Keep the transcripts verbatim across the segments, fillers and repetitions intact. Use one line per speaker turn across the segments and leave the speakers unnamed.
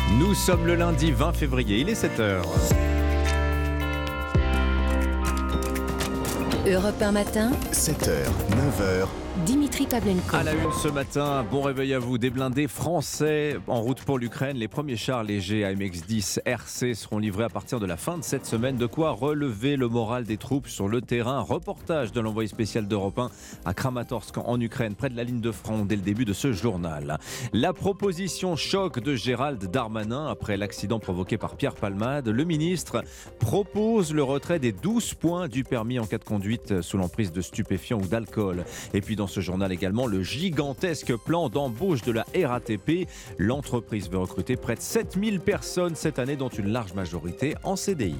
Nous sommes le lundi vingt février, il est sept heures.
Europe un matin,
sept heures, neuf heures.
Dimitri Pavlenko.
À la une ce matin, bon réveil à vous. Des blindés français en route pour l'Ukraine. Les premiers chars légers A M X dix R C seront livrés à partir de la fin de cette semaine. De quoi relever le moral des troupes sur le terrain. Reportage de l'envoyé spécial d'Europe un à Kramatorsk en Ukraine, près de la ligne de front, dès le début de ce journal. La proposition choc de Gérald Darmanin après l'accident provoqué par Pierre Palmade. Le ministre propose le retrait des douze points du permis en cas de conduite sous l'emprise de stupéfiants ou d'alcool. Et puis dans ce journal également, le gigantesque plan d'embauche de la R A T P. L'entreprise veut recruter près de sept mille personnes cette année, dont une large majorité en C D I.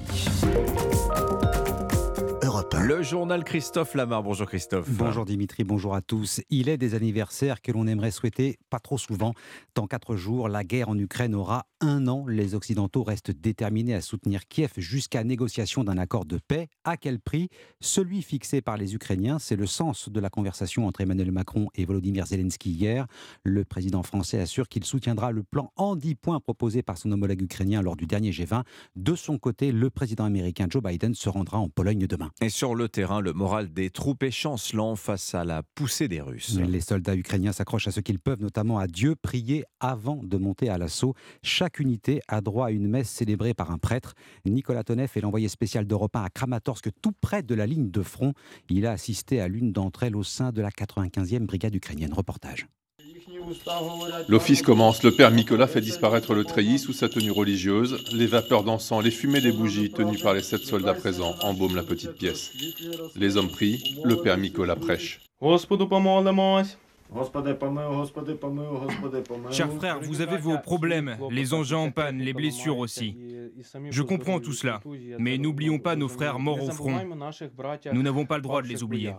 Le journal Christophe Lamar. Bonjour Christophe.
Bonjour Dimitri, bonjour à tous. Il est des anniversaires que l'on aimerait souhaiter pas trop souvent. Dans quatre jours, la guerre en Ukraine aura un an. Les Occidentaux restent déterminés à soutenir Kiev jusqu'à négociation d'un accord de paix. À quel prix ? Celui fixé par les Ukrainiens. C'est le sens de la conversation entre Emmanuel Macron et Volodymyr Zelensky hier. Le président français assure qu'il soutiendra le plan en dix points proposé par son homologue ukrainien lors du dernier G vingt. De son côté, le président américain Joe Biden se rendra en Pologne demain.
Et sur le terrain, le moral des troupes est chancelant face à la poussée des Russes.
Les soldats ukrainiens s'accrochent à ce qu'ils peuvent, notamment à Dieu, prier avant de monter à l'assaut. Chaque unité a droit à une messe célébrée par un prêtre. Nicolas Tonev est l'envoyé spécial d'Europe un à Kramatorsk, tout près de la ligne de front. Il a assisté à l'une d'entre elles au sein de la quatre-vingt-quinzième brigade ukrainienne. Reportage.
L'office commence. Le père Nicolas fait disparaître le treillis sous sa tenue religieuse. Les vapeurs d'encens, les fumées des bougies tenues par les sept soldats présents embaument la petite pièce. Les hommes prient, le père Nicolas prêche.
Chers frères, vous avez vos problèmes, les engins en panne, les blessures aussi. Je comprends tout cela, mais n'oublions pas nos frères morts au front. Nous n'avons pas le droit de les oublier.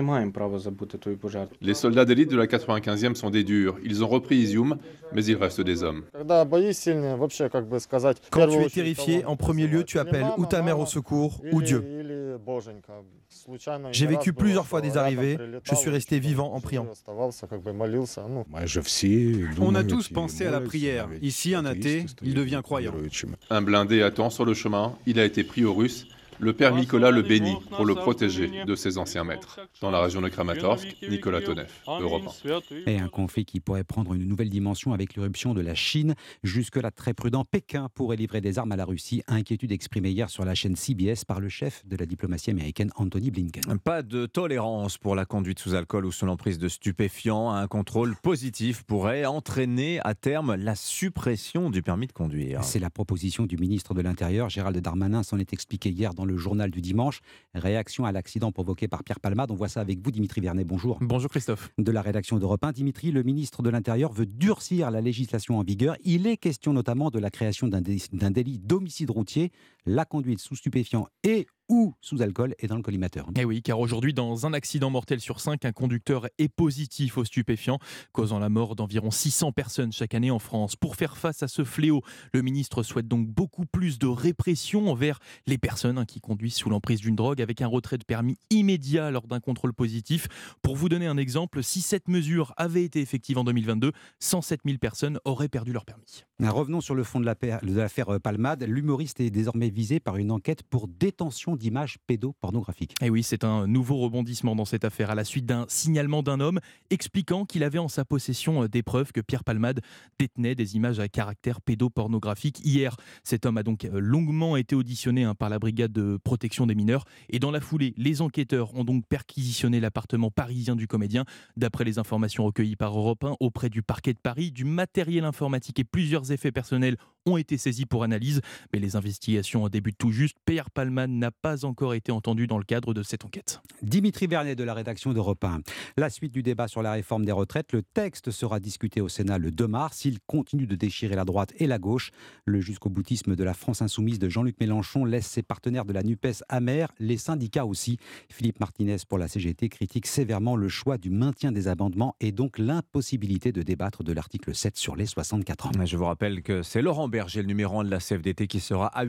Les soldats d'élite de la quatre-vingt-quinzième sont des durs. Ils ont repris Izium, mais il reste des hommes.
Quand tu es terrifié, en premier lieu, tu appelles ou ta mère au secours ou Dieu. J'ai vécu plusieurs fois des arrivées, je suis resté vivant en priant.
On a tous pensé à la prière. Ici, un athée, il devient croyant.
Un blindé attend sur le chemin, il a été pris aux Russes. Le père Nicolas le bénit pour le protéger de ses anciens maîtres. Dans la région de Kramatorsk, Nicolas Tonev, Europe un.
Et un conflit qui pourrait prendre une nouvelle dimension avec l'irruption de la Chine. Jusque-là très prudent, Pékin pourrait livrer des armes à la Russie. Inquiétude exprimée hier sur la chaîne C B S par le chef de la diplomatie américaine, Anthony Blinken.
Pas de tolérance pour la conduite sous alcool ou sous l'emprise de stupéfiants. Un contrôle positif pourrait entraîner à terme la suppression du permis de conduire.
C'est la proposition du ministre de l'Intérieur, Gérald Darmanin, s'en est expliqué hier dans le journal du dimanche. Réaction à l'accident provoqué par Pierre Palmade. On voit ça avec vous, Dimitri Vernet. Bonjour.
Bonjour Christophe.
De la rédaction d'Europe un, Dimitri, le ministre de l'Intérieur veut durcir la législation en vigueur. Il est question notamment de la création d'un, dé- d'un délit d'homicide routier. La conduite sous stupéfiants et ou sous alcool est dans le collimateur.
Eh oui, car aujourd'hui, dans un accident mortel sur cinq, un conducteur est positif aux stupéfiants, causant la mort d'environ six cents personnes chaque année en France. Pour faire face à ce fléau, le ministre souhaite donc beaucoup plus de répression envers les personnes hein, qui conduisent sous l'emprise d'une drogue, avec un retrait de permis immédiat lors d'un contrôle positif. Pour vous donner un exemple, si cette mesure avait été effective en deux mille vingt-deux, cent sept mille personnes auraient perdu leur permis.
Revenons sur le fond de, la pa- de l'affaire Palmade. L'humoriste est désormais visé par une enquête pour détention d'images pédopornographiques.
Et oui, c'est un nouveau rebondissement dans cette affaire à la suite d'un signalement d'un homme expliquant qu'il avait en sa possession des preuves que Pierre Palmade détenait des images à caractère pédopornographique. Hier, cet homme a donc longuement été auditionné hein, par la brigade de protection des mineurs et dans la foulée, les enquêteurs ont donc perquisitionné l'appartement parisien du comédien. D'après les informations recueillies par Europe un auprès du parquet de Paris, du matériel informatique et plusieurs effets personnels ont été saisis pour analyse, mais les investigations débutent tout juste. Pierre Palmade n'a pas encore été entendu dans le cadre de cette enquête.
Dimitri Vernet de la rédaction d'Europe un. La suite du débat sur la réforme des retraites, le texte sera discuté au Sénat le deux mars. Il continue de déchirer la droite et la gauche. Le jusqu'au-boutisme de la France insoumise de Jean-Luc Mélenchon laisse ses partenaires de la NUPES amers, les syndicats aussi. Philippe Martinez pour la C G T critique sévèrement le choix du maintien des amendements et donc l'impossibilité de débattre de l'article sept sur les soixante-quatre ans.
Je vous rappelle que c'est Laurent Berger, le numéro un de la C F D T, qui sera à huit heures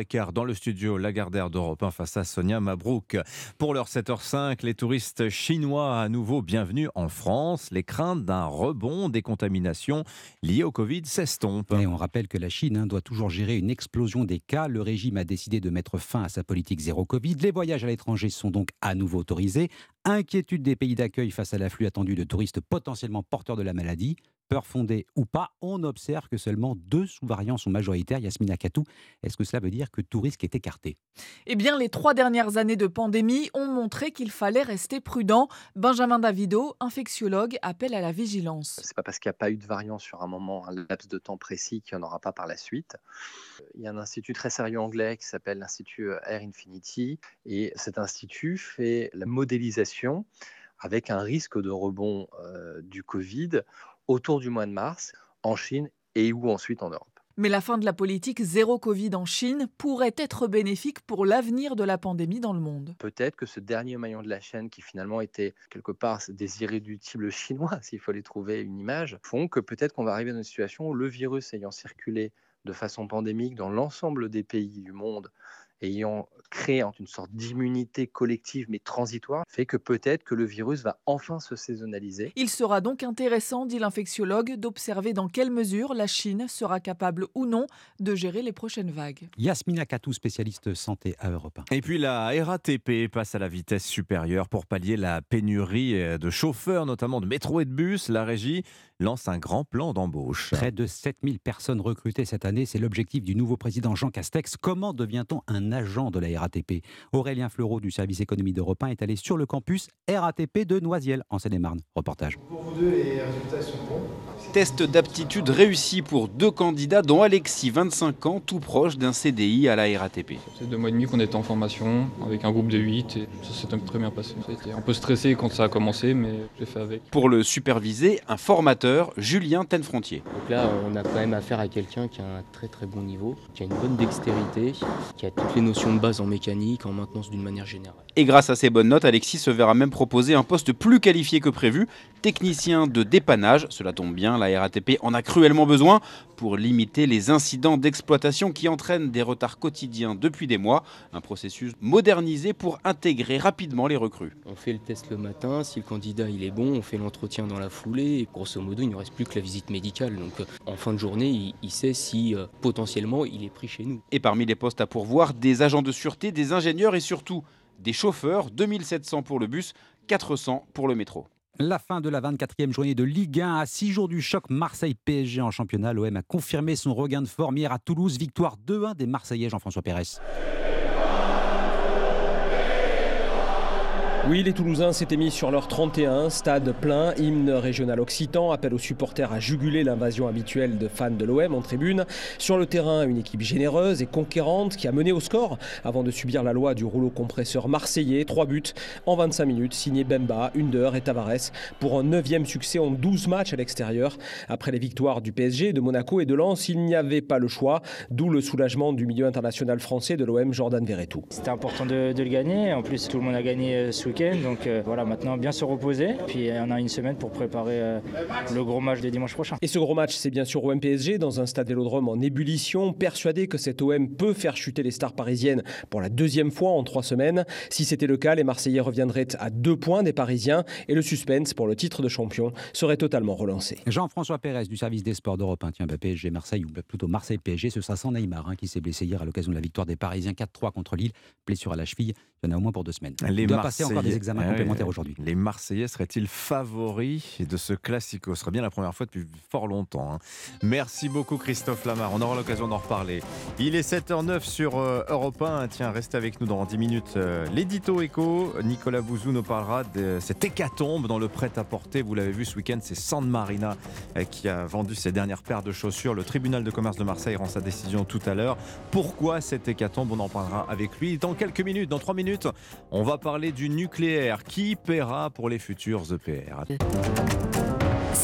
quart dans le studio Lagardère d'Europe un face à Sonia Mabrouk. Pour l'heure sept heures cinq, les touristes chinois à nouveau bienvenus en France. Les craintes d'un rebond des contaminations liées au Covid s'estompent.
Et on rappelle que la Chine hein, doit toujours gérer une explosion des cas. Le régime a décidé de mettre fin à sa politique zéro Covid. Les voyages à l'étranger sont donc à nouveau autorisés. Inquiétude des pays d'accueil face à l'afflux attendu de touristes potentiellement porteurs de la maladie. Peur fondée ou pas, on observe que seulement deux sous-variants sont majoritaires. Yasmina Katou, est-ce que cela veut dire que tout risque est écarté ?
Eh bien, les trois dernières années de pandémie ont montré qu'il fallait rester prudent. Benjamin Davido, infectiologue, appelle à la vigilance.
C'est pas parce qu'il n'y a pas eu de variant sur un moment, un laps de temps précis, qu'il n'y en aura pas par la suite. Il y a un institut très sérieux anglais qui s'appelle l'Institut Air Infinity, et cet institut fait la modélisation avec un risque de rebond euh, du Covid autour du mois de mars, en Chine et ou ensuite en Europe.
Mais la fin de la politique zéro Covid en Chine pourrait être bénéfique pour l'avenir de la pandémie dans le monde.
Peut-être que ce dernier maillon de la chaîne, qui finalement était quelque part des irréductibles chinois, s'il fallait trouver une image, font que peut-être qu'on va arriver dans une situation où le virus ayant circulé de façon pandémique dans l'ensemble des pays du monde, ayant créé une sorte d'immunité collective mais transitoire, fait que peut-être que le virus va enfin se saisonnaliser.
Il sera donc intéressant, dit l'infectiologue, d'observer dans quelle mesure la Chine sera capable ou non de gérer les prochaines vagues.
Yasmina Katou, spécialiste santé à Europe un.
Et puis la R A T P passe à la vitesse supérieure pour pallier la pénurie de chauffeurs, notamment de métro et de bus. La régie lance un grand plan d'embauche.
Près de sept mille personnes recrutées cette année, c'est l'objectif du nouveau président Jean Castex. Comment devient-on un agent de la R A T P ? Aurélien Fleureau du service économie d'Europe un est allé sur le campus R A T P de Noisiel en Seine-et-Marne. Reportage.
Pour vous deux, les résultats sont bons.
Test d'aptitude réussi pour deux candidats, dont Alexis, vingt-cinq ans, tout proche d'un C D I à la R A T P.
C'est deux mois et demi qu'on était en formation avec un groupe de huit et ça s'est très bien passé. Ça a été un peu stressé quand ça a commencé, mais j'ai fait avec.
Pour le superviser, un formateur, Julien Tenfrontier.
Donc là, on a quand même affaire à quelqu'un qui a un très très bon niveau, qui a une bonne dextérité, qui a toutes les notions de base en mécanique, en maintenance d'une manière générale.
Et grâce à ses bonnes notes, Alexis se verra même proposer un poste plus qualifié que prévu, technicien de dépannage. Cela tombe bien, la R A T P en a cruellement besoin pour limiter les incidents d'exploitation qui entraînent des retards quotidiens depuis des mois. Un processus modernisé pour intégrer rapidement les recrues.
On fait le test le matin, si le candidat il est bon, on fait l'entretien dans la foulée et grosso modo il ne reste plus que la visite médicale. Donc en fin de journée, il, il sait si euh, potentiellement il est pris chez nous.
Et parmi les postes à pourvoir, des agents de sûreté, des ingénieurs et surtout des chauffeurs, deux mille sept cents pour le bus, quatre cents pour le métro.
La fin de la vingt-quatrième journée de Ligue un à six jours du choc Marseille-P S G en championnat. L'O M a confirmé son regain de forme hier à Toulouse. Victoire deux un des Marseillais, Jean-François Pérez.
Oui, les Toulousains s'étaient mis sur leur trente et un, stade plein, hymne régional occitan, appel aux supporters à juguler l'invasion habituelle de fans de l'O M en tribune. Sur le terrain, une équipe généreuse et conquérante qui a mené au score avant de subir la loi du rouleau compresseur marseillais. Trois buts en vingt-cinq minutes, signés Bemba, Under et Tavares pour un neuvième succès en douze matchs à l'extérieur. Après les victoires du P S G, de Monaco et de Lens, il n'y avait pas le choix, d'où le soulagement du milieu international français de l'O M, Jordan Verretou.
C'était important de, de le gagner, en plus tout le monde a gagné ce week-end. Donc euh, voilà, maintenant bien se reposer. Puis on a une semaine pour préparer euh, le gros match de dimanche prochain.
Et ce gros match, c'est bien sûr O M P S G dans un stade Vélodrome en ébullition, persuadé que cet O M peut faire chuter les stars parisiennes pour la deuxième fois en trois semaines. Si c'était le cas, les Marseillais reviendraient à deux points des Parisiens et le suspense pour le titre de champion serait totalement relancé.
Jean-François Pérez du service des sports d'Europe un. Tiens, bah, P S G Marseille, ou plutôt Marseille-P S G, ce sera sans Neymar hein, qui s'est blessé hier à l'occasion de la victoire des Parisiens quatre trois contre Lille. Blessure à la cheville, il y en a au moins pour deux semaines.
Les
Il doit
Marseillais...
passer encore des examens
Ah
complémentaires
oui,
aujourd'hui.
Les Marseillais seraient-ils favoris de ce classico ? Ce serait bien la première fois depuis fort longtemps. Hein. Merci beaucoup Christophe Lamar, on aura l'occasion d'en reparler. Il est sept heures neuf sur euh, Europe un. Tiens, restez avec nous dans dix minutes. Euh, L'édito éco, Nicolas Bouzou nous parlera de cette hécatombe dans le prêt-à-porter. Vous l'avez vu ce week-end, c'est San Marina euh, qui a vendu ses dernières paires de chaussures. Le tribunal de commerce de Marseille rend sa décision tout à l'heure. Pourquoi cette hécatombe ? On en parlera avec lui dans quelques minutes. Dans trois minutes, on va parler du nucléaire. Qui paiera pour les futurs E P R ?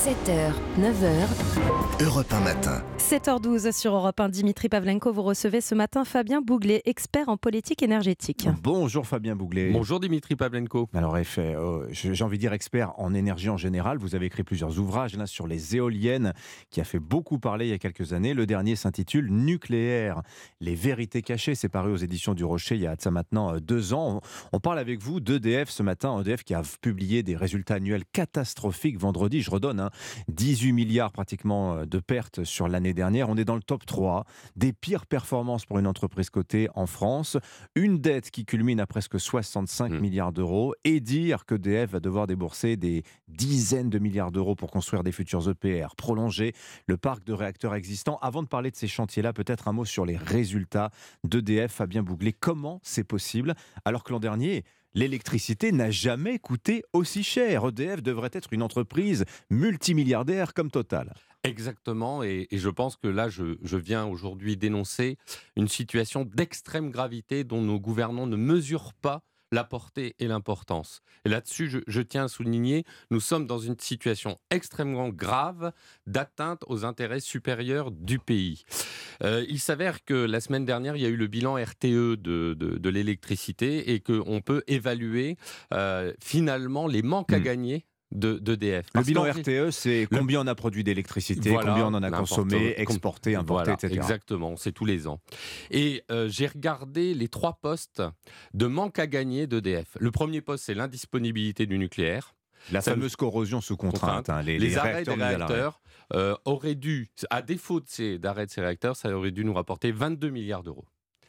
sept heures, neuf heures.
Europe un matin.
sept heures douze sur Europe un. Dimitri Pavlenko, vous recevez ce matin Fabien Bouglet, expert en politique énergétique.
Bonjour Fabien Bouglet.
Bonjour Dimitri Pavlenko.
Alors effet, oh, j'ai envie de dire expert en énergie en général. Vous avez écrit plusieurs ouvrages là sur les éoliennes qui a fait beaucoup parler il y a quelques années. Le dernier s'intitule Nucléaire, les vérités cachées. C'est paru aux éditions du Rocher il y a de ça maintenant deux ans. On parle avec vous d'E D F ce matin. E D F qui a publié des résultats annuels catastrophiques vendredi. Je redonne hein, dix-huit milliards pratiquement de pertes sur l'année dernière. On est dans le top trois des pires performances pour une entreprise cotée en France. Une dette qui culmine à presque soixante-cinq mmh. milliards d'euros. Et dire que E D F va devoir débourser des dizaines de milliards d'euros pour construire des futurs E P R, prolonger le parc de réacteurs existants. Avant de parler de ces chantiers-là, peut-être un mot sur les résultats d'E D F. Fabien Bouglet, comment c'est possible alors que l'an dernier, l'électricité n'a jamais coûté aussi cher? E D F devrait être une entreprise multimilliardaire comme Total.
Exactement, et, et je pense que là, je, je viens aujourd'hui dénoncer une situation d'extrême gravité dont nos gouvernants ne mesurent pas la portée et l'importance. Et là-dessus, je, je tiens à souligner, nous sommes dans une situation extrêmement grave d'atteinte aux intérêts supérieurs du pays. Euh, il s'avère que la semaine dernière, il y a eu le bilan R T E de, de, de l'électricité et qu'on peut évaluer euh, finalement les manques mmh. à gagner de, d'E D F.
Le bilan R T E, c'est combien le... on a produit d'électricité, voilà, combien on en a consommé, exporté, importé, voilà, et cetera.
Exactement, c'est tous les ans. Et euh, j'ai regardé les trois postes de manque à gagner d'E D F. Le premier poste, c'est l'indisponibilité du nucléaire.
La Ça fameuse corrosion sous contrainte. Hein, les,
les,
les
arrêts
réacteurs
des réacteurs euh, auraient dû, à défaut de ces, d'arrêt de ces réacteurs, ça aurait dû nous rapporter vingt-deux milliards d'euros.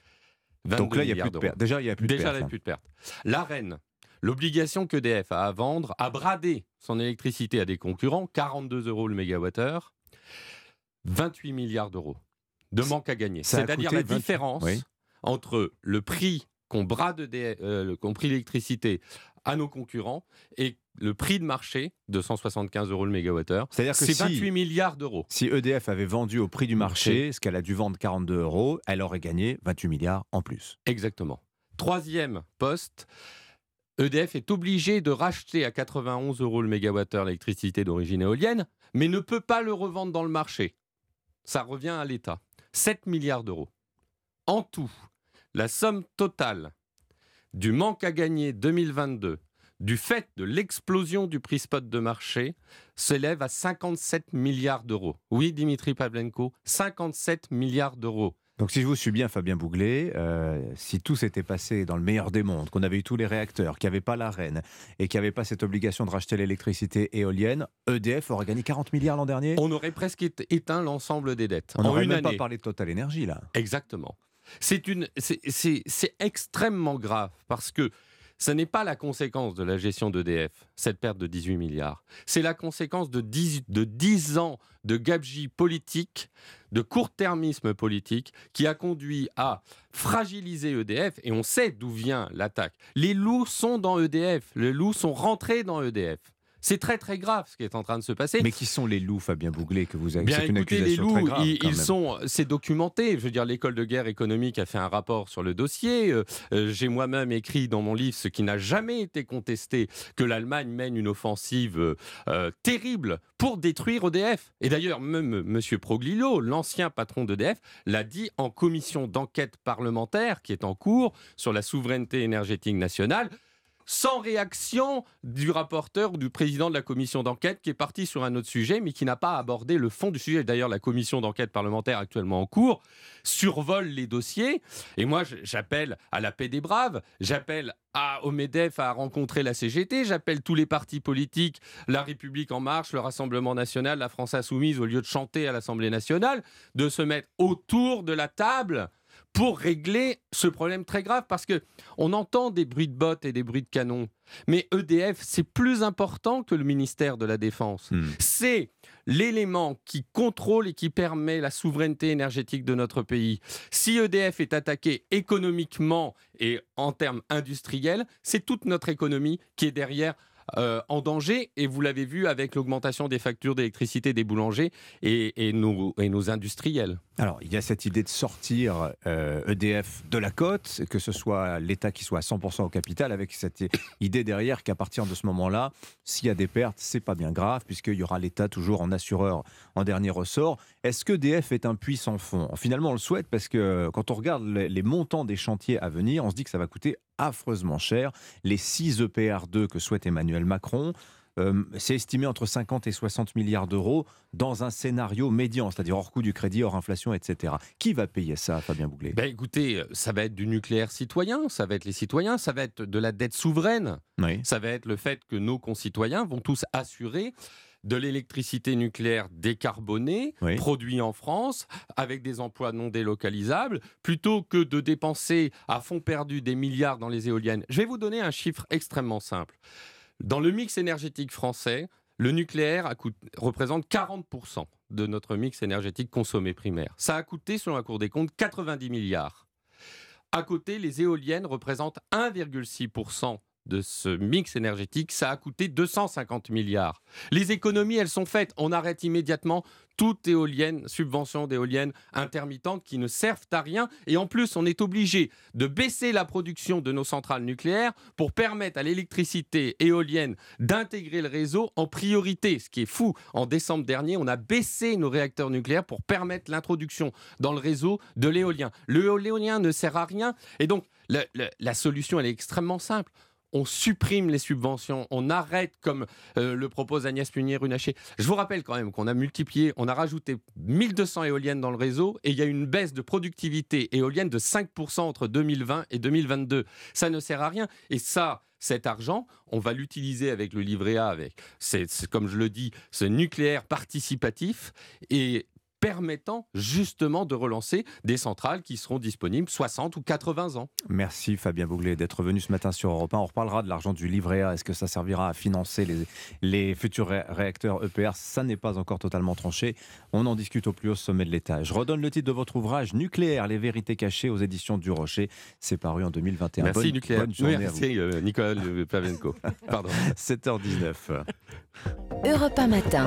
Donc là, il n'y a plus de pertes. Déjà, il n'y a plus de
Déjà,
pertes.
il n'y a plus de pertes. L'AREN, l'obligation qu'E D F a à vendre, à brader son électricité à des concurrents, quarante-deux euros le mégawattheure, vingt-huit milliards d'euros de manque à gagner. Ça C'est-à-dire la vingt... différence oui. entre le prix qu'on brade E D F, euh, qu'on prix l'électricité à nos concurrents et le prix de marché de cent soixante-quinze euros le mégawattheure.
C'est-à-dire que
c'est
si,
vingt-huit milliards d'euros.
Si E D F avait vendu au prix du marché, ce qu'elle a dû vendre quarante-deux euros, elle aurait gagné vingt-huit milliards en plus.
Exactement. Troisième poste, E D F est obligé de racheter à quatre-vingt-onze euros le mégawattheure l'électricité d'origine éolienne, mais ne peut pas le revendre dans le marché. Ça revient à l'État. sept milliards d'euros. En tout, la somme totale du manque à gagner deux mille vingt-deux, du fait de l'explosion du prix spot de marché, s'élève à cinquante-sept milliards d'euros. Oui, Dimitri Pavlenko, cinquante-sept milliards d'euros.
Donc si je vous suis bien, Fabien Bouglet, euh, si tout s'était passé dans le meilleur des mondes, qu'on avait eu tous les réacteurs, qu'il n'y avait pas l'AREN et qu'il n'y avait pas cette obligation de racheter l'électricité éolienne, E D F aurait gagné quarante milliards l'an dernier.
On aurait presque éteint l'ensemble des dettes.
On n'aurait même
année.
pas parlé de Total Énergie là.
Exactement. C'est, une, c'est, c'est, c'est extrêmement grave parce que ce n'est pas la conséquence de la gestion d'E D F, cette perte de dix-huit milliards. C'est la conséquence de dix, de dix ans de gabegie politique, de court-termisme politique, qui a conduit à fragiliser E D F. Et on sait d'où vient l'attaque. Les loups sont dans E D F. Les loups sont rentrés dans E D F. C'est très très grave ce qui est en train de se passer.
Mais qui sont les loups, Fabien Bouglet, que vous avez
Bien,
c'est une
écoutez,
accusation
les loups,
très grave,
ils,
quand
ils
même.
sont, c'est documenté. Je veux dire, l'école de guerre économique a fait un rapport sur le dossier. Euh, euh, j'ai moi-même écrit dans mon livre, ce qui n'a jamais été contesté, que l'Allemagne mène une offensive euh, euh, terrible pour détruire E D F. Et d'ailleurs, même M. Proglillo, l'ancien patron d'E D F, l'a dit en commission d'enquête parlementaire qui est en cours sur la souveraineté énergétique nationale. Sans réaction du rapporteur ou du président de la commission d'enquête qui est parti sur un autre sujet mais qui n'a pas abordé le fond du sujet. D'ailleurs, la commission d'enquête parlementaire actuellement en cours survole les dossiers. Et moi, j'appelle à la paix des braves, j'appelle à, au MEDEF à rencontrer la C G T, j'appelle tous les partis politiques, La République En Marche, le Rassemblement National, la France Insoumise, au lieu de chanter à l'Assemblée nationale, de se mettre autour de la table pour régler ce problème très grave, parce que on entend des bruits de bottes et des bruits de canons, mais E D F, c'est plus important que le ministère de la Défense. Mmh. C'est l'élément qui contrôle et qui permet la souveraineté énergétique de notre pays. Si E D F est attaqué économiquement et en termes industriels, c'est toute notre économie qui est derrière euh, en danger, et vous l'avez vu avec l'augmentation des factures d'électricité des boulangers et, et, nos, et nos industriels.
Alors, il y a cette idée de sortir euh, E D F de la cote, que ce soit l'État qui soit à cent pour cent au capital, avec cette idée derrière qu'à partir de ce moment-là, s'il y a des pertes, c'est pas bien grave, puisqu'il y aura l'État toujours en assureur en dernier ressort. Est-ce que E D F est un puits sans fond ? Finalement, on le souhaite parce que quand on regarde les, les montants des chantiers à venir, on se dit que ça va coûter affreusement cher. Les six E P R deux que souhaite Emmanuel Macron, Euh, c'est estimé entre cinquante et soixante milliards d'euros dans un scénario médian, c'est-à-dire hors coût du crédit, hors inflation, et cetera. Qui va payer ça, Fabien Bouglet ?
Ben écoutez, ça va être du nucléaire citoyen, ça va être les citoyens, ça va être de la dette souveraine,
oui.
Ça va être le fait que nos concitoyens vont tous assurer de l'électricité nucléaire décarbonée, oui. produite en France, avec des emplois non délocalisables, plutôt que de dépenser à fond perdu des milliards dans les éoliennes. Je vais vous donner un chiffre extrêmement simple. Dans le mix énergétique français, le nucléaire a coûté, représente quarante pour cent de notre mix énergétique consommé primaire. Ça a coûté, selon la Cour des comptes, quatre-vingt-dix milliards. À côté, les éoliennes représentent un virgule six pour cent de ce mix énergétique. Ça a coûté deux cent cinquante milliards. Les économies, elles sont faites. On arrête immédiatement toute éolienne, subvention d'éoliennes intermittentes qui ne servent à rien. Et en plus, on est obligé de baisser la production de nos centrales nucléaires pour permettre à l'électricité éolienne d'intégrer le réseau en priorité. Ce qui est fou, en décembre dernier, on a baissé nos réacteurs nucléaires pour permettre l'introduction dans le réseau de l'éolien. Le l'éolien ne sert à rien. Et donc, le, le, la solution, elle est extrêmement simple. On supprime les subventions, on arrête, comme euh, le propose Agnès Pannier-Runacher. Je vous rappelle quand même qu'on a multiplié, on a rajouté mille deux cents éoliennes dans le réseau et il y a une baisse de productivité éolienne de cinq pour cent entre deux mille vingt et deux mille vingt-deux. Ça ne sert à rien. Et ça, cet argent, on va l'utiliser avec le livret A, avec, c'est, c'est, comme je le dis, ce nucléaire participatif et permettant justement de relancer des centrales qui seront disponibles soixante ou quatre-vingts ans.
Merci Fabien Bouglet d'être venu ce matin sur Europe un. On reparlera de l'argent du livret A. Est-ce que ça servira à financer les, les futurs ré- réacteurs E P R ? Ça n'est pas encore totalement tranché. On en discute au plus haut sommet de l'État. Je redonne le titre de votre ouvrage, Nucléaire, les vérités cachées aux éditions du Rocher. C'est paru en deux mille vingt et un.
Merci
bonne,
Nucléaire.
Bonne journée
Merci
à vous.
euh, Nicolas Pavenko. Pardon.
sept heures dix-neuf.
Europe un matin.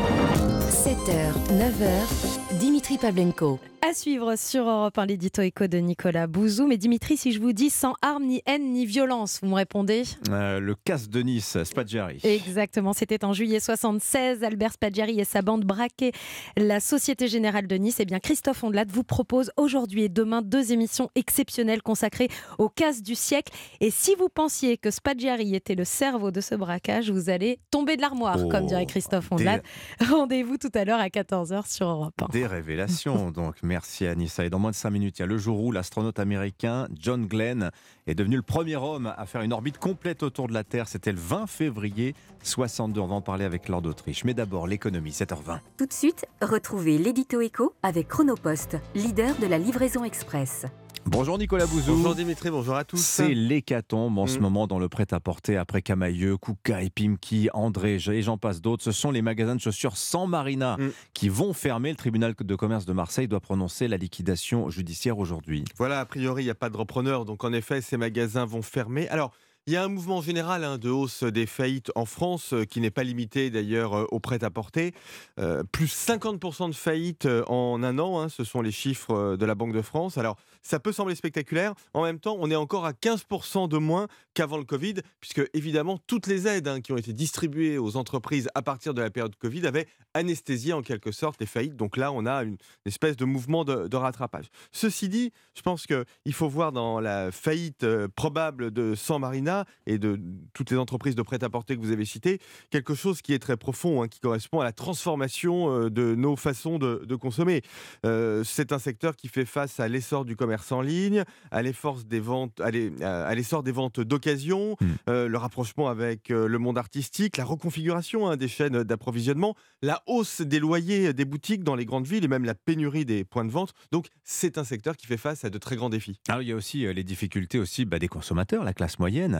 sept heures, neuf heures, Dimitri Pavlenko.
À suivre sur Europe un, l'édito éco de Nicolas Bouzou. Mais Dimitri, si je vous dis sans armes, ni haine, ni violence, vous me répondez ?
euh, Le casse de Nice, Spaggiari.
Exactement, c'était en juillet soixante-seize. Albert Spaggiari et sa bande braquaient la Société Générale de Nice. Eh bien, Christophe Ondelat vous propose aujourd'hui et demain deux émissions exceptionnelles consacrées au casse du siècle. Et si vous pensiez que Spaggiari était le cerveau de ce braquage, vous allez tomber de l'armoire, oh, comme dirait Christophe Ondelat. Des... Rendez-vous tout à l'heure à quatorze heures sur Europe un.
Des révélations, donc. Merci Anissa. Et dans moins de cinq minutes, il y a le jour où l'astronaute américain John Glenn est devenu le premier homme à faire une orbite complète autour de la Terre. C'était le vingt février soixante-deux. On va en parler avec Laure d'Autriche. Mais d'abord, l'économie, sept heures vingt.
Tout de suite, retrouvez l'édito éco avec Chronopost, leader de la livraison express.
Bonjour Nicolas Bouzou.
Bonjour Dimitri, bonjour à tous.
C'est l'hécatombe en mmh. ce moment dans le prêt-à-porter après Camaïeu, Kuka, Pimki, André et j'en passe d'autres. Ce sont les magasins de chaussures San Marina mmh. qui vont fermer. Le tribunal de commerce de Marseille doit prononcer la liquidation judiciaire aujourd'hui.
Voilà, a priori, il n'y a pas de repreneur. Donc en effet, ces magasins vont fermer. Alors, il y a un mouvement général hein, de hausse des faillites en France euh, qui n'est pas limité d'ailleurs euh, au prêt-à-porter. Euh, plus cinquante pour cent de faillites euh, en un an, hein, ce sont les chiffres euh, de la Banque de France. Alors ça peut sembler spectaculaire. En même temps, on est encore à quinze pour cent de moins qu'avant le Covid, puisque évidemment toutes les aides hein, qui ont été distribuées aux entreprises à partir de la période Covid avaient anesthésié en quelque sorte les faillites. Donc là, on a une espèce de mouvement de, de rattrapage. Ceci dit, je pense qu'il faut voir dans la faillite euh, probable de San Marina et de toutes les entreprises de prêt-à-porter que vous avez citées, quelque chose qui est très profond, hein, qui correspond à la transformation euh, de nos façons de, de consommer. Euh, c'est un secteur qui fait face à l'essor du commerce en ligne, à l'essor des ventes, à l'essor des ventes d'occasion, mmh. euh, le rapprochement avec euh, le monde artistique, la reconfiguration hein, des chaînes d'approvisionnement, la hausse des loyers des boutiques dans les grandes villes et même la pénurie des points de vente. Donc c'est un secteur qui fait face à de très grands défis.
Alors il y a aussi euh, les difficultés aussi bah, des consommateurs, la classe moyenne.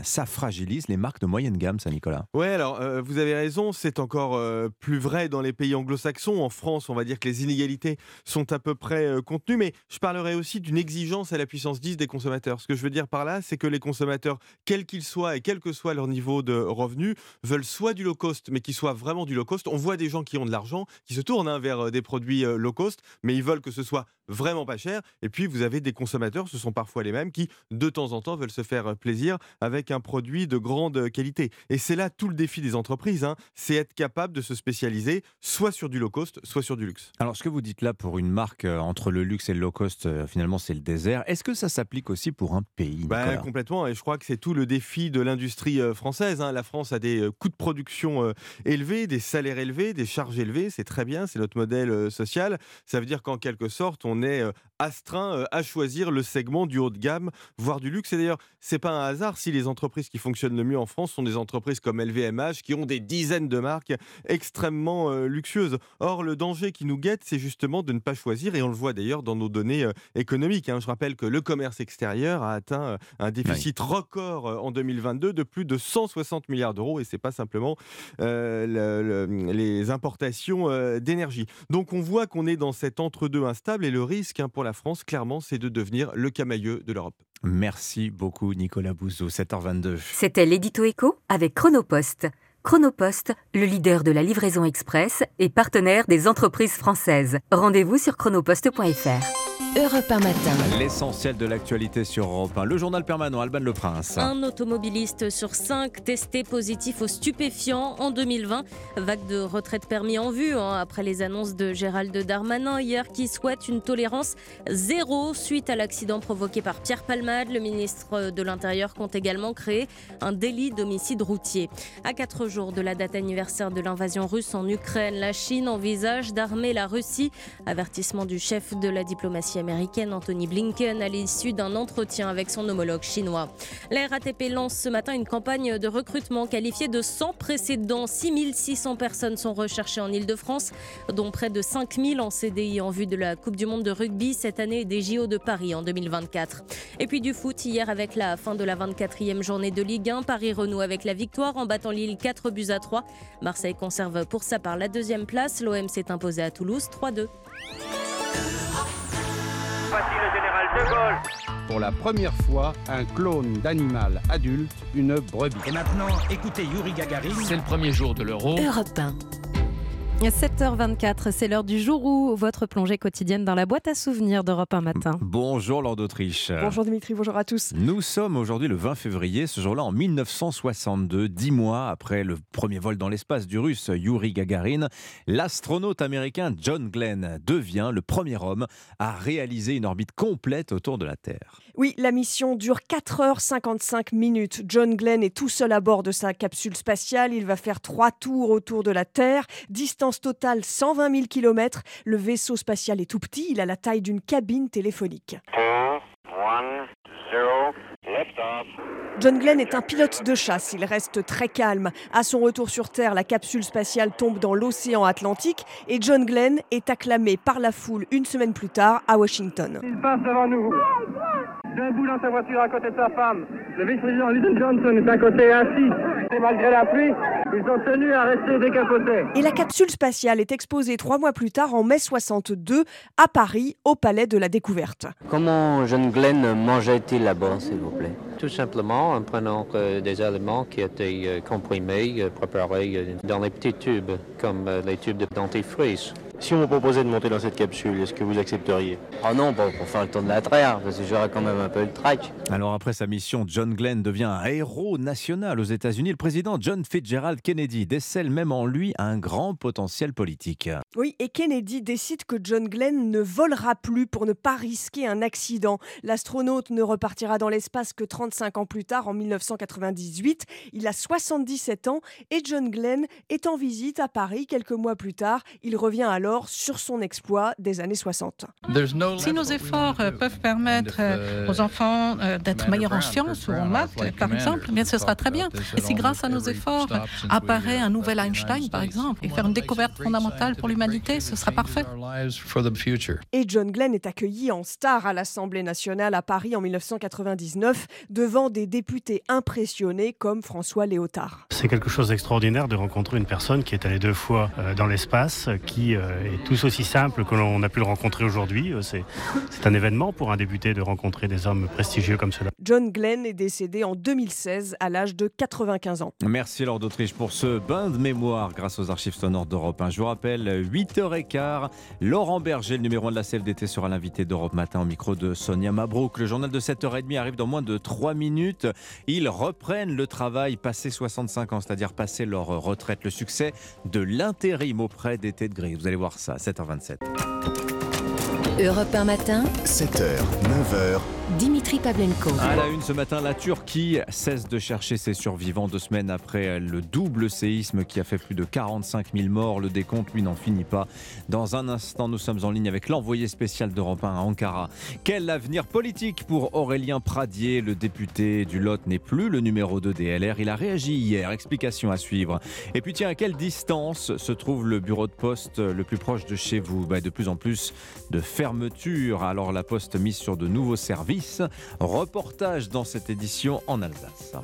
ça fragilise les marques de moyenne gamme, ça, Nicolas.
Ouais, alors euh, vous avez raison, c'est encore euh, plus vrai dans les pays anglo-saxons. En France, on va dire que les inégalités sont à peu près euh, contenues, mais je parlerai aussi d'une exigence à la puissance dix des consommateurs. Ce que je veux dire par là, c'est que les consommateurs, quels qu'ils soient et quel que soit leur niveau de revenus, veulent soit du low cost, mais qui soit vraiment du low cost. On voit des gens qui ont de l'argent, qui se tournent hein, vers euh, des produits euh, low cost, mais ils veulent que ce soit vraiment pas cher. Et puis vous avez des consommateurs, ce sont parfois les mêmes, qui de temps en temps veulent se faire plaisir avec un produit de grande qualité. Et c'est là tout le défi des entreprises, hein, c'est être capable de se spécialiser soit sur du low cost, soit sur du luxe.
Alors ce que vous dites là pour une marque euh, entre le luxe et le low cost, euh, finalement c'est le désert. Est-ce que ça s'applique aussi pour un pays,
bah,
Nicolas ?
Complètement, et je crois que c'est tout le défi de l'industrie euh, française. Hein. La France a des euh, coûts de production euh, élevés, des salaires élevés, des charges élevées, c'est très bien, c'est notre modèle euh, social. Ça veut dire qu'en quelque sorte, on est euh, astreint euh, à choisir le segment du haut de gamme, voire du luxe. Et d'ailleurs, c'est pas un hasard si les entreprises qui fonctionnent le mieux en France sont des entreprises comme L V M H qui ont des dizaines de marques extrêmement euh, luxueuses. Or, le danger qui nous guette, c'est justement de ne pas choisir, et on le voit d'ailleurs dans nos données euh, économiques. Hein. Je rappelle que le commerce extérieur a atteint euh, un déficit oui. record euh, en deux mille vingt-deux de plus de cent soixante milliards d'euros, et c'est pas simplement euh, le, le, les importations euh, d'énergie. Donc on voit qu'on est dans cet entre-deux instable, et le risque hein, pour la France, clairement, c'est de devenir le camailleux de l'Europe.
Merci beaucoup Nicolas Bouzou, sept heures vingt-deux.
C'était l'édito éco avec Chronopost. Chronopost, le leader de la livraison express et partenaire des entreprises françaises. Rendez-vous sur chronopost point f r.
Europe un matin.
L'essentiel de l'actualité sur Europe un. Le journal permanent, Alban Le Prince.
Un automobiliste sur cinq testé positif aux stupéfiants en deux mille vingt. Vague de retrait de permis en vue hein, après les annonces de Gérald Darmanin hier qui souhaite une tolérance zéro suite à l'accident provoqué par Pierre Palmade. Le ministre de l'Intérieur compte également créer un délit d'homicide routier. À quatre jours de la date anniversaire de l'invasion russe en Ukraine, la Chine envisage d'armer la Russie. Avertissement du chef de la diplomatie américaine Anthony Blinken à l'issue d'un entretien avec son homologue chinois. La R A T P lance ce matin une campagne de recrutement qualifiée de sans précédent. six mille six cents personnes sont recherchées en Île-de-France, dont près de cinq mille en C D I en vue de la Coupe du Monde de rugby cette année et des J O de Paris en deux mille vingt-quatre. Et puis du foot, hier avec la fin de la vingt-quatrième journée de Ligue un, Paris renoue avec la victoire en battant Lille quatre buts à trois. Marseille conserve pour sa part la deuxième place. L'O M s'est imposé à Toulouse trois deux.
Voici le général de Gaulle.
Pour la première fois, un clone d'animal adulte, une brebis.
Et maintenant, écoutez Yuri Gagarin.
C'est le premier jour de l'Euro.
Europe un.
sept heures vingt-quatre, c'est l'heure du jour où votre plongée quotidienne dans la boîte à souvenirs d'Europe un matin.
Bonjour Laure d'Autriche.
Bonjour Dimitri, bonjour à tous.
Nous sommes aujourd'hui le vingt février, ce jour-là en mille neuf cent soixante-deux, dix mois après le premier vol dans l'espace du russe Yuri Gagarin. L'astronaute américain John Glenn devient le premier homme à réaliser une orbite complète autour de la Terre.
Oui, la mission dure quatre heures cinquante-cinq minutes. John Glenn est tout seul à bord de sa capsule spatiale. Il va faire trois tours autour de la Terre. Distance totale cent vingt mille kilomètres. Le vaisseau spatial est tout petit. Il a la taille d'une cabine téléphonique. John Glenn est un pilote de chasse, il reste très calme. À son retour sur Terre, la capsule spatiale tombe dans l'océan Atlantique et John Glenn est acclamé par la foule une semaine plus tard à Washington.
Il passe devant nous, debout dans sa voiture à côté de sa femme. Le vice-président Lyndon Johnson est à côté assis. Et malgré la pluie, ils sont tenus à rester décapotés.
Et la capsule spatiale est exposée trois mois plus tard, en mai soixante-deux, à Paris, au Palais de la Découverte.
Comment John Glenn mangeait-il là-bas, s'il vous plaît? Tout simplement en prenant euh, des aliments qui étaient euh, comprimés, euh, préparés euh, dans les petits tubes, comme euh, les tubes de dentifrice.
Si on vous proposait de monter dans cette capsule, est-ce que vous accepteriez?
Oh non, pas pour faire le tour de la Terre, parce que j'aurais quand même un peu le trac.
Alors après sa mission, John Glenn devient un héros national aux États-Unis. Le président John Fitzgerald Kennedy décèle même en lui un grand potentiel politique.
Oui, et Kennedy décide que John Glenn ne volera plus pour ne pas risquer un accident. L'astronaute ne repartira dans l'espace que trente-cinq ans plus tard, en mille neuf cent quatre-vingt-dix-huit. Il a soixante-dix-sept ans et John Glenn est en visite à Paris quelques mois plus tard. Il revient alors alors sur son exploit des années soixante.
Si nos efforts euh, peuvent permettre euh, aux enfants euh, d'être meilleurs en sciences ou en maths, par exemple, eh bien ce sera très bien. Et si grâce à nos efforts euh, apparaît un nouvel Einstein, par exemple, et faire une découverte fondamentale pour l'humanité, ce sera parfait.
Et John Glenn est accueilli en star à l'Assemblée nationale à Paris en mille neuf cent quatre-vingt-dix-neuf devant des députés impressionnés comme François Léotard.
C'est quelque chose d'extraordinaire de rencontrer une personne qui est allée deux fois euh, dans l'espace, qui euh, est tout aussi simple que l'on a pu le rencontrer aujourd'hui. C'est, c'est un événement pour un député de rencontrer des hommes prestigieux comme cela.
John Glenn est décédé en deux mille seize à l'âge de quatre-vingt-quinze ans.
Merci Laure d'Autriche pour ce bain de mémoire grâce aux archives sonores d'Europe un. Je vous rappelle, huit heures quinze, Laurent Berger, le numéro un de la C F D T, sera l'invité d'Europe Matin au micro de Sonia Mabrouk. Le journal de sept heures trente arrive dans moins de trois minutes. Ils reprennent le travail passé soixante-cinq ans, c'est-à-dire passé leur retraite. Le succès de l'intérim auprès des têtes grises. Vous allez voir ça, sept heures vingt-sept.
Europe un matin,
sept heures, neuf heures.
Dimitri Pavlenko.
À la une ce matin, la Turquie cesse de chercher ses survivants deux semaines après le double séisme qui a fait plus de quarante-cinq mille morts. Le décompte, lui, n'en finit pas. Dans un instant, nous sommes en ligne avec l'envoyé spécial d'Europe un à Ankara. Quel avenir politique pour Aurélien Pradier? Le député du Lot n'est plus le numéro deux des L R. Il a réagi hier. Explication à suivre. Et puis tiens, à quelle distance se trouve le bureau de poste le plus proche de chez vous? bah, De plus en plus de fermetures. Alors la Poste mise sur de nouveaux services. Reportage dans cette édition en Alsace.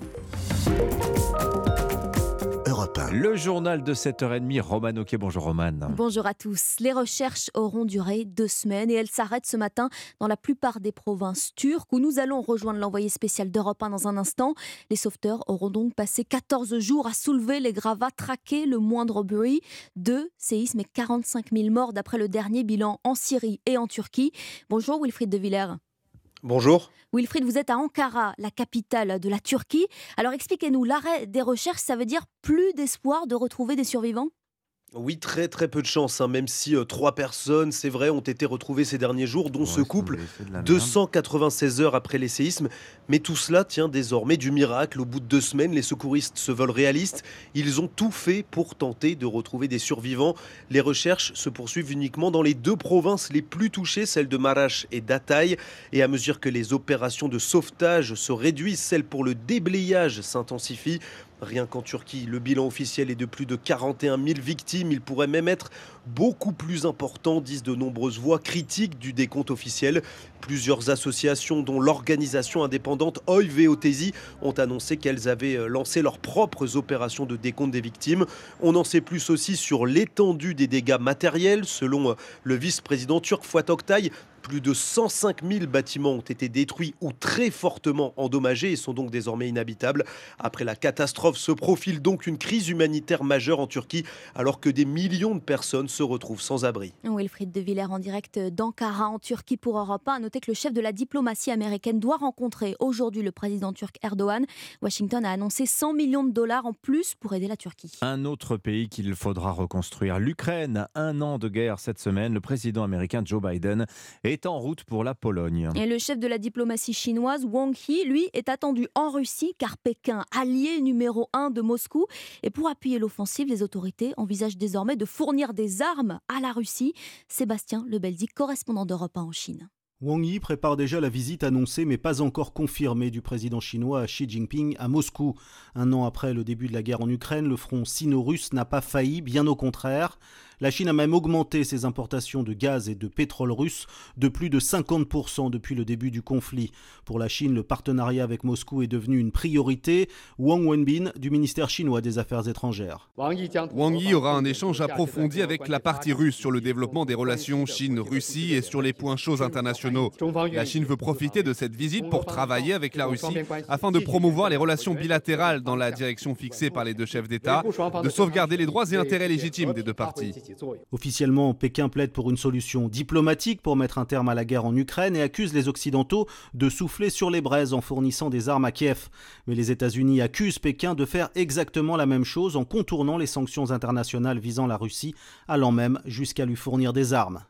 Le journal de sept heures trente, Roman Oquet. Bonjour Roman.
Bonjour à tous. Les recherches auront duré deux semaines et elles s'arrêtent ce matin dans la plupart des provinces turques où nous allons rejoindre l'envoyé spécial d'Europe un dans un instant. Les sauveteurs auront donc passé quatorze jours à soulever les gravats, traquer le moindre bruit. Deux séismes et quarante-cinq mille morts d'après le dernier bilan en Syrie et en Turquie. Bonjour Wilfried de Villers.
Bonjour.
Wilfried, vous êtes à Ankara, la capitale de la Turquie. Alors expliquez-nous, l'arrêt des recherches, ça veut dire plus d'espoir de retrouver des survivants ?
Oui, très très peu de chance, hein, même si euh, trois personnes, c'est vrai, ont été retrouvées ces derniers jours, dont ouais, ce couple, deux cent quatre-vingt-seize heures après les séismes. Mais tout cela tient désormais du miracle. Au bout de deux semaines, les secouristes se veulent réalistes. Ils ont tout fait pour tenter de retrouver des survivants. Les recherches se poursuivent uniquement dans les deux provinces les plus touchées, celles de Maraş et d'Hatay. Et à mesure que les opérations de sauvetage se réduisent, celles pour le déblayage s'intensifient. Rien qu'en Turquie, le bilan officiel est de plus de quarante et un mille victimes. Il pourrait même être beaucoup plus important, disent de nombreuses voix critiques du décompte officiel. Plusieurs associations, dont l'organisation indépendante Oy ve Ötesi, ont annoncé qu'elles avaient lancé leurs propres opérations de décompte des victimes. On en sait plus aussi sur l'étendue des dégâts matériels. Selon le vice-président turc Fuat Oktay, plus de cent cinq mille bâtiments ont été détruits ou très fortement endommagés et sont donc désormais inhabitables. Après la catastrophe se profile donc une crise humanitaire majeure en Turquie, alors que des millions de personnes se retrouvent sans abri.
Wilfried de Villers en direct d'Ankara en Turquie pour Europe un. À noter que le chef de la diplomatie américaine doit rencontrer aujourd'hui le président turc Erdogan. Washington a annoncé cent millions de dollars en plus pour aider la Turquie.
Un autre pays qu'il faudra reconstruire, l'Ukraine. Un an de guerre cette semaine. Le président américain Joe Biden est en route pour la Pologne.
Et le chef de la diplomatie chinoise, Wang Yi, lui, est attendu en Russie car Pékin, allié numéro un de Moscou. Et pour appuyer l'offensive, les autorités envisagent désormais de fournir des armes à la Russie. Sébastien Lebelzik, correspondant d'Europe un en Chine.
Wang Yi prépare déjà la visite annoncée mais pas encore confirmée du président chinois Xi Jinping à Moscou. Un an après le début de la guerre en Ukraine, le front sino-russe n'a pas failli, bien au contraire. La Chine a même augmenté ses importations de gaz et de pétrole russe de plus de cinquante pour cent depuis le début du conflit. Pour la Chine, le partenariat avec Moscou est devenu une priorité. Wang Wenbin, du ministère chinois des Affaires étrangères.
Wang Yi aura un échange approfondi avec la partie russe sur le développement des relations Chine-Russie et sur les points chauds internationaux. La Chine veut profiter de cette visite pour travailler avec la Russie afin de promouvoir les relations bilatérales dans la direction fixée par les deux chefs d'État, de sauvegarder les droits et intérêts légitimes des deux parties.
Officiellement, Pékin plaide pour une solution diplomatique pour mettre un terme à la guerre en Ukraine et accuse les Occidentaux de souffler sur les braises en fournissant des armes à Kiev. Mais les États-Unis accusent Pékin de faire exactement la même chose en contournant les sanctions internationales visant la Russie, allant même jusqu'à lui fournir des armes.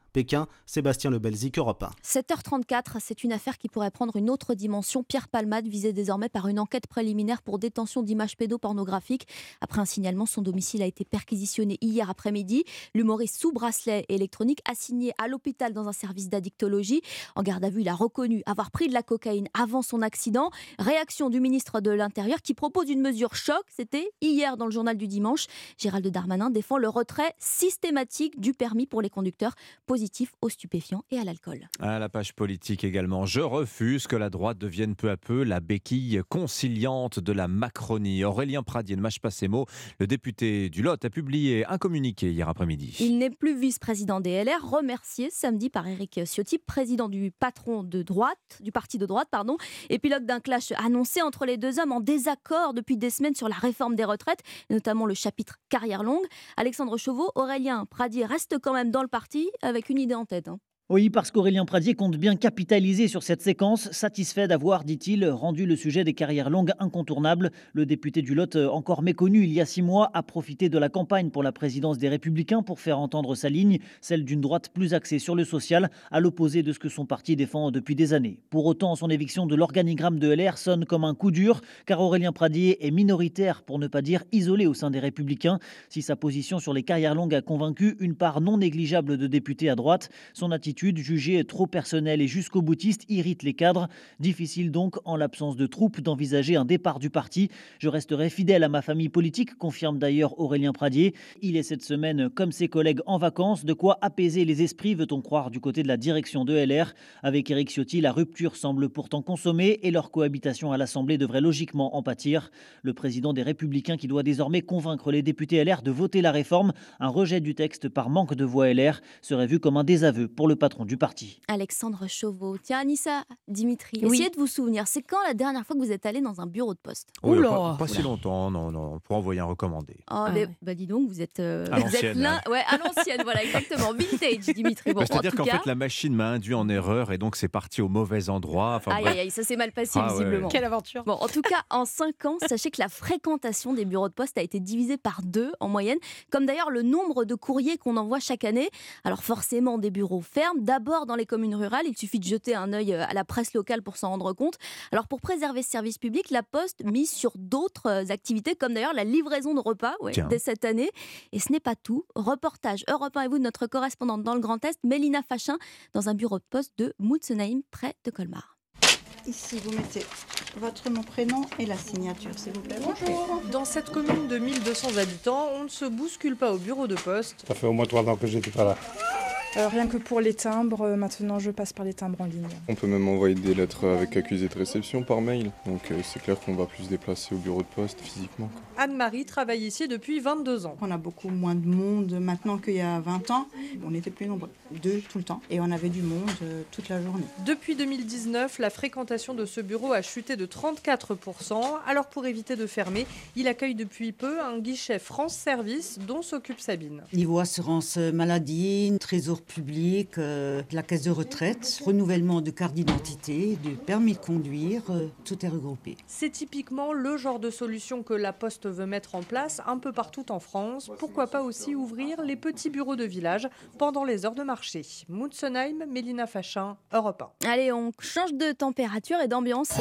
Pékin, Sébastien Lebelzik, Europe un.
sept heures trente-quatre, c'est une affaire qui pourrait prendre une autre dimension. Pierre Palmade visé désormais par une enquête préliminaire pour détention d'images pédopornographiques. Après un signalement, son domicile a été perquisitionné hier après-midi. L'humoriste sous bracelet électronique assigné à l'hôpital dans un service d'addictologie. En garde à vue, il a reconnu avoir pris de la cocaïne avant son accident. Réaction du ministre de l'Intérieur qui propose une mesure choc. C'était hier dans le journal du dimanche. Gérald Darmanin défend le retrait systématique du permis pour les conducteurs positifs aux stupéfiants et à l'alcool.
À la page politique également, je refuse que la droite devienne peu à peu la béquille conciliante de la Macronie. Aurélien Pradier ne mâche pas ses mots. Le député du Lot a publié un communiqué hier après-midi.
Il n'est plus vice-président des L R, remercié samedi par Éric Ciotti, président du patron de droite, du parti de droite, pardon, épilogue d'un clash annoncé entre les deux hommes en désaccord depuis des semaines sur la réforme des retraites, notamment le chapitre carrière longue. Alexandre Chauveau, Aurélien Pradier reste quand même dans le parti avec une idée en tête. Hein.
Oui, parce qu'Aurélien Pradier compte bien capitaliser sur cette séquence, satisfait d'avoir, dit-il, rendu le sujet des carrières longues incontournable. Le député du Lot, encore méconnu il y a six mois, a profité de la campagne pour la présidence des Républicains pour faire entendre sa ligne, celle d'une droite plus axée sur le social, à l'opposé de ce que son parti défend depuis des années. Pour autant, son éviction de l'organigramme de L R sonne comme un coup dur, car Aurélien Pradier est minoritaire, pour ne pas dire isolé au sein des Républicains. Si sa position sur les carrières longues a convaincu une part non négligeable de députés à droite, son attitude jugée trop personnelle et jusqu'au boutiste irrite les cadres. Difficile donc, en l'absence de troupes, d'envisager un départ du parti. Je resterai fidèle à ma famille politique, confirme d'ailleurs Aurélien Pradier. Il est cette semaine, comme ses collègues, en vacances, de quoi apaiser les esprits, veut-on croire, du côté de la direction de L R. Avec Éric Ciotti, la rupture semble pourtant consommée et leur cohabitation à l'Assemblée devrait logiquement en pâtir. Le président des Républicains qui doit désormais convaincre les députés L R de voter la réforme, un rejet du texte par manque de voix L R serait vu comme un désaveu pour le patron du parti.
Alexandre Chauveau. Tiens, Anissa, Dimitri,
oui.
essayez de vous souvenir, c'est quand la dernière fois que vous êtes allé dans un bureau de poste?
Oh, Oula, pas, pas si longtemps, non, non, pour envoyer un recommandé.
Oh, ah, mais, ouais. Bah dis donc, vous êtes, euh,
à
vous êtes
l'ancienne.
là, ouais, à l'ancienne, voilà, exactement, vintage, Dimitri. Bon,
bah, c'est-à-dire qu'en
cas...
fait, la machine m'a induit en erreur et donc c'est parti au mauvais endroit. Enfin,
aïe, aïe, aïe, ça s'est mal passé, ah, visiblement.
Ouais. Quelle aventure.
Bon, en tout cas, en cinq ans, sachez que la fréquentation des bureaux de poste a été divisée par deux en moyenne, comme d'ailleurs le nombre de courriers qu'on envoie chaque année. Alors forcément, des bureaux ferment, d'abord dans les communes rurales, il suffit de jeter un œil à la presse locale pour s'en rendre compte. Alors pour préserver ce service public, la Poste mise sur d'autres activités, comme d'ailleurs la livraison de repas ouais, dès cette année. Et ce n'est pas tout. Reportage Europe un et vous de notre correspondante dans le Grand Est, Mélina Fachin, dans un bureau de poste de Moutsenheim, près de Colmar.
Ici, vous mettez votre nom, prénom et la signature, s'il vous plaît.
Bonjour. Dans cette commune de mille deux cents habitants, on ne se bouscule pas au bureau de poste.
Ça fait au moins trois ans que j'étais pas là.
Euh, rien que pour les timbres, euh, maintenant je passe par les timbres en ligne.
On peut même envoyer des lettres avec accusé de réception par mail, donc euh, c'est clair qu'on va plus se déplacer au bureau de poste physiquement. Quoi.
Anne-Marie travaille ici depuis vingt-deux ans.
On a beaucoup moins de monde maintenant qu'il y a vingt ans. On était plus nombreux, deux tout le temps, et on avait du monde euh, toute la journée.
Depuis deux mille dix-neuf, la fréquentation de ce bureau a chuté de trente-quatre pour cent. Alors pour éviter de fermer, il accueille depuis peu un guichet France Service dont s'occupe Sabine.
Niveau assurance maladie, trésor public, euh, la caisse de retraite, renouvellement de carte d'identité, du permis de conduire, euh, tout est regroupé.
C'est typiquement le genre de solution que la Poste veut mettre en place un peu partout en France. Pourquoi pas aussi ouvrir les petits bureaux de village pendant les heures de marché. Moutsenheim, Mélina Fachin, Europe un.
Allez, on change de température et d'ambiance.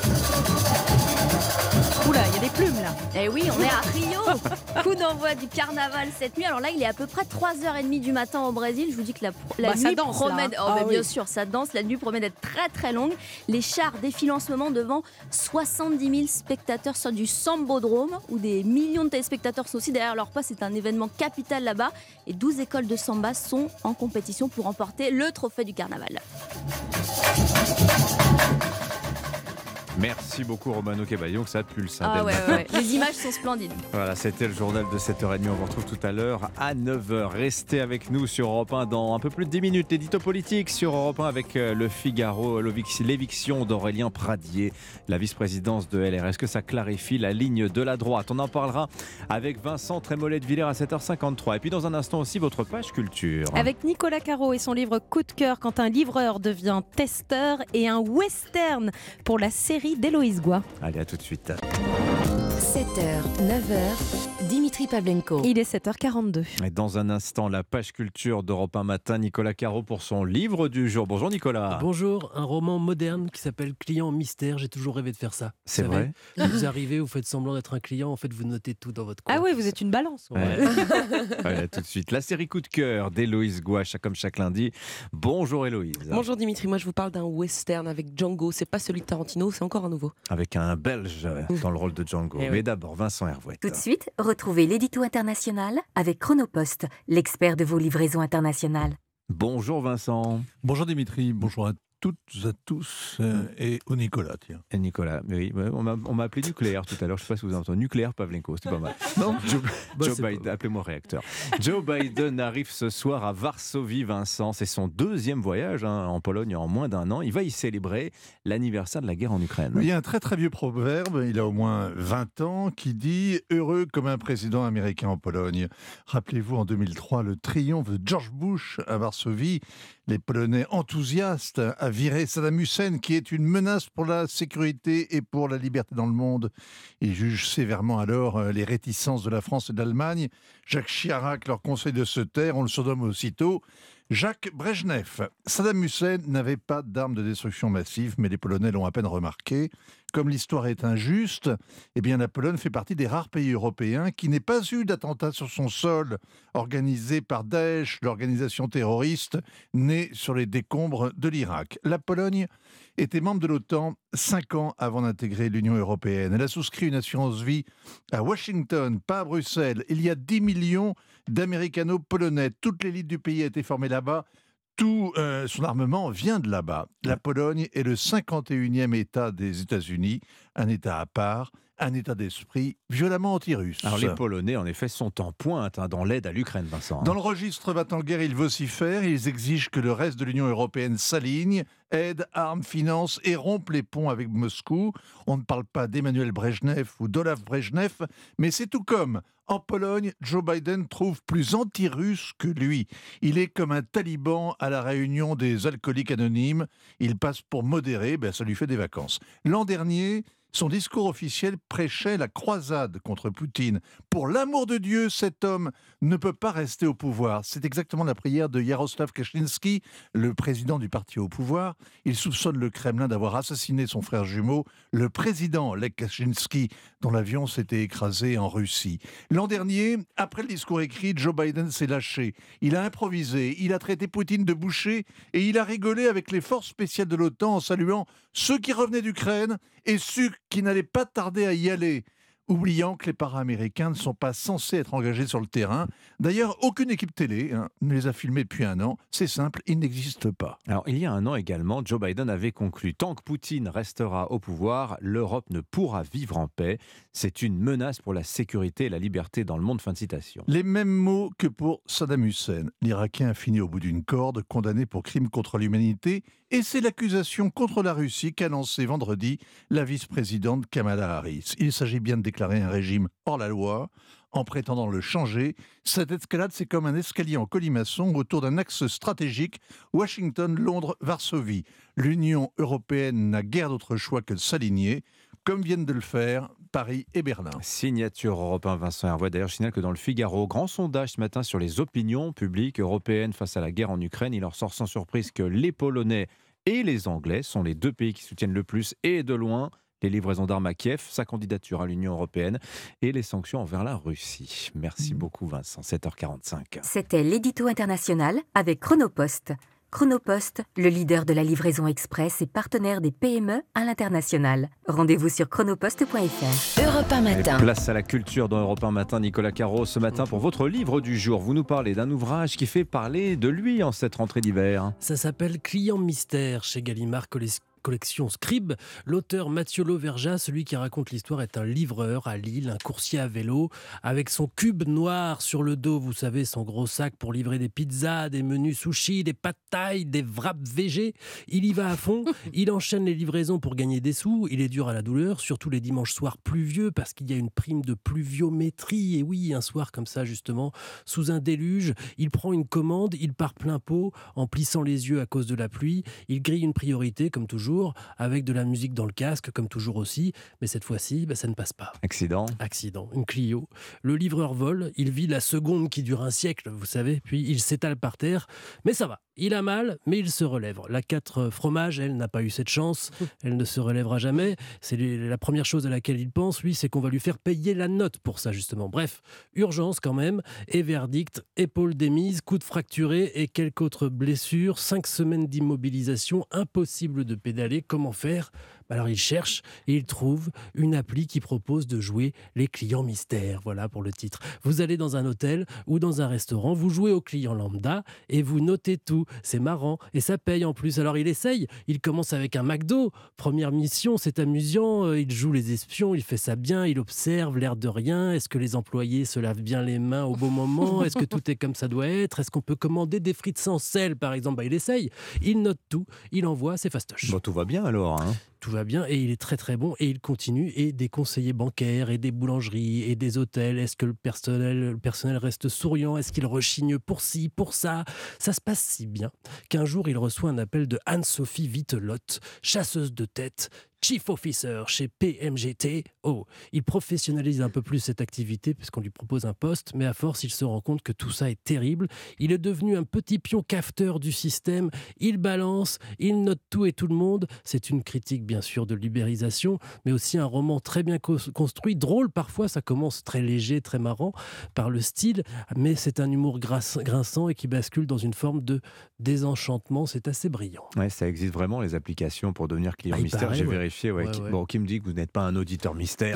Oula, il y a des plumes là.
Eh oui, on est à Rio. Coup d'envoi du carnaval cette nuit. Alors là, il est à peu près trois heures trente du matin au Brésil. Je vous dis que la, la
bah,
nuit
ça danse,
promet...
là, hein.
Oh,
ah,
bah,
oui.
bien sûr, ça danse. La nuit promet d'être très très longue. Les chars défilent en ce moment devant soixante-dix mille spectateurs sur du Sambodrome, où des millions de téléspectateurs sont aussi derrière leur poste. C'est un événement capital là-bas. Et douze écoles de samba sont en compétition pour remporter le trophée du carnaval.
Merci beaucoup Romano Cabayon, que ça pulse. Hein,
ah ouais, ouais, ouais. Les images sont splendides.
Voilà, c'était le journal de sept heures trente. On vous retrouve tout à l'heure à neuf heures. Restez avec nous sur Europe un dans un peu plus de dix minutes. L'édito politique sur Europe un avec le Figaro, l'éviction d'Aurélien Pradier, la vice-présidence de L R. Est-ce que ça clarifie la ligne de la droite? On en parlera avec Vincent Trémollet de Villers à sept heures cinquante-trois. Et puis dans un instant aussi, votre page culture.
Avec Nicolas Caro et son livre Coup de cœur quand un livreur devient testeur et un western pour la série d'Héloïse Goua.
Allez, à tout de suite.
sept heures, neuf heures, Dimitri Dimitri Pavlenko.
Il est sept heures quarante-deux.
Et dans un instant, la page culture d'Europe un matin, Nicolas Caro pour son livre du jour. Bonjour Nicolas.
Bonjour, un roman moderne qui s'appelle Client Mystère. J'ai toujours rêvé de faire ça.
C'est vrai.
Vous arrivez, vous faites semblant d'être un client, en fait vous notez tout dans votre coin.
Ah oui, vous êtes une balance.
Ouais. Voilà, tout de suite. La série Coup de cœur d'Héloïse Gouache, comme chaque lundi. Bonjour Héloïse.
Bonjour Dimitri, moi je vous parle d'un western avec Django. C'est pas celui de Tarantino, c'est encore un nouveau.
Avec un Belge dans le rôle de Django.
Eh
Mais
oui.
d'abord, Vincent Hervouet.
Tout de suite, retrouvez l'édito international avec Chronopost, l'expert de vos livraisons internationales.
Bonjour Vincent.
Bonjour Dimitri, bonjour à toutes, à tous euh, et au Nicolas, tiens.
Et Nicolas, oui, on m'a, on m'a appelé nucléaire tout à l'heure, je ne sais pas si vous avez entendu. Nucléaire Pavlenko, c'était pas mal. Non, Joe,
Bah,
Joe
c'est
Biden,
pas-
appelez-moi réacteur. Joe Biden arrive ce soir à Varsovie, Vincent. C'est son deuxième voyage hein, en Pologne en moins d'un an. Il va y célébrer l'anniversaire de la guerre en Ukraine.
Il y a un très très vieux proverbe, il a au moins vingt ans, qui dit « Heureux comme un président américain en Pologne ». Rappelez-vous, en deux mille trois, le triomphe de George Bush à Varsovie. Les Polonais enthousiastes à virer Saddam Hussein, qui est une menace pour la sécurité et pour la liberté dans le monde. Ils jugent sévèrement alors les réticences de la France et de l'Allemagne. Jacques Chirac leur conseille de se taire, on le surnomme aussitôt Jacques Brejnev. Saddam Hussein n'avait pas d'armes de destruction massive, mais les Polonais l'ont à peine remarqué. Comme l'histoire est injuste, eh bien la Pologne fait partie des rares pays européens qui n'aient pas eu d'attentat sur son sol organisé par Daesh, l'organisation terroriste née sur les décombres de l'Irak. La Pologne était membre de l'OTAN cinq ans avant d'intégrer l'Union européenne. Elle a souscrit une assurance vie à Washington, pas à Bruxelles. Il y a dix millions d'Américano-Polonais. Toute l'élite du pays a été formée là-bas. Tout euh, son armement vient de là-bas. La Pologne est le cinquante et unième État des États-Unis, un État à part, un état d'esprit violemment anti-russe.
Alors les Polonais, en effet, sont en pointe hein, dans l'aide à l'Ukraine, Vincent. hein.
Dans le registre va-t-en-guerre, ils vocifèrent, ils exigent que le reste de l'Union européenne s'aligne, aide, arme, finance et rompe les ponts avec Moscou. On ne parle pas d'Emmanuel Brejnev ou d'Olaf Brejnev, mais c'est tout comme. En Pologne, Joe Biden trouve plus anti-russe que lui. Il est comme un taliban à la réunion des alcooliques anonymes. Il passe pour modéré, ben ça lui fait des vacances. L'an dernier, son discours officiel prêchait la croisade contre Poutine. Pour l'amour de Dieu, cet homme ne peut pas rester au pouvoir. C'est exactement la prière de Yaroslav Kaczynski, le président du parti au pouvoir. Il soupçonne le Kremlin d'avoir assassiné son frère jumeau, le président Lech Kaczynski, dont l'avion s'était écrasé en Russie. L'an dernier, après le discours écrit, Joe Biden s'est lâché. Il a improvisé, il a traité Poutine de boucher et il a rigolé avec les forces spéciales de l'OTAN en saluant ceux qui revenaient d'Ukraine et ceux qui n'allaient pas tarder à y aller, oubliant que les para-américains ne sont pas censés être engagés sur le terrain. D'ailleurs, aucune équipe télé hein, ne les a filmés depuis un an. C'est simple, ils n'existent pas.
Alors, il y a un an également, Joe Biden avait conclu « Tant que Poutine restera au pouvoir, l'Europe ne pourra vivre en paix. C'est une menace pour la sécurité et la liberté dans le monde. » Fin de citation.
Les mêmes mots que pour Saddam Hussein. L'Irakien a fini au bout d'une corde, condamné pour crime contre l'humanité. Et c'est l'accusation contre la Russie qu'a lancée vendredi la vice-présidente Kamala Harris. Il s'agit bien de déclarer un régime hors la loi en prétendant le changer. Cette escalade, c'est comme un escalier en colimaçon autour d'un axe stratégique Washington, Londres, Varsovie. L'Union européenne n'a guère d'autre choix que de s'aligner, comme viennent de le faire Paris et Berlin.
Signature Europe un, Vincent Hervouet. D'ailleurs, je signale que dans le Figaro, grand sondage ce matin sur les opinions publiques européennes face à la guerre en Ukraine, il en ressort sans surprise que les Polonais et les Anglais sont les deux pays qui soutiennent le plus et de loin les livraisons d'armes à Kiev, sa candidature à l'Union européenne et les sanctions envers la Russie. Merci beaucoup Vincent, sept heures quarante-cinq.
C'était l'édito international avec Chronopost. Chronopost, le leader de la livraison express et partenaire des P M E à l'international. Rendez-vous sur chronopost point f r. Europe un matin.
Et place à la culture dans Europe un matin. Nicolas Caro, ce matin pour votre livre du jour, vous nous parlez d'un ouvrage qui fait parler de lui en cette rentrée d'hiver.
Ça s'appelle Client Mystère chez Gallimard Collection. collection Scribe. L'auteur Mathieu Lauvergeat, celui qui raconte l'histoire, est un livreur à Lille, un coursier à vélo, avec son cube noir sur le dos, vous savez, son gros sac pour livrer des pizzas, des menus sushi, des pâtes thaï, des wraps végé. Il y va à fond, il enchaîne les livraisons pour gagner des sous, il est dur à la douleur, surtout les dimanches soirs pluvieux, parce qu'il y a une prime de pluviométrie. Et oui, un soir comme ça, justement, sous un déluge, il prend une commande, il part plein pot, en plissant les yeux à cause de la pluie, il grille une priorité, comme toujours, toujours, avec de la musique dans le casque, comme toujours aussi. Mais cette fois-ci, bah, ça ne passe pas.
Accident.
Accident. Une Clio. Le livreur vole. Il vit la seconde qui dure un siècle, vous savez. Puis il s'étale par terre. Mais ça va. Il a mal, mais il se relève. La quatre fromages, elle n'a pas eu cette chance. Elle ne se relèvera jamais. C'est la première chose à laquelle il pense, lui, c'est qu'on va lui faire payer la note pour ça, justement. Bref, urgence quand même. Et verdict, épaule démise, coude fracturé et quelques autres blessures. Cinq semaines d'immobilisation, impossible de pédaler. Comment faire ? Alors il cherche et il trouve une appli qui propose de jouer les clients mystères. Voilà pour le titre. Vous allez dans un hôtel ou dans un restaurant, vous jouez aux clients lambda et vous notez tout. C'est marrant et ça paye en plus. Alors il essaye, il commence avec un McDo. Première mission, c'est amusant. Il joue les espions, il fait ça bien, il observe l'air de rien. Est-ce que les employés se lavent bien les mains au bon moment ? Est-ce que tout est comme ça doit être ? Est-ce qu'on peut commander des frites sans sel par exemple ? Bah, il essaye, il note tout, il envoie, c'est fastoche.
Bon, tout va bien alors, hein.
Tout va bien et il est très très bon et il continue. Et des conseillers bancaires et des boulangeries et des hôtels. Est-ce que le personnel, le personnel reste souriant ? Est-ce qu'il rechigne pour ci, pour ça ? Ça se passe si bien qu'un jour il reçoit un appel de Anne-Sophie Vittelotte, chasseuse de tête, Chief Officer chez P M G T. Oh, il professionnalise un peu plus cette activité puisqu'on lui propose un poste, mais à force, il se rend compte que tout ça est terrible. Il est devenu un petit pion cafeteur du système. Il balance, il note tout et tout le monde. C'est une critique, bien sûr, de l'ubérisation, mais aussi un roman très bien co- construit, drôle parfois. Ça commence très léger, très marrant par le style, mais c'est un humour gras- grinçant et qui bascule dans une forme de désenchantement. C'est assez brillant.
Ouais, ça existe vraiment, les applications pour devenir client
Ah, il
mystère.
paraît,
J'ai
ouais.
vérifié. Ouais.
Ouais,
Qui,
ouais.
Bon, qui me dit que vous n'êtes pas un auditeur mystère.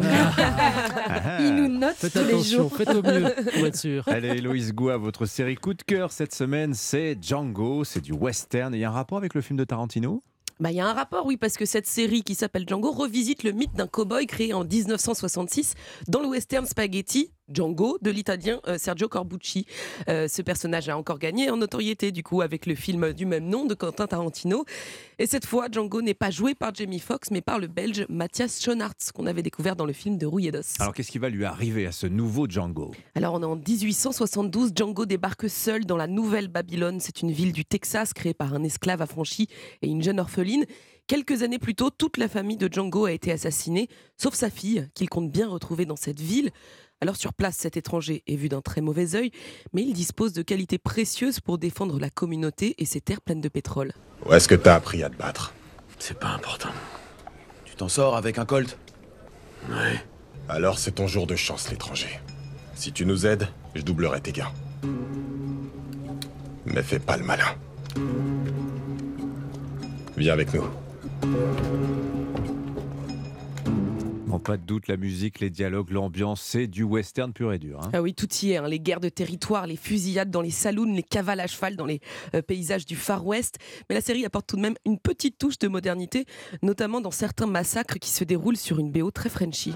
Il nous note
Faites
tous les
attention,
jours.
faites au mieux pour être sûr.
Allez, Héloïse Goua, votre série coup de cœur cette semaine, c'est Django. C'est du western. Il y a un rapport avec le film de Tarantino ?
Bah, il y a un rapport, oui, parce que cette série qui s'appelle Django revisite le mythe d'un cow-boy créé en dix-neuf cent soixante-six dans le western spaghetti Django de l'italien euh, Sergio Corbucci. Euh, ce personnage a encore gagné en notoriété du coup avec le film du même nom de Quentin Tarantino. Et cette fois, Django n'est pas joué par Jamie Foxx mais par le Belge Matthias Schoenaerts qu'on avait découvert dans le film de Rouille et d'Os.
Alors, qu'est-ce qui va lui arriver à ce nouveau Django ?
Alors on est en dix-huit cent soixante-douze, Django débarque seul dans la Nouvelle Babylone. C'est une ville du Texas créée par un esclave affranchi et une jeune orpheline. Quelques années plus tôt, toute la famille de Django a été assassinée, sauf sa fille, qu'il compte bien retrouver dans cette ville. Alors sur place, cet étranger est vu d'un très mauvais œil, mais il dispose de qualités précieuses pour défendre la communauté et ses terres pleines de pétrole.
Où est-ce que t'as appris à te battre?
C'est pas important. Tu t'en sors avec un colt?
Ouais. Alors c'est ton jour de chance, l'étranger. Si tu nous aides, je doublerai tes gains. Mais fais pas le malin. Viens avec nous.
Bon, pas de doute, la musique, les dialogues, l'ambiance, c'est du western pur et dur. Hein.
Ah oui, tout y est. Hein. Les guerres de territoire, les fusillades dans les saloons, les cavales à cheval dans les euh, paysages du Far West. Mais la série apporte tout de même une petite touche de modernité, notamment dans certains massacres qui se déroulent sur une B O très Frenchy.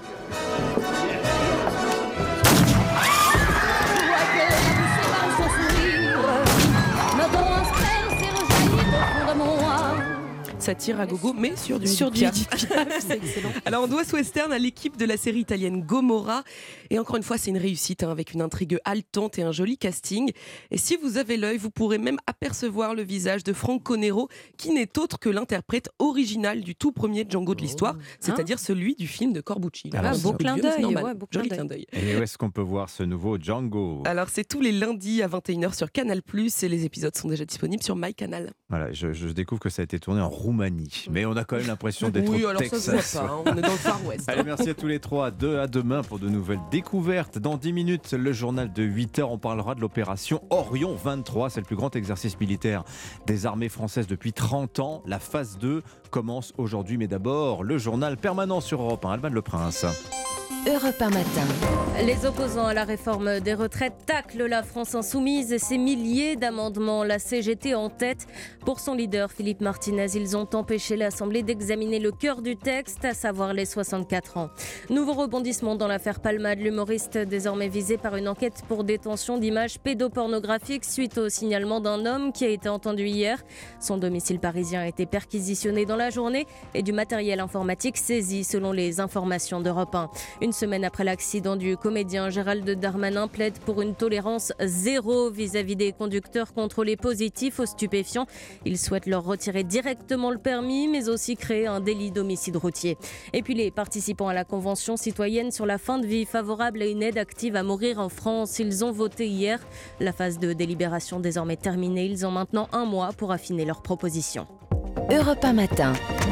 Ça tire à gogo, mais sur du
sur
Edith
du
Piaf.
Edith Piaf, c'est excellent.
Alors on doit ce western à l'équipe de la série italienne Gomorra. Et encore une fois, c'est une réussite hein, avec une intrigue haletante et un joli casting. Et si vous avez l'œil, vous pourrez même apercevoir le visage de Franco Nero, qui n'est autre que l'interprète original du tout premier Django de l'histoire, oh. c'est-à-dire celui du film de Corbucci.
Ah, beau clin d'œil, ouais, beau
joli
clin
clin d'œil.
Et où est-ce qu'on peut voir ce nouveau Django ?
Alors c'est tous les lundis à vingt et une heures sur Canal plus, et les épisodes sont déjà disponibles sur MyCanal.
Voilà, je, je découvre que ça a été tourné en Roumanie, mais on a quand même l'impression d'être
oui,
au
alors
Texas.
Ça se voit pas, hein, on est dans le Far West.
Allez, merci à tous les trois. De à demain pour de nouvelles découvertes. Dans dix minutes, le journal de huit heures, on parlera de l'opération Orion vingt-trois. C'est le plus grand exercice militaire des armées françaises depuis trente ans. La phase deux commence aujourd'hui, mais d'abord, le journal permanent sur Europe un. Alban Le Prince.
Europe un matin. Les opposants à la réforme des retraites taclent la France insoumise et ses milliers d'amendements. La C G T en tête. Pour son leader, Philippe Martinez, ils ont empêché l'Assemblée d'examiner le cœur du texte, à savoir les soixante-quatre ans. Nouveau rebondissement dans l'affaire Palmade. L'humoriste désormais visé par une enquête pour détention d'images pédopornographiques suite au signalement d'un homme qui a été entendu hier. Son domicile parisien a été perquisitionné dans la journée et du matériel informatique saisi selon les informations d'Europe un. Une Une semaine après l'accident du comédien, Gérald Darmanin plaide pour une tolérance zéro vis-à-vis des conducteurs contrôlés positifs aux stupéfiants. Il souhaite leur retirer directement le permis, mais aussi créer un délit d'homicide routier. Et puis les participants à la Convention citoyenne sur la fin de vie favorable à une aide active à mourir en France, ils ont voté hier. La phase de délibération désormais terminée, ils ont maintenant un mois pour affiner leurs propositions.
Europe un matin,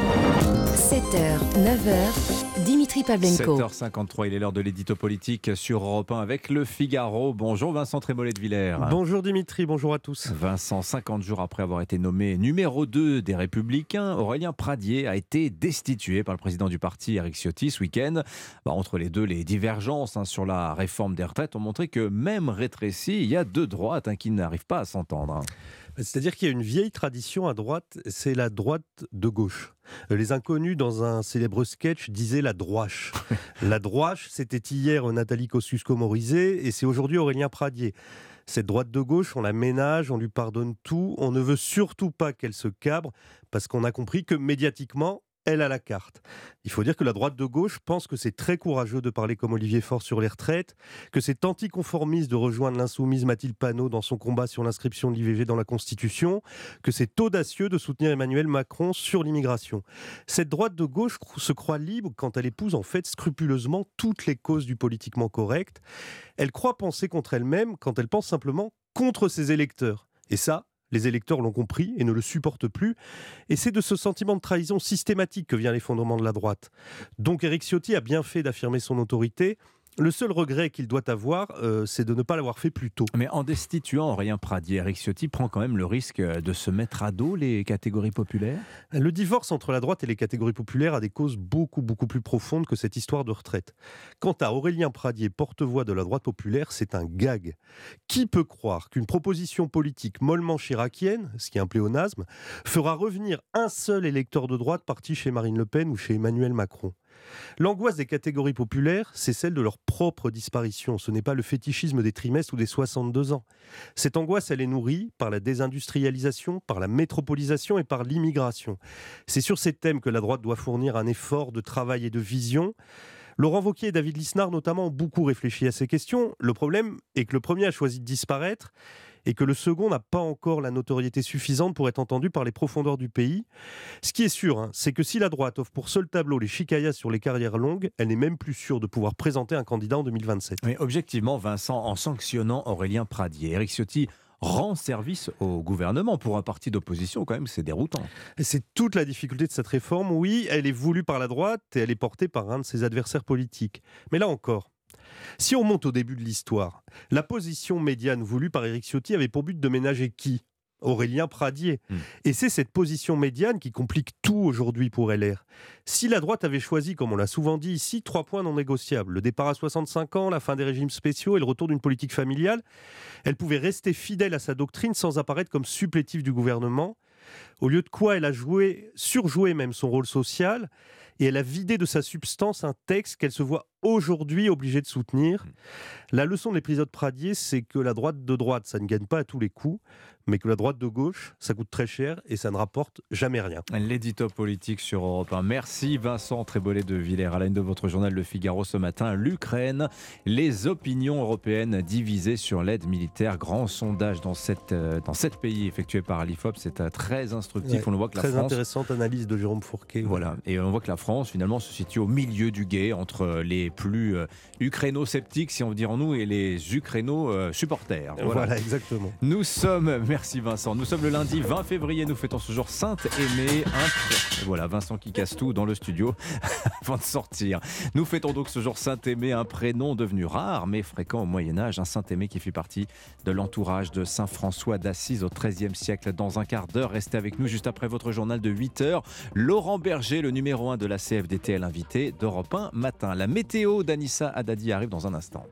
sept heures, neuf heures, Dimitri Pavlenko.
sept heures cinquante-trois, il est l'heure de l'édito politique sur Europe un avec Le Figaro. Bonjour Vincent Trémollet de Villers.
Bonjour Dimitri, bonjour à tous.
Vincent, cinquante jours après avoir été nommé numéro deux des Républicains, Aurélien Pradié a été destitué par le président du parti, Éric Ciotti, ce week-end. Bah, entre les deux, les divergences hein, sur la réforme des retraites ont montré que même rétréci, il y a deux droites hein, qui n'arrivent pas à s'entendre.
C'est-à-dire qu'il y a une vieille tradition à droite, c'est la droite de gauche. Les inconnus, dans un célèbre sketch, disaient la droiche. La droiche, c'était hier Nathalie Kosciusko-Morizet et c'est aujourd'hui Aurélien Pradié. Cette droite de gauche, on la ménage, on lui pardonne tout, on ne veut surtout pas qu'elle se cabre parce qu'on a compris que médiatiquement, elle a la carte. Il faut dire que la droite de gauche pense que c'est très courageux de parler comme Olivier Faure sur les retraites, que c'est anticonformiste de rejoindre l'insoumise Mathilde Panot dans son combat sur l'inscription de l'I V G dans la Constitution, que c'est audacieux de soutenir Emmanuel Macron sur l'immigration. Cette droite de gauche se croit libre quand elle épouse en fait scrupuleusement toutes les causes du politiquement correct. Elle croit penser contre elle-même quand elle pense simplement contre ses électeurs. Et ça, les électeurs l'ont compris et ne le supportent plus. Et c'est de ce sentiment de trahison systématique que vient l'effondrement de la droite. Donc Éric Ciotti a bien fait d'affirmer son autorité. Le seul regret qu'il doit avoir, euh, c'est de ne pas l'avoir fait plus tôt.
Mais en destituant Aurélien Pradié, Éric Ciotti prend quand même le risque de se mettre à dos les catégories populaires.
Le divorce entre la droite et les catégories populaires a des causes beaucoup, beaucoup plus profondes que cette histoire de retraite. Quant à Aurélien Pradié, porte-voix de la droite populaire, c'est un gag. Qui peut croire qu'une proposition politique mollement chiracienne, ce qui est un pléonasme, fera revenir un seul électeur de droite parti chez Marine Le Pen ou chez Emmanuel Macron ? L'angoisse des catégories populaires, c'est celle de leur propre disparition. Ce n'est pas le fétichisme des trimestres ou des soixante-deux ans. Cette angoisse, elle est nourrie par la désindustrialisation, par la métropolisation et par l'immigration. C'est sur ces thèmes que la droite doit fournir un effort de travail et de vision. Laurent Wauquiez et David Lisnard, notamment, ont beaucoup réfléchi à ces questions. Le problème est que le premier a choisi de disparaître et que le second n'a pas encore la notoriété suffisante pour être entendu par les profondeurs du pays. Ce qui est sûr, hein, c'est que si la droite offre pour seul tableau les chicayas sur les carrières longues, elle n'est même plus sûre de pouvoir présenter un candidat en deux mille vingt-sept.
Mais objectivement, Vincent, en sanctionnant Aurélien Pradié, Éric Ciotti rend service au gouvernement. Pour un parti d'opposition, quand même, c'est déroutant.
Et c'est toute la difficulté de cette réforme. Oui, elle est voulue par la droite et elle est portée par un de ses adversaires politiques. Mais là encore, si on monte au début de l'histoire, la position médiane voulue par Éric Ciotti avait pour but de ménager qui ? Aurélien Pradié. Mmh. Et c'est cette position médiane qui complique tout aujourd'hui pour L R. Si la droite avait choisi, comme on l'a souvent dit ici, trois points non négociables, le départ à soixante-cinq ans, la fin des régimes spéciaux et le retour d'une politique familiale, elle pouvait rester fidèle à sa doctrine sans apparaître comme supplétive du gouvernement, au lieu de quoi elle a joué, surjoué même son rôle social, et elle a vidé de sa substance un texte qu'elle se voit aujourd'hui obligée de soutenir. La leçon de l'épisode Pradié, c'est que la droite de droite, ça ne gagne pas à tous les coups, mais que la droite de gauche, ça coûte très cher et ça ne rapporte jamais rien.
L'édito politique sur Europe un. Merci Vincent Trémollet de Villers. À la une de votre journal Le Figaro ce matin, l'Ukraine, les opinions européennes divisées sur l'aide militaire. Grand sondage dans sept, euh, dans sept pays effectué par l'I F O P. C'est euh, très instructif.
Ouais,
on le voit que
très
la France,
intéressante analyse de Jérôme Fourquet.
Voilà. Ouais. Et on voit que la France, finalement, se situe au milieu du gué entre les plus euh, ukraino-sceptiques, si on veut dire en nous, et les ukraino-supporters.
Voilà. Voilà, exactement.
Nous sommes, merci Vincent, nous sommes le lundi vingt février, nous fêtons ce jour Sainte-Aimée. Un... Voilà, Vincent qui casse tout dans le studio avant de sortir. Nous fêtons donc ce jour Sainte-Aimée, un prénom devenu rare mais fréquent au Moyen-Âge. Un Saint-Aimé qui fit partie de l'entourage de Saint François d'Assise au treizième siècle. Dans un quart d'heure, restez avec nous juste après votre journal de huit heures. Laurent Berger, le numéro un de la C F D T, est l'invité d'Europe un matin. La météo d'Anissa Haddadi arrive dans un instant.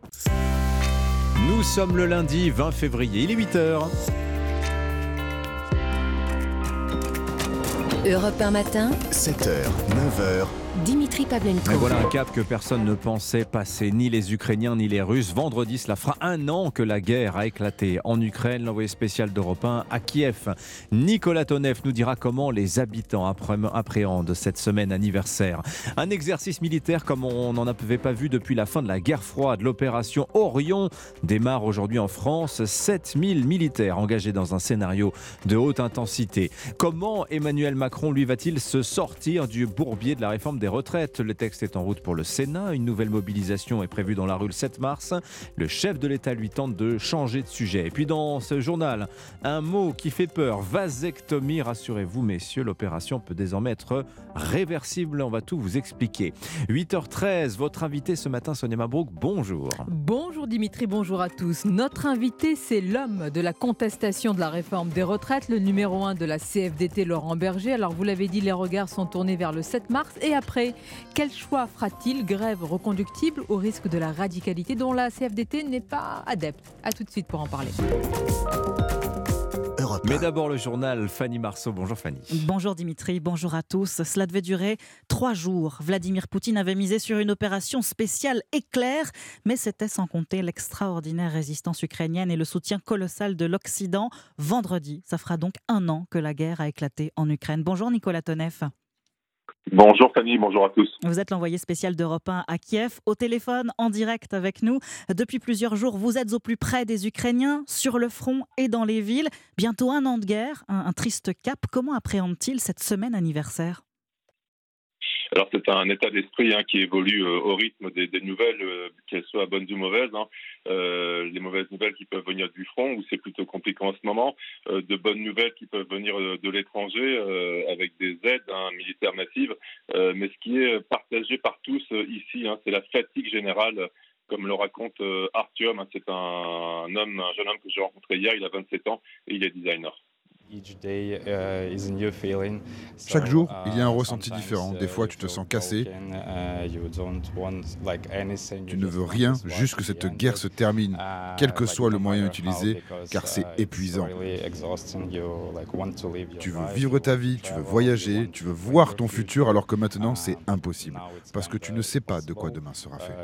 Nous sommes le lundi vingt février, il est huit heures.
Europe un matin,
sept heures, neuf heures,
Dimitri Pavlenko.
Mais voilà un cap que personne ne pensait passer, ni les Ukrainiens ni les Russes. Vendredi, cela fera un an que la guerre a éclaté en Ukraine. L'envoyé spécial d'Europe un à Kiev, Nicolas Tonev, nous dira comment les habitants appréhendent cette semaine anniversaire. Un exercice militaire comme on n'en avait pas vu depuis la fin de la guerre froide. L'opération Orion démarre aujourd'hui en France. sept mille militaires engagés dans un scénario de haute intensité. Comment Emmanuel Macron, lui, va-t-il se sortir du bourbier de la réforme des retraites? Le texte est en route pour le Sénat. Une nouvelle mobilisation est prévue dans la rue le sept mars. Le chef de l'État lui tente de changer de sujet. Et puis dans ce journal, un mot qui fait peur, vasectomie. Rassurez-vous messieurs, l'opération peut désormais être réversible. On va tout vous expliquer. huit heures treize, votre invité ce matin, Sonia Mabrouk, bonjour.
Bonjour Dimitri, bonjour à tous. Notre invité, c'est l'homme de la contestation de la réforme des retraites, le numéro un de la C F D T, Laurent Berger. Alors vous l'avez dit, les regards sont tournés vers le sept mars. Et après, quel choix fera-t-il? Grève reconductible au risque de la radicalité dont la C F D T n'est pas adepte. A tout de suite pour en parler.
Mais d'abord le journal, Fanny Marceau. Bonjour Fanny.
Bonjour Dimitri, bonjour à tous. Cela devait durer trois jours. Vladimir Poutine avait misé sur une opération spéciale éclair, mais c'était sans compter l'extraordinaire résistance ukrainienne et le soutien colossal de l'Occident. Vendredi, ça fera donc un an que la guerre a éclaté en Ukraine. Bonjour Nicolas Tonev.
Bonjour Fanny, bonjour à tous.
Vous êtes l'envoyé spécial d'Europe un à Kiev, au téléphone, en direct avec nous. Depuis plusieurs jours, vous êtes au plus près des Ukrainiens, sur le front et dans les villes. Bientôt un an de guerre, un, un triste cap. Comment appréhende-t-il cette semaine anniversaire ?
Alors c'est un état d'esprit hein, qui évolue euh, au rythme des, des nouvelles, euh, qu'elles soient bonnes ou mauvaises. Hein. Euh, les mauvaises nouvelles qui peuvent venir du front, où c'est plutôt compliqué en ce moment. Euh, de bonnes nouvelles qui peuvent venir de, de l'étranger, euh, avec des aides hein, militaires massives. Euh, mais ce qui est partagé par tous euh, ici, hein, c'est la fatigue générale. Comme le raconte euh, Artyom, hein, c'est un, un homme, un jeune homme que j'ai rencontré hier, il a vingt-sept ans et il est designer.
Chaque jour, il y a un ressenti différent. Des fois, tu te sens cassé. Tu ne veux rien, juste que cette guerre se termine, quel que soit le moyen utilisé, car c'est épuisant. Tu veux vivre ta vie, tu veux voyager, tu veux voir ton futur, alors que maintenant, c'est impossible, parce que tu ne sais pas de quoi demain sera fait.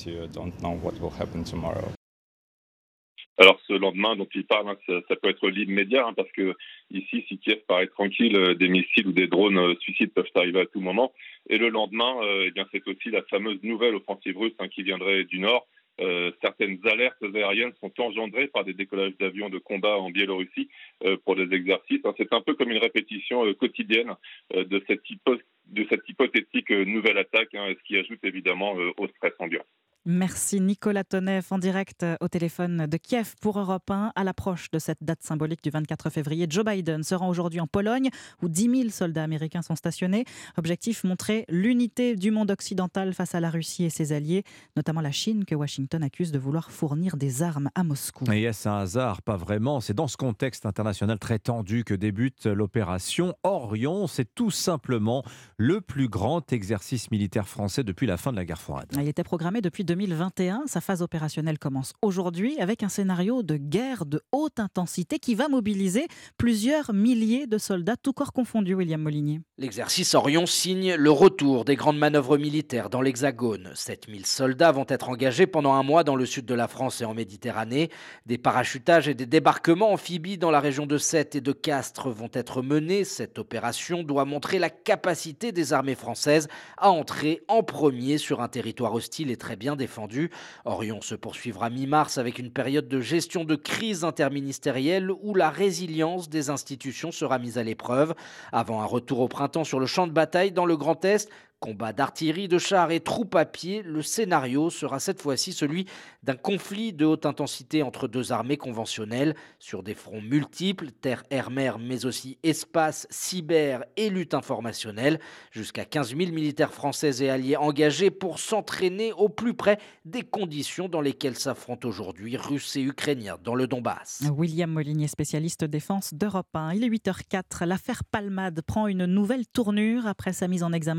Alors ce lendemain dont il parle, hein, ça, ça peut être l'immédiat, hein, parce que ici, si Kiev paraît tranquille, euh, des missiles ou des drones euh, suicides peuvent arriver à tout moment. Et le lendemain, euh, eh bien, c'est aussi la fameuse nouvelle offensive russe hein, qui viendrait du nord. Euh, certaines alertes aériennes sont engendrées par des décollages d'avions de combat en Biélorussie euh, pour des exercices. Hein. C'est un peu comme une répétition euh, quotidienne euh, de, cette hypo- de cette hypothétique euh, nouvelle attaque, hein, ce qui ajoute évidemment euh, au stress ambiant.
Merci Nicolas Tonev en direct au téléphone de Kiev pour Europe un. À l'approche de cette date symbolique du vingt-quatre février, Joe Biden se rend aujourd'hui en Pologne où dix mille soldats américains sont stationnés. Objectif, montrer l'unité du monde occidental face à la Russie et ses alliés, notamment la Chine que Washington accuse de vouloir fournir des armes à Moscou.
Et est-ce un hasard? Pas vraiment. C'est dans ce contexte international très tendu que débute l'opération Orion. C'est tout simplement le plus grand exercice militaire français depuis la fin de la guerre froide.
Il était programmé depuis deux mille vingt et un. Sa phase opérationnelle commence aujourd'hui avec un scénario de guerre de haute intensité qui va mobiliser plusieurs milliers de soldats, tout corps confondu, William Molinier.
L'exercice Orion signe le retour des grandes manœuvres militaires dans l'Hexagone. sept mille soldats vont être engagés pendant un mois dans le sud de la France et en Méditerranée. Des parachutages et des débarquements amphibies dans la région de Sète et de Castres vont être menés. Cette opération doit montrer la capacité des armées françaises à entrer en premier sur un territoire hostile et très bien défendu. Orion se poursuivra mi-mars avec une période de gestion de crise interministérielle où la résilience des institutions sera mise à l'épreuve. Avant un retour au printemps sur le champ de bataille dans le Grand Est, combat d'artillerie, de chars et troupes à pied, le scénario sera cette fois-ci celui d'un conflit de haute intensité entre deux armées conventionnelles sur des fronts multiples, terre, air, mer, mais aussi espace, cyber et lutte informationnelle. Jusqu'à quinze mille militaires français et alliés engagés pour s'entraîner au plus près des conditions dans lesquelles s'affrontent aujourd'hui Russes et Ukrainiens dans le Donbass.
William Molinier, spécialiste défense d'Europe un. Il est huit heures zéro quatre. L'affaire Palmade prend une nouvelle tournure après sa mise en examen pour homicide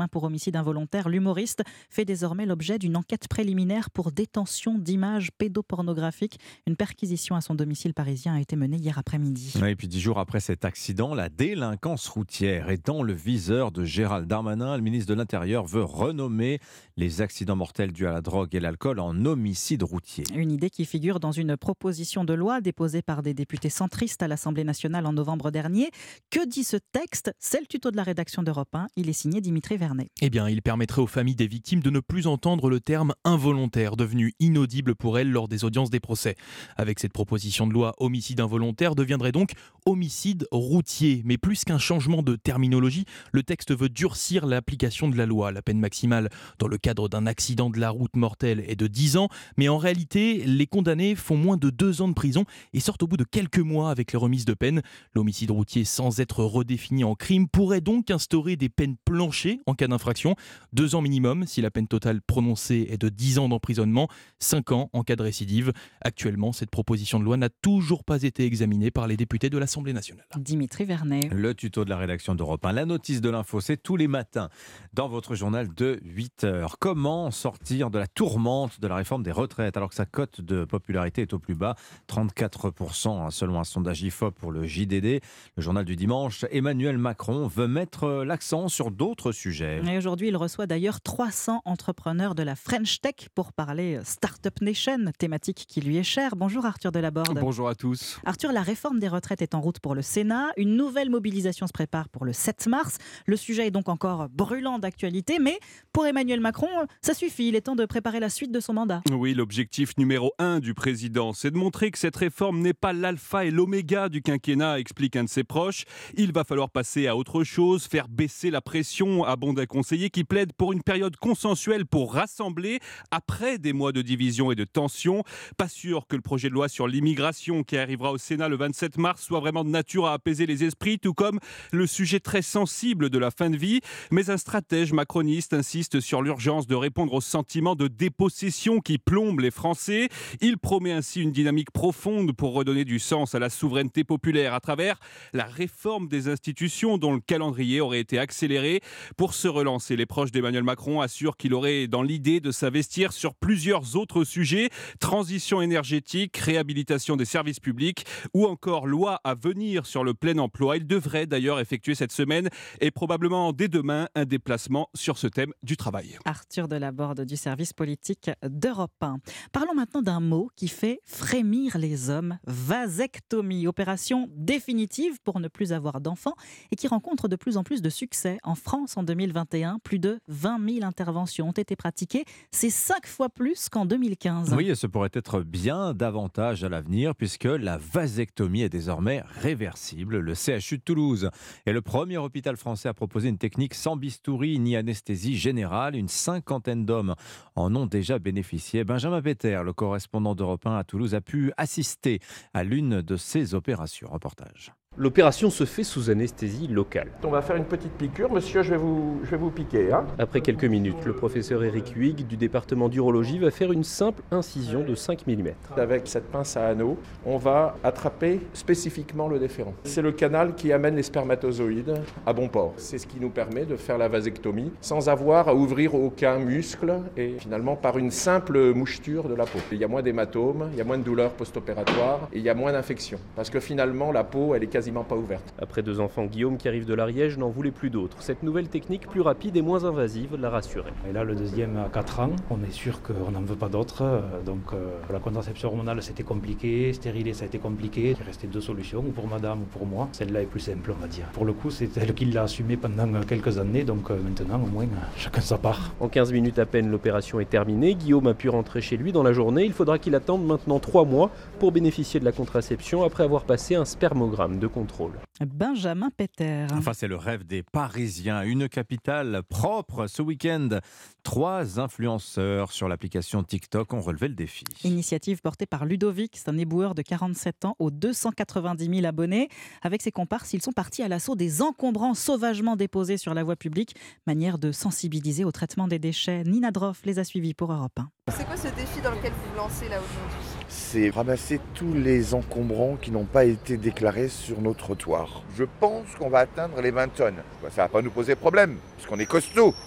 homicide involontaire, l'humoriste fait désormais l'objet d'une enquête préliminaire pour détention d'images pédopornographiques. Une perquisition à son domicile parisien a été menée hier après-midi.
Et puis dix jours après cet accident, la délinquance routière est dans le viseur de Gérald Darmanin. Le ministre de l'Intérieur veut renommer les accidents mortels dus à la drogue et l'alcool en homicide routier.
Une idée qui figure dans une proposition de loi déposée par des députés centristes à l'Assemblée nationale en novembre dernier. Que dit ce texte ? C'est le tuto de la rédaction d'Europe un. Il est signé Dimitri Vernet.
Eh bien, il permettrait aux familles des victimes de ne plus entendre le terme involontaire, devenu inaudible pour elles lors des audiences des procès. Avec cette proposition de loi, homicide involontaire deviendrait donc homicide routier. Mais plus qu'un changement de terminologie, le texte veut durcir l'application de la loi. La peine maximale dans le cadre d'un accident de la route mortel est de dix ans, mais en réalité, les condamnés font moins de deux ans de prison et sortent au bout de quelques mois avec les remises de peine. L'homicide routier, sans être redéfini en crime, pourrait donc instaurer des peines planchées en cas d'infraction, deux ans minimum si la peine totale prononcée est de dix ans d'emprisonnement, cinq ans en cas de récidive. Actuellement, cette proposition de loi n'a toujours pas été examinée par les députés de l'Assemblée nationale.
Dimitri Vernet.
Le tuto de la rédaction d'Europe un. La notice de l'info, c'est tous les matins dans votre journal de huit heures. Comment sortir de la tourmente de la réforme des retraites alors que sa cote de popularité est au plus bas, trente-quatre pour cent selon un sondage I F O P pour le J D D. Le journal du dimanche, Emmanuel Macron veut mettre l'accent sur d'autres sujets.
Et aujourd'hui, il reçoit d'ailleurs trois cents entrepreneurs de la French Tech pour parler Startup Nation, thématique qui lui est chère. Bonjour Arthur Delaborde.
Bonjour à tous.
Arthur, la réforme des retraites est en route pour le Sénat. Une nouvelle mobilisation se prépare pour le sept mars. Le sujet est donc encore brûlant d'actualité, mais pour Emmanuel Macron, ça suffit. Il est temps de préparer la suite de son mandat.
Oui, l'objectif numéro un du président, c'est de montrer que cette réforme n'est pas l'alpha et l'oméga du quinquennat, explique un de ses proches. Il va falloir passer à autre chose, faire baisser la pression, abonde un conseiller qui plaide pour une période consensuelle pour rassembler après des mois de division et de tension. Pas sûr que le projet de loi sur l'immigration qui arrivera au Sénat le vingt-sept mars soit vraiment de nature à apaiser les esprits, tout comme le sujet très sensible de la fin de vie. Mais un stratège macroniste insiste sur l'urgence de répondre au sentiment de dépossession qui plombe les Français. Il promet ainsi une dynamique profonde pour redonner du sens à la souveraineté populaire à travers la réforme des institutions dont le calendrier aurait été accéléré. Pour se relancer, les proches d'Emmanuel Macron assurent qu'il aurait dans l'idée de s'investir sur plusieurs autres sujets, transition énergétique, réhabilitation des services publics ou encore loi à venir sur le plein emploi. Il devrait d'ailleurs effectuer cette semaine et probablement dès demain un déplacement sur ce thème du travail.
Arthur Delaborde du service politique d'Europe un. Parlons maintenant d'un mot qui fait frémir les hommes, vasectomie, opération définitive pour ne plus avoir d'enfants et qui rencontre de plus en plus de succès. En France, en deux mille vingt et un, plus de vingt mille interventions ont été pratiquées. C'est cinq fois plus qu'en deux mille quinze.
Oui, et ce pourrait être bien davantage à l'avenir puisque la vasectomie est désormais réversible. Le C H U de Toulouse est le premier hôpital français à proposer une technique sans bistouri ni anesthésie générale. Une cinquantaine d'hommes en ont déjà bénéficié. Benjamin Peter, le correspondant d'Europe un à Toulouse, a pu assister à l'une de ces opérations. Reportage.
L'opération se fait sous anesthésie locale.
On va faire une petite piqûre, monsieur, je vais vous, je vais vous piquer. Hein.
Après quelques minutes, le professeur Eric Huyghe du département d'urologie va faire une simple incision de cinq millimètres.
Avec cette pince à anneau, on va attraper spécifiquement le déférent. C'est le canal qui amène les spermatozoïdes à bon port. C'est ce qui nous permet de faire la vasectomie sans avoir à ouvrir aucun muscle et finalement par une simple moucheture de la peau. Il y a moins d'hématomes, il y a moins de douleurs post-opératoires et il y a moins d'infections. Parce que finalement, la peau, elle est quasiment pas ouverte.
Après deux enfants, Guillaume, qui arrive de l'Ariège, n'en voulait plus d'autres. Cette nouvelle technique, plus rapide et moins invasive, l'a rassuré.
Et là, le deuxième a quatre ans, on est sûr qu'on n'en veut pas d'autres. Donc euh, la contraception hormonale, c'était compliqué, stériler, ça a été compliqué. Il restait deux solutions, ou pour madame ou pour moi. Celle-là est plus simple, on va dire. Pour le coup, c'est elle qui l'a assumé pendant quelques années, donc euh, maintenant, au moins, chacun sa part.
En quinze minutes à peine, l'opération est terminée. Guillaume a pu rentrer chez lui dans la journée. Il faudra qu'il attende maintenant trois mois pour bénéficier de la contraception après avoir passé un spermogramme de contrôle.
Benjamin Peter.
Enfin, c'est le rêve des Parisiens. Une capitale propre ce week-end. Trois influenceurs sur l'application TikTok ont relevé le défi.
Initiative portée par Ludovic, c'est un éboueur de quarante-sept ans aux deux cent quatre-vingt-dix mille abonnés. Avec ses comparses, ils sont partis à l'assaut des encombrants sauvagement déposés sur la voie publique. Manière de sensibiliser au traitement des déchets. Nina Droff les a suivis pour Europe un.
C'est quoi ce défi dans lequel vous vous lancez là aujourd'hui ?
C'est ramasser tous les encombrants qui n'ont pas été déclarés sur nos trottoirs. Je pense qu'on va atteindre les vingt tonnes. Ça ne va pas nous poser problème, parce qu'on est costaud.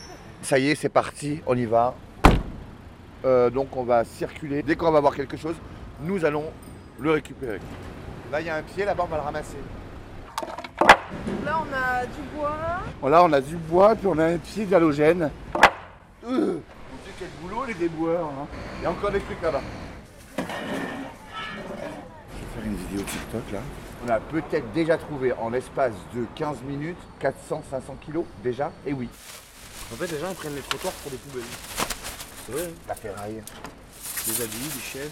Ça y est, c'est parti, on y va. Euh, donc on va circuler. Dès qu'on va voir quelque chose, nous allons le récupérer. Là, il y a un pied, là-bas, on va le ramasser.
Là, on a du bois.
Là, on a du bois, puis on a un pied d'halogène. Euh, on sait quel boulot, les déboueurs. Hein. Il y a encore des trucs là-bas. Je vais faire une vidéo TikTok, là. On a peut-être déjà trouvé, en l'espace de quinze minutes, quatre cents à cinq cents kilos, déjà. Et oui.
En fait, les gens ils prennent les trottoirs pour des poubelles.
C'est vrai. La ferraille.
Des habits, des chaises,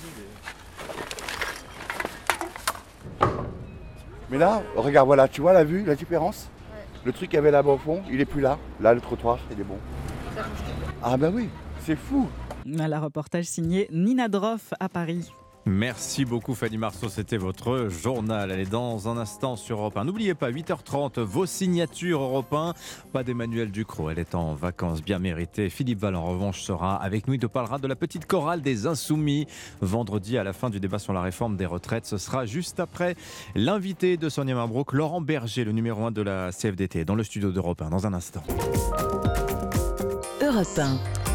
des...
Mais là, regarde, voilà, tu vois la vue, la différence? Ouais. Le truc qu'il y avait là-bas au fond, il est plus là. Là, le trottoir, il est bon.
Ça change tout.
Ah bah oui, c'est fou.
La reportage signé Nina Droff à Paris.
Merci beaucoup Fanny Marceau, c'était votre journal. Allez, dans un instant sur Europe un. N'oubliez pas, huit heures trente, vos signatures Europe un. Pas d'Emmanuelle Ducrot, elle est en vacances bien méritées. Philippe Val en revanche sera avec nous, il te parlera de la petite chorale des Insoumis. Vendredi à la fin du débat sur la réforme des retraites, ce sera juste après l'invité de Sonia Mabrouk, Laurent Berger, le numéro un de la C F D T, dans le studio d'Europe un, dans un instant.
Europe un.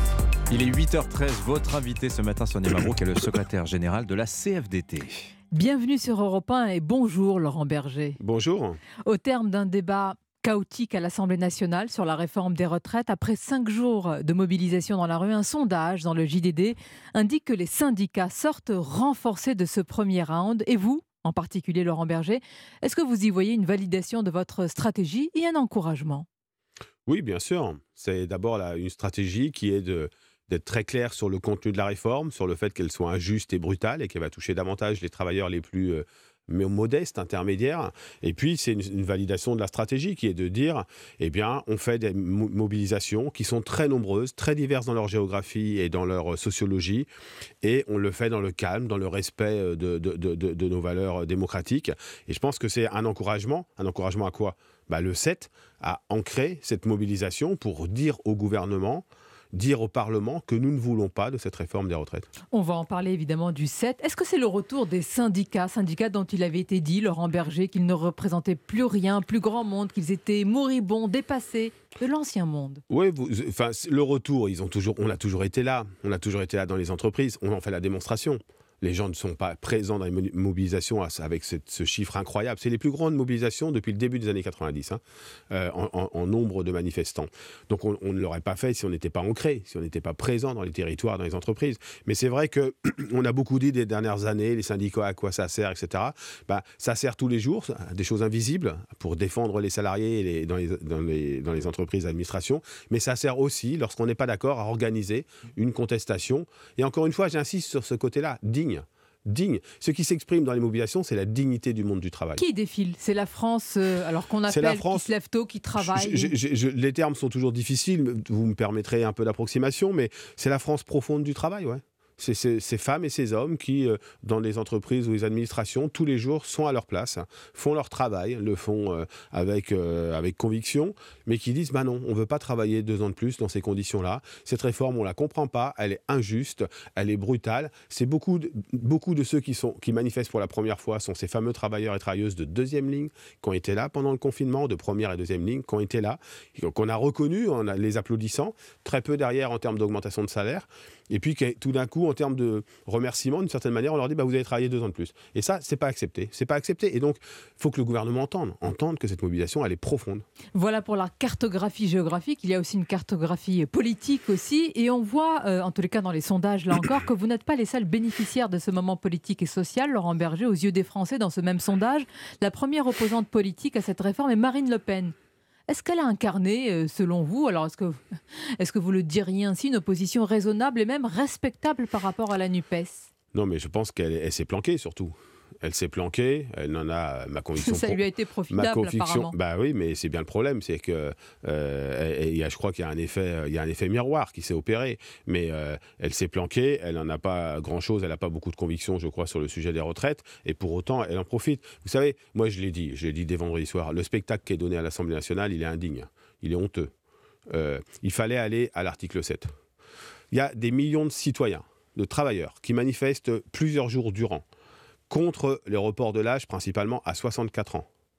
Il est huit heures treize, votre invité ce matin, Sonia Mabrouk, est le secrétaire général de la C F D T.
Bienvenue sur Europe un et bonjour Laurent Berger.
Bonjour.
Au terme d'un débat chaotique à l'Assemblée nationale sur la réforme des retraites, après cinq jours de mobilisation dans la rue, un sondage dans le J D D indique que les syndicats sortent renforcés de ce premier round. Et vous, en particulier Laurent Berger, est-ce que vous y voyez une validation de votre stratégie et un encouragement ?
Oui, bien sûr. C'est d'abord là, une stratégie qui est de... d'être très clair sur le contenu de la réforme, sur le fait qu'elle soit injuste et brutale et qu'elle va toucher davantage les travailleurs les plus euh, modestes, intermédiaires. Et puis, c'est une, une validation de la stratégie qui est de dire, eh bien, on fait des mo- mobilisations qui sont très nombreuses, très diverses dans leur géographie et dans leur euh, sociologie, et on le fait dans le calme, dans le respect de, de, de, de, de nos valeurs démocratiques. Et je pense que c'est un encouragement. Un encouragement à quoi ? Bah, le sept a ancré cette mobilisation pour dire au gouvernement, dire au Parlement que nous ne voulons pas de cette réforme des retraites.
On va en parler évidemment du sept. Est-ce que c'est le retour des syndicats, syndicats dont il avait été dit, Laurent Berger, qu'ils ne représentaient plus rien, plus grand monde, qu'ils étaient moribonds, dépassés de l'ancien monde? Oui,
vous, enfin, le retour, ils ont toujours, on a toujours été là. On a toujours été là dans les entreprises. On en fait la démonstration. Les gens ne sont pas présents dans les mobilisations avec cette, ce chiffre incroyable. C'est les plus grandes mobilisations depuis le début des années quatre-vingt-dix, hein, euh, en, en, en nombre de manifestants. Donc on, on ne l'aurait pas fait si on n'était pas ancré, si on n'était pas présent dans les territoires, dans les entreprises. Mais c'est vrai qu'on a beaucoup dit des dernières années, les syndicats, à quoi ça sert, et cetera. Bah, ça sert tous les jours, des choses invisibles, pour défendre les salariés et les, dans, les, dans, les, dans les entreprises d'administration. Mais ça sert aussi, lorsqu'on n'est pas d'accord, à organiser une contestation. Et encore une fois, j'insiste sur ce côté-là, digne. Digne. Ce qui s'exprime dans les mobilisations, c'est la dignité du monde du travail.
Qui défile? C'est la France, euh, alors qu'on appelle, la France, qui se lève tôt, qui travaille.
Je, je, je, les termes sont toujours difficiles, vous me permettrez un peu d'approximation, mais c'est la France profonde du travail, ouais. C'est ces, ces femmes et ces hommes qui, euh, dans les entreprises ou les administrations, tous les jours sont à leur place, hein, font leur travail, le font euh, avec, euh, avec conviction, mais qui disent bah non, on ne veut pas travailler deux ans de plus dans ces conditions-là. Cette réforme, on ne la comprend pas, elle est injuste, elle est brutale. C'est beaucoup de, beaucoup de ceux qui, sont, qui manifestent pour la première fois sont ces fameux travailleurs et travailleuses de deuxième ligne qui ont été là pendant le confinement, de première et deuxième ligne, qui ont été là, qu'on a reconnus en les applaudissant, très peu derrière en termes d'augmentation de salaire. Et puis tout d'un coup, en termes de remerciements, d'une certaine manière, on leur dit bah, vous avez travaillé deux ans de plus. Et ça, c'est pas accepté. C'est pas accepté. Et donc, il faut que le gouvernement entende, entende que cette mobilisation, elle est profonde.
Voilà pour la cartographie géographique. Il y a aussi une cartographie politique aussi. Et on voit, euh, en tous les cas dans les sondages, là encore, que vous n'êtes pas les seuls bénéficiaires de ce moment politique et social. Laurent Berger, aux yeux des Français, dans ce même sondage, la première opposante politique à cette réforme est Marine Le Pen. Est-ce qu'elle a incarné, selon vous, alors est-ce que, est-ce que vous le diriez ainsi, une opposition raisonnable et même respectable par rapport à la NUPES?
Non, mais je pense qu'elle elle s'est planquée surtout. Elle s'est planquée, elle en a ma conviction.
Ça lui a été profitable,
ma conviction,
apparemment.
Bah oui, mais c'est bien le problème, c'est que euh, et, et je crois qu'il y a un effet, il y a un effet miroir qui s'est opéré. Mais euh, elle s'est planquée, elle n'en a pas grand-chose, elle n'a pas beaucoup de conviction, je crois, sur le sujet des retraites, et pour autant, elle en profite. Vous savez, moi je l'ai dit, je l'ai dit dès vendredi soir, le spectacle qui est donné à l'Assemblée nationale, il est indigne, il est honteux. Euh, il fallait aller à l'article sept. Il y a des millions de citoyens, de travailleurs, qui manifestent plusieurs jours durant contre les reports de l'âge, principalement à soixante-quatre ans.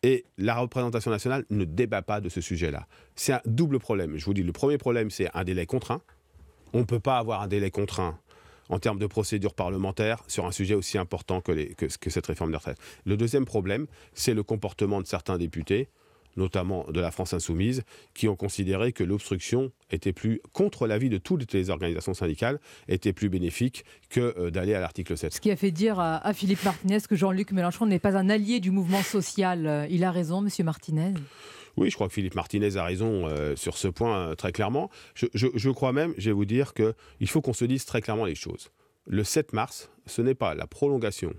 Et la représentation nationale ne débat pas de ce sujet-là. C'est un double problème. Je vous dis, le premier problème, c'est un délai contraint. On ne peut pas avoir un délai contraint en termes de procédure parlementaire sur un sujet aussi important que, les, que, que cette réforme des retraites. Le deuxième problème, c'est le comportement de certains députés, notamment de la France Insoumise, qui ont considéré que l'obstruction était plus, contre l'avis de toutes les organisations syndicales, était plus bénéfique que euh, d'aller à l'article sept.
Ce qui a fait dire à, à Philippe Martinez que Jean-Luc Mélenchon n'est pas un allié du mouvement social. Il a raison, monsieur Martinez?
Oui, je crois que Philippe Martinez a raison euh, sur ce point euh, très clairement. Je, je, je crois même, je vais vous dire, qu'il faut qu'on se dise très clairement les choses. Le sept mars, ce n'est pas la prolongation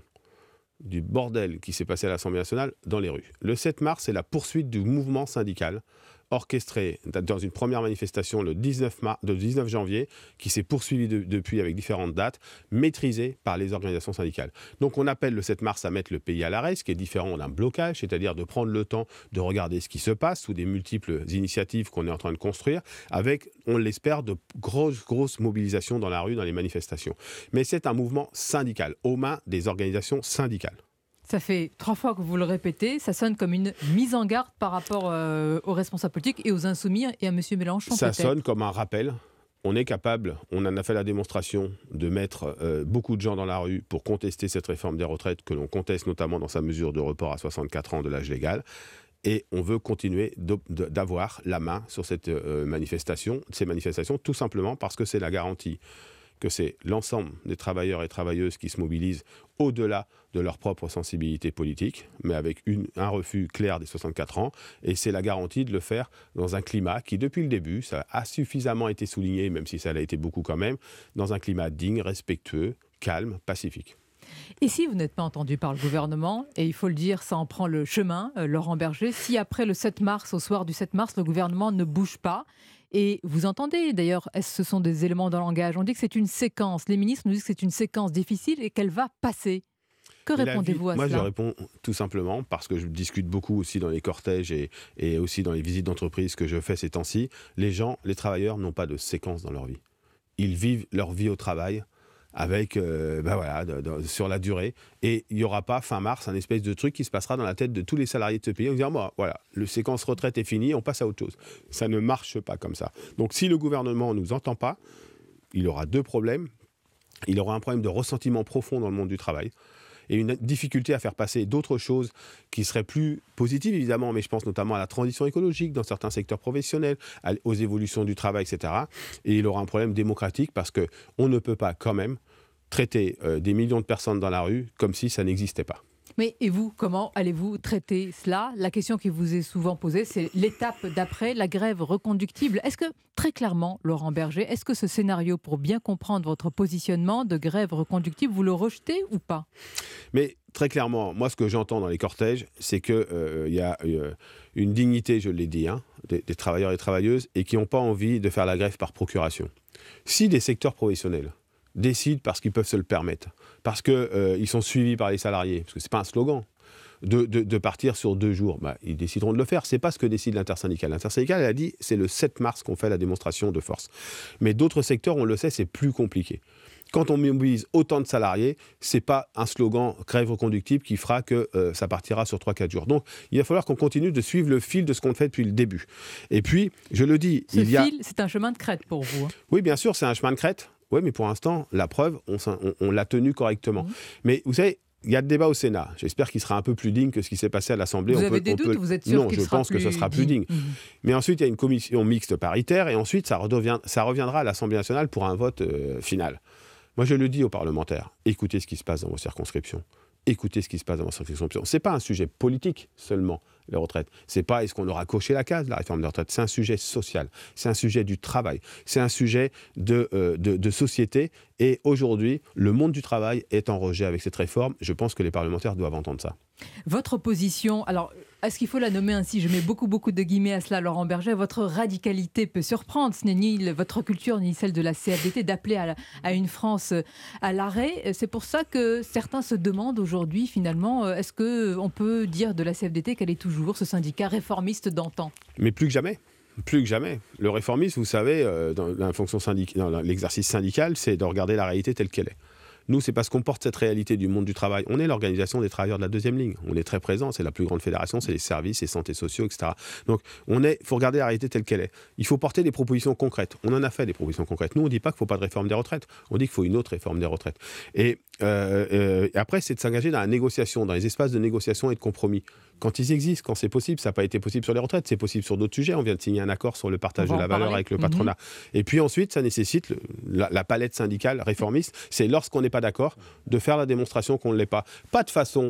du bordel qui s'est passé à l'Assemblée nationale dans les rues. Le sept mars, c'est la poursuite du mouvement syndical orchestré dans une première manifestation le dix-neuf, mars, le dix-neuf janvier, qui s'est poursuivie de, depuis avec différentes dates, maîtrisée par les organisations syndicales. Donc on appelle le sept mars à mettre le pays à l'arrêt, ce qui est différent d'un blocage, c'est-à-dire de prendre le temps de regarder ce qui se passe sous des multiples initiatives qu'on est en train de construire, avec, on l'espère, de grosses, grosses mobilisations dans la rue, dans les manifestations. Mais c'est un mouvement syndical, aux mains des organisations syndicales.
Ça fait trois fois que vous le répétez, ça sonne comme une mise en garde par rapport euh, aux responsables politiques et aux insoumis et à M. Mélenchon.
Ça
peut-être.
sonne comme un rappel. On est capable, on en a fait la démonstration, de mettre euh, beaucoup de gens dans la rue pour contester cette réforme des retraites que l'on conteste notamment dans sa mesure de report à soixante-quatre ans de l'âge légal. Et on veut continuer d'avoir la main sur cette euh, manifestation, ces manifestations, tout simplement parce que c'est la garantie que c'est l'ensemble des travailleurs et travailleuses qui se mobilisent au-delà de leur propre sensibilité politique, mais avec une, un refus clair des soixante-quatre ans. Et c'est la garantie de le faire dans un climat qui, depuis le début, ça a suffisamment été souligné, même si ça l'a été beaucoup quand même, dans un climat digne, respectueux, calme, pacifique.
Et si vous n'êtes pas entendu par le gouvernement, et il faut le dire, ça en prend le chemin, euh, Laurent Berger, si après le sept mars, au soir du sept mars, le gouvernement ne bouge pas, et vous entendez d'ailleurs, ce sont des éléments de langage, on dit que c'est une séquence, les ministres nous disent que c'est une séquence difficile et qu'elle va passer. Que répondez-vous à
Moi,
cela?
Moi, je réponds tout simplement parce que je discute beaucoup aussi dans les cortèges et, et aussi dans les visites d'entreprise que je fais ces temps-ci. Les gens, les travailleurs n'ont pas de séquence dans leur vie. Ils vivent leur vie au travail avec, euh, ben voilà, de, de, sur la durée. Et il n'y aura pas, fin mars, un espèce de truc qui se passera dans la tête de tous les salariés de ce pays en disant, bon, voilà, le séquence retraite est fini, on passe à autre chose. Ça ne marche pas comme ça. Donc si le gouvernement ne nous entend pas, il aura deux problèmes. Il aura un problème de ressentiment profond dans le monde du travail et une difficulté à faire passer d'autres choses qui seraient plus positives, évidemment, mais je pense notamment à la transition écologique dans certains secteurs professionnels, aux évolutions du travail, et cetera. Et il aura un problème démocratique parce qu'on ne peut pas quand même traiter euh, des millions de personnes dans la rue comme si ça n'existait pas.
Mais et vous, comment allez-vous traiter cela? La question qui vous est souvent posée, c'est l'étape d'après, la grève reconductible. Est-ce que, très clairement, Laurent Berger, est-ce que ce scénario, pour bien comprendre votre positionnement de grève reconductible, vous le rejetez ou pas?
Mais très clairement, moi, ce que j'entends dans les cortèges, c'est qu'il euh, y a euh, une dignité, je l'ai dit, hein, des, des travailleurs et travailleuses, et qui n'ont pas envie de faire la grève par procuration. Si des secteurs professionnels décident parce qu'ils peuvent se le permettre, parce qu'ils euh, sont suivis par les salariés, parce que ce n'est pas un slogan, de, de, de partir sur deux jours, bah, ils décideront de le faire. Ce n'est pas ce que décide l'intersyndicale. L'intersyndicale, elle a dit, c'est le sept mars qu'on fait la démonstration de force. Mais d'autres secteurs, on le sait, c'est plus compliqué. Quand on mobilise autant de salariés, ce n'est pas un slogan grève reconductible qui fera que euh, ça partira sur trois quatre jours. Donc, il va falloir qu'on continue de suivre le fil de ce qu'on fait depuis le début. Et puis, je le dis,
ce
il y a...
fil, c'est un chemin de crête pour vous. Hein.
Oui, bien sûr, c'est un chemin de crête. Oui, mais pour l'instant, la preuve, on, on, on l'a tenu correctement. Mmh. Mais vous savez, il y a le débat au Sénat. J'espère qu'il sera un peu plus digne que ce qui s'est passé à l'Assemblée.
Vous
on
avez
peut,
des
on
doutes
peut...
ou vous êtes sûr
Non,
qu'il
je
sera
pense
plus
que ce sera plus digne. Mmh. Mais ensuite, il y a une commission mixte paritaire et ensuite, ça, redevient, ça reviendra à l'Assemblée nationale pour un vote euh, final. Moi, je le dis aux parlementaires, écoutez ce qui se passe dans vos circonscriptions. Écoutez ce qui se passe dans vos circonscriptions. Ce n'est pas un sujet politique seulement, les retraites. Ce n'est pas est-ce qu'on aura coché la case, la réforme des retraites. C'est un sujet social, c'est un sujet du travail, c'est un sujet de, euh, de, de société. Et aujourd'hui, le monde du travail est en rejet avec cette réforme. Je pense que les parlementaires doivent entendre ça.
Votre position, alors, est-ce qu'il faut la nommer ainsi? Je mets beaucoup, beaucoup de guillemets à cela, Laurent Berger. Votre radicalité peut surprendre. Ce n'est ni votre culture, ni celle de la C F D T d'appeler à, à une France à l'arrêt. C'est pour ça que certains se demandent aujourd'hui, finalement, est-ce qu'on peut dire de la C F D T qu'elle est toujours ce syndicat réformiste d'antan?
Mais plus que jamais. Plus que jamais. Le réformisme, vous savez, dans, la fonction syndic... dans l'exercice syndical, c'est de regarder la réalité telle qu'elle est. Nous, c'est parce qu'on porte cette réalité du monde du travail. On est l'organisation des travailleurs de la deuxième ligne. On est très présent, c'est la plus grande fédération, c'est les services, les santé sociaux, et cetera. Donc, on est, faut regarder la réalité telle qu'elle est. Il faut porter des propositions concrètes. On en a fait des propositions concrètes. Nous, on ne dit pas qu'il ne faut pas de réforme des retraites. On dit qu'il faut une autre réforme des retraites. Et, euh, euh, et après, c'est de s'engager dans la négociation, dans les espaces de négociation et de compromis. Quand ils existent, quand c'est possible, ça n'a pas été possible sur les retraites, c'est possible sur d'autres sujets. On vient de signer un accord sur le partage de la valeur avec le patronat. Mmh. Et puis ensuite, ça nécessite le, la, la palette syndicale réformiste. C'est lorsqu'on n'est pas d'accord de faire la démonstration qu'on ne l'est pas. Pas de façon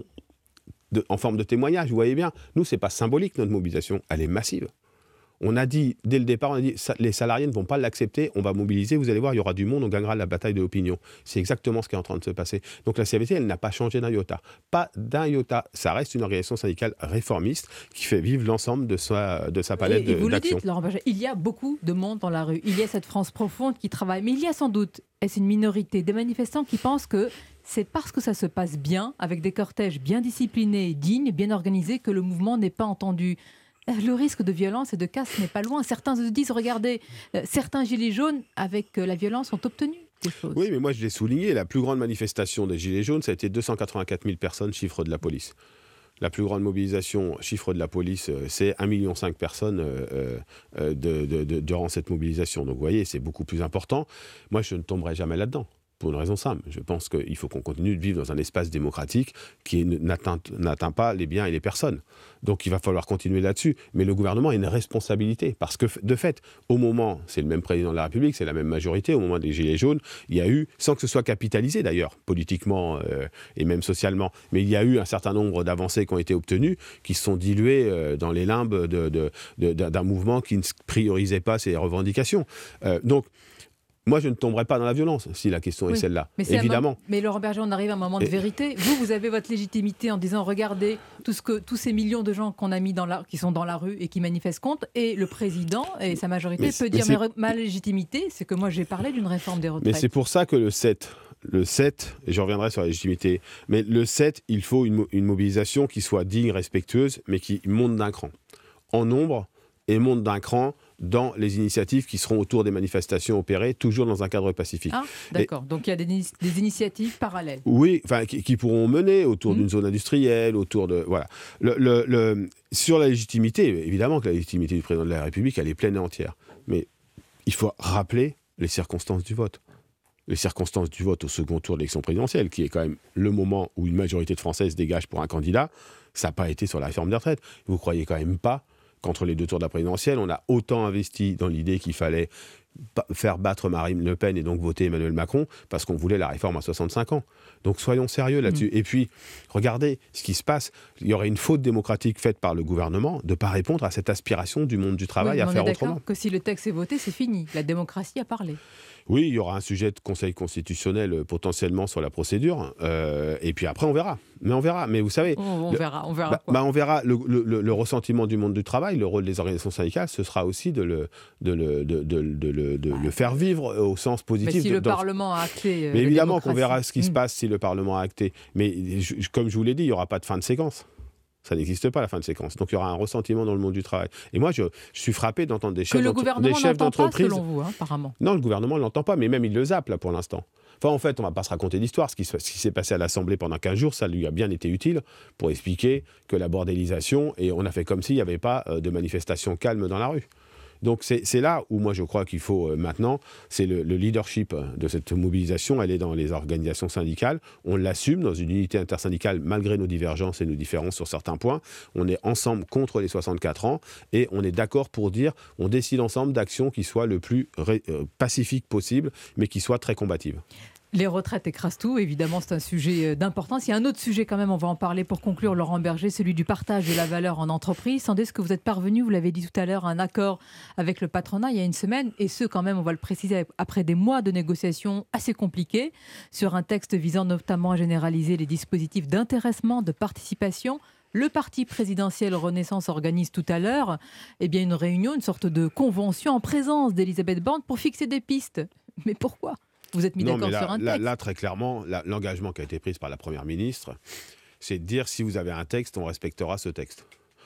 de, en forme de témoignage, vous voyez bien. Nous, ce n'est pas symbolique, notre mobilisation. Elle est massive. On a dit, dès le départ, on a dit, ça, les salariés ne vont pas l'accepter, on va mobiliser, vous allez voir, il y aura du monde, on gagnera la bataille de l'opinion. C'est exactement ce qui est en train de se passer. Donc la C F D T, elle n'a pas changé d'un iota. Pas d'un iota. Ça reste une organisation syndicale réformiste qui fait vivre l'ensemble de sa, de sa palette
et, et vous
d'actions.
Le dites, Laurent Berger, il y a beaucoup de monde dans la rue. Il y a cette France profonde qui travaille. Mais il y a sans doute, est-ce une minorité, des manifestants qui pensent que c'est parce que ça se passe bien, avec des cortèges bien disciplinés, dignes, bien organisés, que le mouvement n'est pas entendu. Le risque de violence et de casse n'est pas loin. Certains se disent, regardez, euh, certains gilets jaunes, avec euh, la violence, ont obtenu des choses.
Oui, mais moi je l'ai souligné, la plus grande manifestation des gilets jaunes, ça a été deux cent quatre-vingt-quatre mille personnes, chiffre de la police. La plus grande mobilisation, chiffre de la police, euh, c'est un virgule cinq million de personnes euh, euh, de, de, de, durant cette mobilisation. Donc vous voyez, c'est beaucoup plus important. Moi, je ne tomberai jamais là-dedans. Pour une raison simple, je pense qu'il faut qu'on continue de vivre dans un espace démocratique qui n'atteint, n'atteint pas les biens et les personnes. Donc il va falloir continuer là-dessus. Mais le gouvernement a une responsabilité. Parce que de fait, au moment, c'est le même président de la République, c'est la même majorité, au moment des Gilets jaunes, il y a eu, sans que ce soit capitalisé d'ailleurs, politiquement euh, et même socialement, mais il y a eu un certain nombre d'avancées qui ont été obtenues, qui se sont diluées euh, dans les limbes de, de, de, d'un mouvement qui ne priorisait pas ses revendications. Euh, donc, moi, je ne tomberai pas dans la violence, si la question oui, est celle-là,
mais c'est
évidemment.
Moment, mais Laurent Berger, on arrive à un moment de Et... vérité. Vous, vous avez votre légitimité en disant, regardez, tout ce que, tous ces millions de gens qu'on a mis dans la, qui sont dans la rue et qui manifestent contre, et le président et sa majorité mais peut dire, mais ma légitimité, c'est que moi, j'ai parlé d'une réforme des retraites.
Mais c'est pour ça que le sept, le sept, et je reviendrai sur la légitimité, mais le sept, il faut une, une mobilisation qui soit digne, respectueuse, mais qui monte d'un cran. En nombre, et monte d'un cran dans les initiatives qui seront autour des manifestations opérées, toujours dans un cadre pacifique.
Ah, d'accord. Et, donc il y a des, des initiatives parallèles.
Oui, enfin, qui, qui pourront mener autour mmh. d'une zone industrielle, autour de... Voilà. Le, le, le, sur la légitimité, évidemment que la légitimité du président de la République, elle est pleine et entière. Mais il faut rappeler les circonstances du vote. Les circonstances du vote au second tour de l'élection présidentielle, qui est quand même le moment où une majorité de Français se dégage pour un candidat, ça n'a pas été sur la réforme des retraites. Vous ne croyez quand même pas qu'entre les deux tours de la présidentielle, on a autant investi dans l'idée qu'il fallait faire battre Marine Le Pen et donc voter Emmanuel Macron parce qu'on voulait la réforme à soixante-cinq ans. Donc soyons sérieux là-dessus. Mmh. Et puis, regardez ce qui se passe. Il y aurait une faute démocratique faite par le gouvernement de ne pas répondre à cette aspiration du monde du travail oui, à faire autrement.
Que si le texte est voté, c'est fini. La démocratie a parlé.
Oui, il y aura un sujet de conseil constitutionnel euh, potentiellement sur la procédure. Euh, et puis après, on verra. Mais on verra. Mais vous savez...
On, on le, verra. On verra,
bah, bah, on verra le, le, le, le ressentiment du monde du travail, le rôle des organisations syndicales, ce sera aussi de le, de le, de, de, de, de, de le faire vivre au sens positif.
Mais si
de,
le
dans...
Parlement a acté... Euh,
mais évidemment qu'on verra ce qui mmh. se passe si le Parlement a acté. Mais je, comme je vous l'ai dit, il n'y aura pas de fin de séquence. Ça n'existe pas, la fin de séquence. Donc, il y aura un ressentiment dans le monde du travail. Et moi, je, je suis frappé d'entendre des chefs,
que le gouvernement
des chefs d'entreprise...
selon vous, hein, apparemment.
Non, le gouvernement ne l'entend pas, mais même il le zappe, là, pour l'instant. Enfin, en fait, on ne va pas se raconter d'histoire. Ce qui, ce qui s'est passé à l'Assemblée pendant quinze jours, ça lui a bien été utile pour expliquer que la bordélisation... Et on a fait comme s'il n'y avait pas de manifestation calme dans la rue. Donc c'est là où moi je crois qu'il faut euh, maintenant, c'est le, le leadership de cette mobilisation, elle est dans les organisations syndicales, on l'assume dans une unité intersyndicale malgré nos divergences et nos différences sur certains points, on est ensemble contre les soixante-quatre ans et on est d'accord pour dire, on décide ensemble d'actions qui soient le plus ré, euh, pacifiques possible mais qui soient très combatives.
Les retraites écrasent tout, évidemment c'est un sujet d'importance. Il y a un autre sujet quand même, on va en parler pour conclure, Laurent Berger, celui du partage de la valeur en entreprise. Sans doute que vous êtes parvenu, vous l'avez dit tout à l'heure, à un accord avec le patronat il y a une semaine, et ce quand même, on va le préciser, après des mois de négociations assez compliquées, sur un texte visant notamment à généraliser les dispositifs d'intéressement, de participation. Le parti présidentiel Renaissance organise tout à l'heure eh bien une réunion, une sorte de convention en présence d'Elisabeth Borne pour fixer des pistes. Mais pourquoi ? Vous êtes mis d'accord sur un texte.
Là, là, très clairement, la, l'engagement qui a été pris par la Première ministre, c'est de dire si vous avez un texte, on respectera ce texte.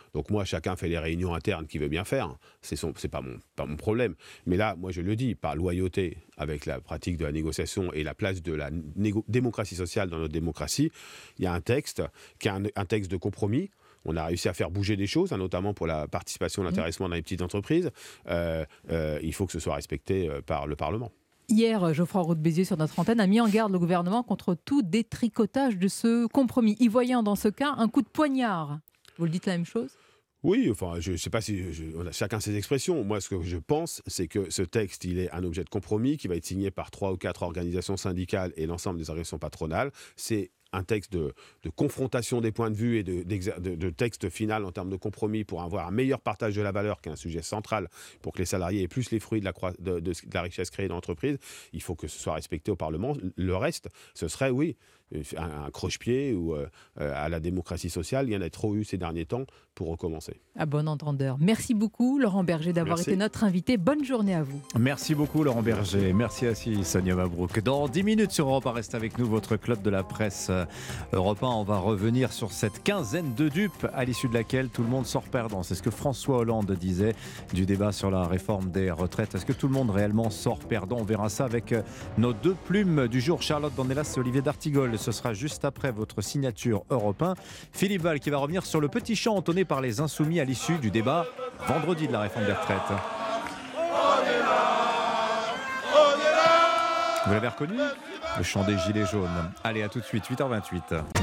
Donc moi, chacun fait les réunions internes qu'il veut bien faire. C'est son, c'est pas mon, pas mon problème. Mais là, moi, je le dis, par loyauté avec la pratique de la négociation et la place de la négo- démocratie sociale dans notre démocratie, il y a un texte qui est un, un texte de compromis. On a réussi à faire bouger des choses, hein, notamment pour la participation, l'intéressement dans les petites entreprises. Euh, euh, il faut que ce soit respecté euh, par le Parlement.
Hier, Geoffroy Roux de Béziers, sur notre antenne, a mis en garde le gouvernement contre tout détricotage de ce compromis, y voyant dans ce cas un coup de poignard. Vous le dites la même chose ?
Oui, enfin, je ne sais pas si je, on a chacun ses expressions. Moi, ce que je pense, c'est que ce texte, il est un objet de compromis qui va être signé par trois ou quatre organisations syndicales et l'ensemble des organisations patronales. C'est un texte de, de confrontation des points de vue et de, de, de texte final en termes de compromis pour avoir un meilleur partage de la valeur, qui est un sujet central pour que les salariés aient plus les fruits de la, croi- de, de, de la richesse créée dans l'entreprise. Il faut que ce soit respecté au Parlement. Le reste, ce serait, oui, un, un croche-pied ou euh, à la démocratie sociale. Il y en a trop eu ces derniers temps pour recommencer.
À bon entendeur. Merci beaucoup, Laurent Berger, d'avoir
Merci.
été notre invité. Bonne journée à vous.
Merci beaucoup Laurent Berger, merci aussi Sonia Mabrouk. Dans dix minutes sur Europe un, reste avec nous votre club de la presse Europe un. On va revenir sur cette quinzaine de dupes à l'issue de laquelle tout le monde sort perdant. C'est ce que François Hollande disait du débat sur la réforme des retraites. Est-ce que tout le monde réellement sort perdant ? On verra ça avec nos deux plumes du jour, Charlotte Dornelas et Olivier D'Artigol. Ce sera juste après votre signature Europe un. Philippe Val qui va revenir sur le petit chant entonné par les Insoumis à l'issue du débat vendredi de la réforme des retraites. Vous l'avez reconnu ? Le chant des Gilets jaunes. Allez, à tout de suite, huit heures vingt-huit.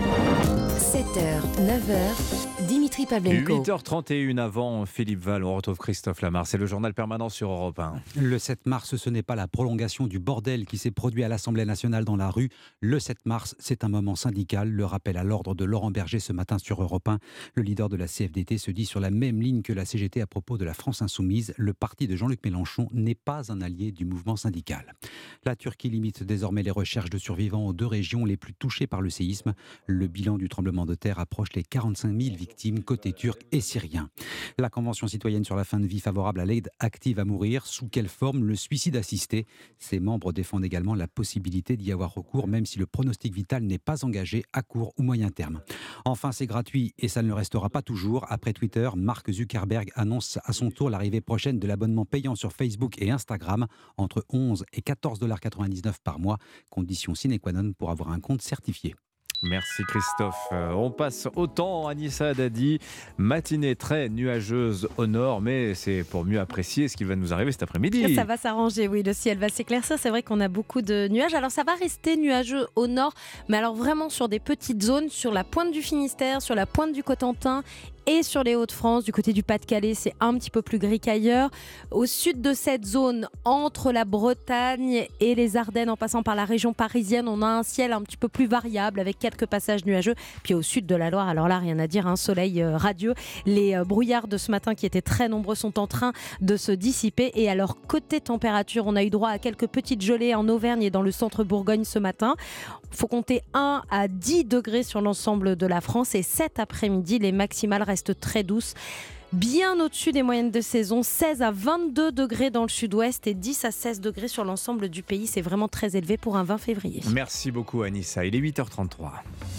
sept heures, neuf heures, Dimitri Pavlenko.
huit heures trente et une avant Philippe Val, on retrouve Christophe Lamar. C'est le journal permanent sur Europe un.
Le sept mars, ce n'est pas la prolongation du bordel qui s'est produit à l'Assemblée nationale dans la rue. Le sept mars, c'est un moment syndical. Le rappel à l'ordre de Laurent Berger ce matin sur Europe un. Le leader de la C F D T se dit sur la même ligne que la C G T à propos de la France insoumise. Le parti de Jean-Luc Mélenchon n'est pas un allié du mouvement syndical. La Turquie limite désormais les recherches de survivants aux deux régions les plus touchées par le séisme. Le bilan du tremblement de terre approche les quarante-cinq mille victimes côté turc et syrien. La Convention citoyenne sur la fin de vie favorable à l'aide active à mourir, sous quelle forme le suicide assisté ? Ses membres défendent également la possibilité d'y avoir recours, même si le pronostic vital n'est pas engagé à court ou moyen terme. Enfin, c'est gratuit et ça ne le restera pas toujours. Après Twitter, Mark Zuckerberg annonce à son tour l'arrivée prochaine de l'abonnement payant sur Facebook et Instagram, entre onze et quatorze virgule quatre-vingt-dix-neuf dollars par mois, condition sine qua non pour avoir un compte certifié.
Merci Christophe. Euh, on passe au temps, Anissa Haddadi. Matinée très nuageuse au nord, mais c'est pour mieux apprécier ce qui va nous arriver cet après-midi.
Ça va s'arranger, oui, le ciel va s'éclaircir. C'est vrai qu'on a beaucoup de nuages. Alors ça va rester nuageux au nord, mais alors vraiment sur des petites zones, sur la pointe du Finistère, sur la pointe du Cotentin et sur les Hauts-de-France, du côté du Pas-de-Calais, c'est un petit peu plus gris qu'ailleurs. Au sud de cette zone, entre la Bretagne et les Ardennes, en passant par la région parisienne, on a un ciel un petit peu plus variable avec quelques passages nuageux. Puis au sud de la Loire, alors là, rien à dire, un soleil euh, radieux. Les euh, brouillards de ce matin qui étaient très nombreux sont en train de se dissiper. Et alors, côté température, on a eu droit à quelques petites gelées en Auvergne et dans le centre Bourgogne ce matin. Il faut compter un à dix degrés sur l'ensemble de la France. Et cet après-midi, les maximales restent très douces, bien au-dessus des moyennes de saison, seize à vingt-deux degrés dans le sud-ouest et dix à seize degrés sur l'ensemble du pays. C'est vraiment très élevé pour un vingt février.
Merci beaucoup Anissa, il est huit heures trente-trois.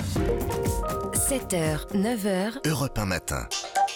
sept heures, neuf heures.
Europe un matin.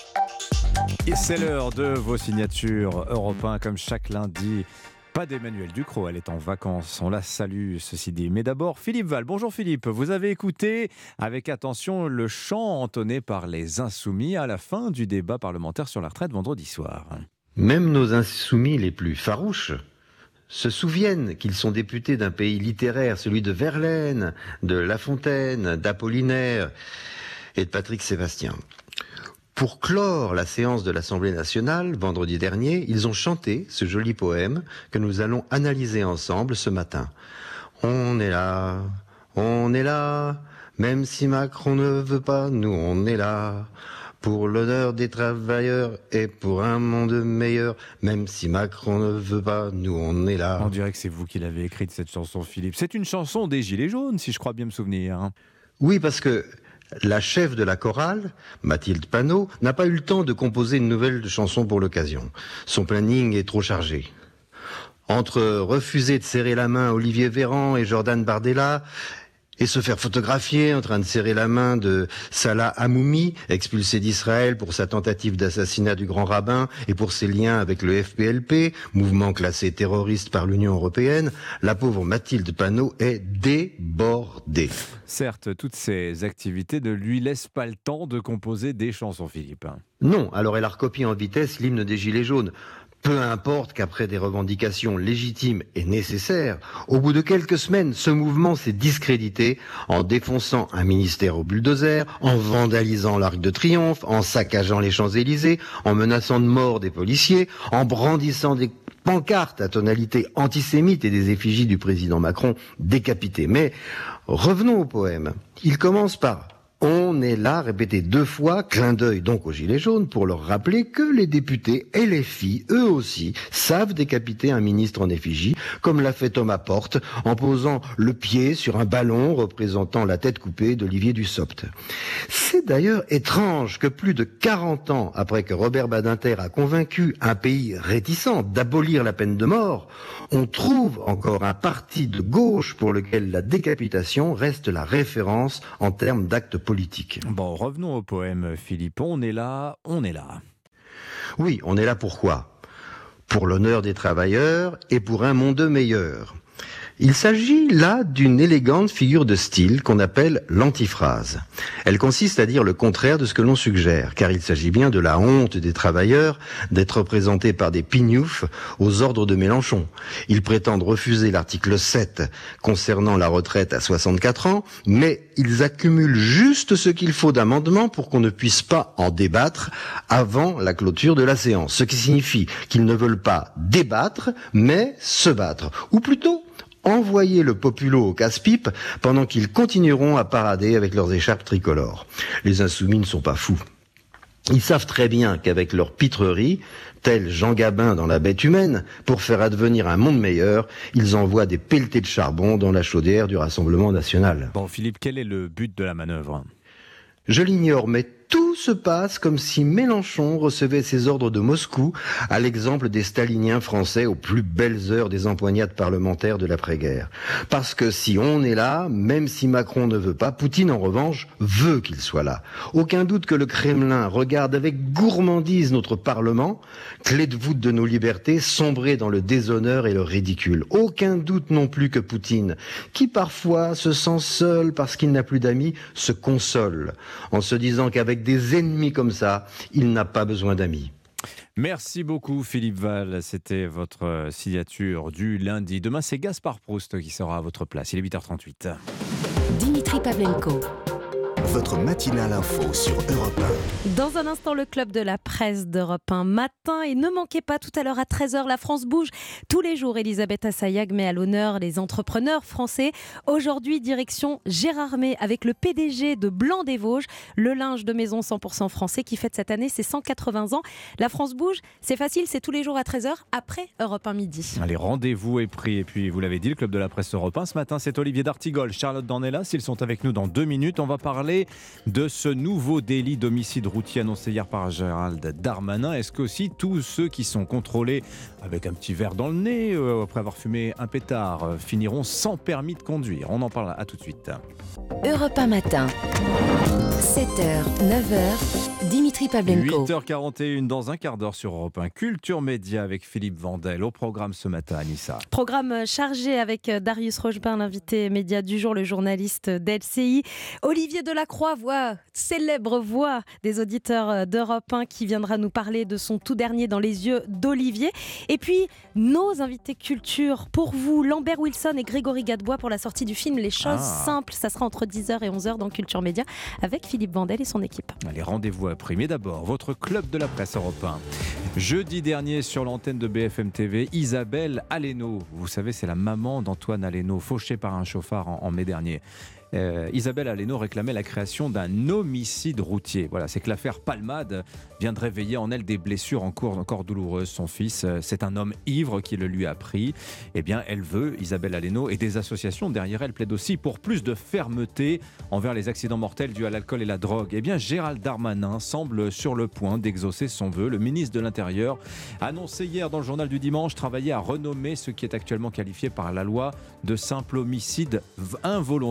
Et c'est l'heure de vos signatures Europe un, comme chaque lundi. Pas d'Emmanuel Ducrot, elle est en vacances, on la salue ceci dit. Mais d'abord Philippe Val. Bonjour Philippe, vous avez écouté avec attention le chant entonné par les Insoumis à la fin du débat parlementaire sur la retraite vendredi soir.
Même nos insoumis les plus farouches se souviennent qu'ils sont députés d'un pays littéraire, celui de Verlaine, de La Fontaine, d'Apollinaire et de Patrick Sébastien. Pour clore la séance de l'Assemblée nationale, vendredi dernier, ils ont chanté ce joli poème que nous allons analyser ensemble ce matin. On est là, on est là, même si Macron ne veut pas, nous on est là. Pour l'honneur des travailleurs et pour un monde meilleur, même si Macron ne veut pas, nous on est là.
On dirait que c'est vous qui l'avez écrite cette chanson Philippe. C'est une chanson des Gilets jaunes si je crois bien me souvenir.
Oui, parce que la chef de la chorale, Mathilde Panot, n'a pas eu le temps de composer une nouvelle chanson pour l'occasion. Son planning est trop chargé. Entre refuser de serrer la main à Olivier Véran et Jordan Bardella et se faire photographier en train de serrer la main de Salah Hamoumi, expulsé d'Israël pour sa tentative d'assassinat du grand rabbin et pour ses liens avec le F P L P, mouvement classé terroriste par l'Union européenne, la pauvre Mathilde Panot est débordée.
Certes, toutes ces activités ne lui laissent pas le temps de composer des chansons, Philippe.
Non, alors elle a recopié en vitesse l'hymne des Gilets jaunes. Peu importe qu'après des revendications légitimes et nécessaires, au bout de quelques semaines, ce mouvement s'est discrédité en défonçant un ministère au bulldozer, en vandalisant l'Arc de Triomphe, en saccageant les Champs-Élysées, en menaçant de mort des policiers, en brandissant des pancartes à tonalité antisémite et des effigies du président Macron décapité. Mais revenons au poème. Il commence par « On est là » répété deux fois, clin d'œil donc aux Gilets jaunes, pour leur rappeler que les députés et les filles, eux aussi, savent décapiter un ministre en effigie, comme l'a fait Thomas Porte, en posant le pied sur un ballon représentant la tête coupée d'Olivier Dussopt. C'est d'ailleurs étrange que plus de quarante ans après que Robert Badinter a convaincu un pays réticent d'abolir la peine de mort, on trouve encore un parti de gauche pour lequel la décapitation reste la référence en termes d'actes politiques. Politique.
Bon, revenons au poème, Philippe. On est là, on est là.
Oui, on est là pourquoi ? Pour l'honneur des travailleurs et pour un monde meilleur. Il s'agit là d'une élégante figure de style qu'on appelle l'antiphrase. Elle consiste à dire le contraire de ce que l'on suggère, car il s'agit bien de la honte des travailleurs d'être représentés par des pignoufs aux ordres de Mélenchon. Ils prétendent refuser l'article sept concernant la retraite à soixante-quatre ans, mais ils accumulent juste ce qu'il faut d'amendements pour qu'on ne puisse pas en débattre avant la clôture de la séance. Ce qui signifie qu'ils ne veulent pas débattre, mais se battre. Ou plutôt, envoyer le populo au casse-pipe pendant qu'ils continueront à parader avec leurs écharpes tricolores. Les insoumis ne sont pas fous. Ils savent très bien qu'avec leur pitrerie, tel Jean Gabin dans La Bête humaine, pour faire advenir un monde meilleur, ils envoient des pelletés de charbon dans la chaudière du Rassemblement national.
Bon, Philippe, quel est le but de la manœuvre ?
Je l'ignore, mais tout se passe comme si Mélenchon recevait ses ordres de Moscou, à l'exemple des staliniens français aux plus belles heures des empoignades parlementaires de l'après-guerre. Parce que si on est là, même si Macron ne veut pas, Poutine en revanche veut qu'il soit là. Aucun doute que le Kremlin regarde avec gourmandise notre Parlement, clé de voûte de nos libertés, sombrer dans le déshonneur et le ridicule. Aucun doute non plus que Poutine, qui parfois se sent seul parce qu'il n'a plus d'amis, se console en se disant qu'avec des ennemis comme ça, il n'a pas besoin d'amis.
Merci beaucoup Philippe Val, c'était votre signature du lundi. Demain c'est Gaspard Proust qui sera à votre place, il est huit heures trente-huit.
Dimitri Pavlenko.
Votre matinale info sur Europe un.
Dans un instant, le club de la presse d'Europe un matin. Et ne manquez pas tout à l'heure à treize heures, la France bouge. Tous les jours, Elisabeth Assayag met à l'honneur les entrepreneurs français. Aujourd'hui, direction Gérardmer avec le P D G de Blanc des Vosges, le linge de maison cent pour cent français qui fête cette année ses cent quatre-vingts ans. La France bouge, c'est facile, c'est tous les jours à treize heures après Europe un midi.
Allez, rendez-vous est pris. Et puis, vous l'avez dit, le club de la presse Europe un ce matin, c'est Olivier d'Artigol, Charlotte Dornelas. Ils sont avec nous dans deux minutes. On va parler de ce nouveau délit d'homicide routier annoncé hier par Gérald Darmanin. Est-ce que aussi tous ceux qui sont contrôlés avec un petit verre dans le nez, euh, après avoir fumé un pétard, euh, finiront sans permis de conduire? On en parle à tout de suite.
Europe un matin, sept heures, neuf heures, Dimitri Pavlenko.
huit heures quarante et une dans un quart d'heure sur Europe un. Culture Média avec Philippe Vandel. Au programme ce matin, Anissa.
Programme chargé avec Darius Rochebin, l'invité média du jour, le journaliste d'L C I. Olivier Delacroix, voix, célèbre voix des auditeurs d'Europe un, qui viendra nous parler de son tout dernier Dans les yeux d'Olivier. Et puis, nos invités culture pour vous, Lambert Wilson et Grégory Gadebois pour la sortie du film Les choses
Ah.
simples. Ça sera entre dix heures et onze heures dans Culture Média avec Philippe Vandel et son équipe.
Allez, rendez-vous après. Mais d'abord, votre club de la presse Europe un. Jeudi dernier, sur l'antenne de B F M T V, Isabelle Aleno. Vous savez, c'est la maman d'Antoine Aleno, fauché par un chauffard en, en mai dernier. Euh, Isabelle Aleno réclamait la création d'un homicide routier. Voilà, c'est que l'affaire Palmade vient de réveiller en elle des blessures en cours encore douloureuses. Son fils, euh, c'est un homme ivre qui le lui a pris. Eh bien, elle veut, Isabelle Aleno, et des associations derrière elle plaident aussi pour plus de fermeté envers les accidents mortels dus à l'alcool et la drogue. Eh bien, Gérald Darmanin semble sur le point d'exaucer son vœu. Le ministre de l'Intérieur a annoncé hier dans le journal du dimanche travailler à renommer ce qui est actuellement qualifié par la loi de simple homicide involontaire, catégorie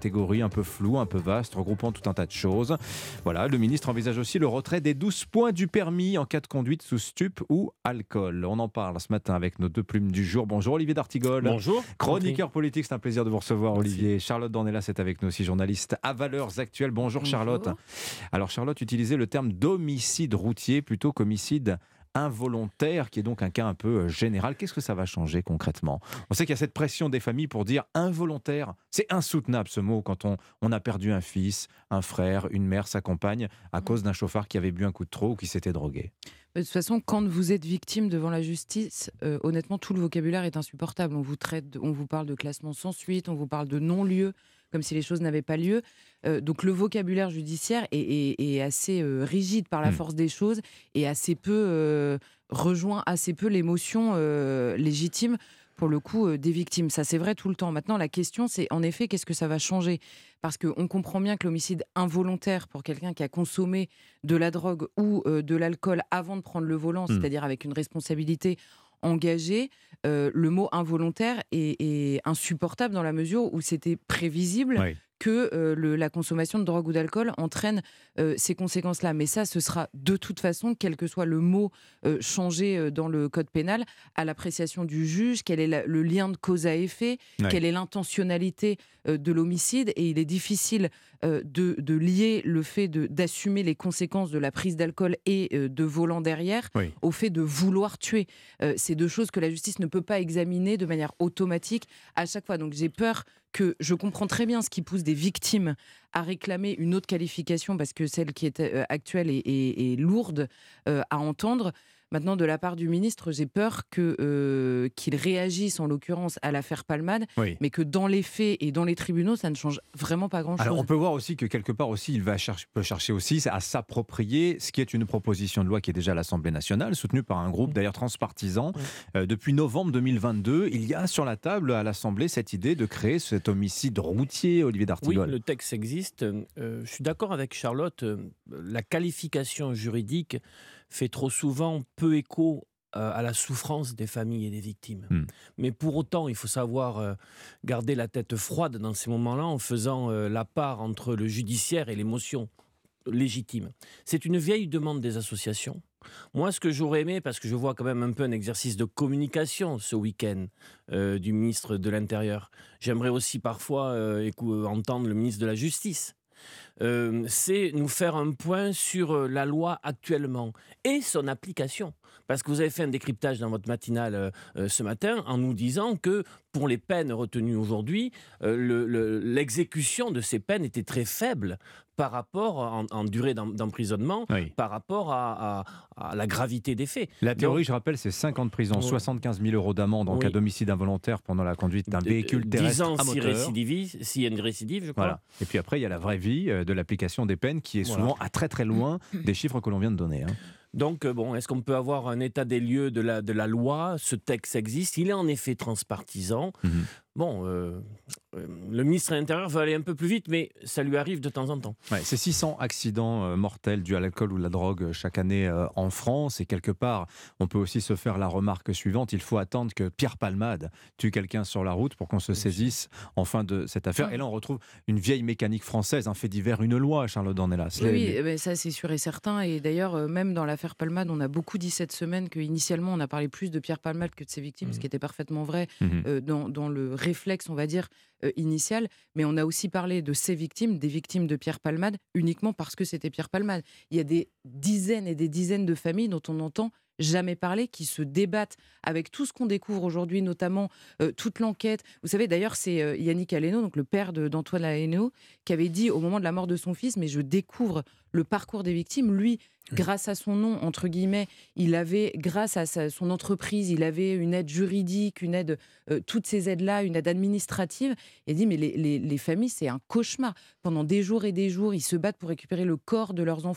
catégorie un peu floue, un peu vaste, regroupant tout un tas de choses. Voilà, le ministre envisage aussi le retrait des douze points du permis en cas de conduite sous stup ou alcool. On en parle ce matin avec nos deux plumes du jour. Bonjour Olivier d'Artigol.
Bonjour.
Chroniqueur politique, c'est un plaisir de vous recevoir Olivier. Merci. Charlotte Dornelas est avec nous aussi, journaliste à Valeurs Actuelles. Bonjour, Bonjour Charlotte. Alors Charlotte utilisait le terme d'homicide routier plutôt qu'homicide involontaire, qui est donc un cas un peu général. Qu'est-ce que ça va changer concrètement ? On sait qu'il y a cette pression des familles pour dire involontaire. C'est insoutenable ce mot quand on, on a perdu un fils, un frère, une mère, sa compagne, à cause d'un chauffard qui avait bu un coup de trop ou qui s'était drogué.
De toute façon, quand vous êtes victime devant la justice, euh, honnêtement, tout le vocabulaire est insupportable. On vous traite, on vous parle de classement sans suite, on vous parle de non-lieu, comme si les choses n'avaient pas lieu. Euh, donc le vocabulaire judiciaire est, est, est assez euh, rigide par la mmh. force des choses et assez peu euh, rejoint assez peu l'émotion euh, légitime pour le coup euh, des victimes. Ça, c'est vrai tout le temps. Maintenant, la question, c'est en effet, qu'est-ce que ça va changer ? Parce qu'on comprend bien que l'homicide involontaire pour quelqu'un qui a consommé de la drogue ou euh, de l'alcool avant de prendre le volant, mmh. c'est-à-dire avec une responsabilité engagée, euh, le mot involontaire est, est insupportable dans la mesure où c'était prévisible oui. que euh, le, la consommation de drogue ou d'alcool entraîne euh, ces conséquences-là. Mais ça, ce sera de toute façon, quel que soit le mot euh, changé euh, dans le code pénal, à l'appréciation du juge, quel est la, le lien de cause à effet, oui. quelle est l'intentionnalité euh, de l'homicide. Et il est difficile euh, de, de lier le fait de, d'assumer les conséquences de la prise d'alcool et euh, de volant derrière oui. au fait de vouloir tuer. Euh, c'est deux choses que la justice ne peut pas examiner de manière automatique à chaque fois. Donc j'ai peur que je comprends très bien ce qui pousse des victimes à réclamer une autre qualification parce que celle qui est euh, actuelle est, est, est lourde euh, à entendre. Maintenant, de la part du ministre, j'ai peur que, euh, qu'il réagisse en l'occurrence à l'affaire Palmade, oui. mais que dans les faits et dans les tribunaux, ça ne change vraiment pas grand-chose.
Alors on peut voir aussi que quelque part aussi, il va chercher, peut chercher aussi à s'approprier ce qui est une proposition de loi qui est déjà à l'Assemblée nationale, soutenue par un groupe d'ailleurs transpartisan. Oui. Euh, depuis novembre deux mille vingt-deux, il y a sur la table à l'Assemblée cette idée de créer cet homicide routier, Olivier d'Artigol.
Oui, le texte existe. Euh, je suis d'accord avec Charlotte. Euh, la qualification juridique fait trop souvent peu écho euh, à la souffrance des familles et des victimes. Mmh. Mais pour autant, il faut savoir euh, garder la tête froide dans ces moments-là en faisant euh, la part entre le judiciaire et l'émotion légitime. C'est une vieille demande des associations. Moi, ce que j'aurais aimé, parce que je vois quand même un peu un exercice de communication ce week-end euh, du ministre de l'Intérieur, j'aimerais aussi parfois euh, écou- entendre le ministre de la Justice. Euh, c'est nous faire un point sur la loi actuellement et son application. Parce que vous avez fait un décryptage dans votre matinale euh, ce matin en nous disant que pour les peines retenues aujourd'hui, euh, le, le, l'exécution de ces peines était très faible par rapport en, en durée d'emprisonnement, oui. par rapport à, à, à la gravité des faits.
La théorie, Donc, je rappelle, c'est cinq ans de prison, oui. soixante-quinze mille euros d'amende en oui. cas d'homicide involontaire pendant la conduite d'un véhicule terrestre
dix ans
à moteur.
S'il y a une récidive, je crois. Voilà.
Et puis après, il y a la vraie vie de l'application des peines qui est souvent voilà. à très très loin des chiffres que l'on vient de donner. Hein.
Donc, bon, est-ce qu'on peut avoir un état des lieux de la, de la loi ? Ce texte existe, il est en effet transpartisan. Mmh. Bon, euh, euh, le ministre de l'Intérieur veut aller un peu plus vite, mais ça lui arrive de temps en temps.
Ouais, c'est six cents accidents euh, mortels dus à l'alcool ou à la drogue chaque année euh, en France. Et quelque part, on peut aussi se faire la remarque suivante. Il faut attendre que Pierre Palmade tue quelqu'un sur la route pour qu'on se saisisse enfin de cette affaire. Et là, on retrouve une vieille mécanique française, un fait divers, une loi, Charlotte Dornelas.
Oui, les... oui, ça c'est sûr et certain. Et d'ailleurs, même dans l'affaire Palmade, on a beaucoup dit cette semaine qu'initialement, on a parlé plus de Pierre Palmade que de ses victimes, mmh. ce qui était parfaitement vrai mmh. euh, dans, dans le réflexe, on va dire, euh, initial. Mais on a aussi parlé de ces victimes, des victimes de Pierre Palmade, uniquement parce que c'était Pierre Palmade. Il y a des dizaines et des dizaines de familles dont on n'entend jamais parler, qui se débattent avec tout ce qu'on découvre aujourd'hui, notamment euh, toute l'enquête. Vous savez, d'ailleurs, c'est euh, Yannick Aleno, donc le père de, d'Antoine Aleno, qui avait dit au moment de la mort de son fils, mais je découvre le parcours des victimes. Lui, grâce à son nom, entre guillemets, il avait, grâce à sa, son entreprise, il avait une aide juridique, une aide, euh, toutes ces aides-là, une aide administrative. Il dit, mais les, les, les familles, c'est un cauchemar. Pendant des jours et des jours, ils se battent pour récupérer le corps de leurs enfants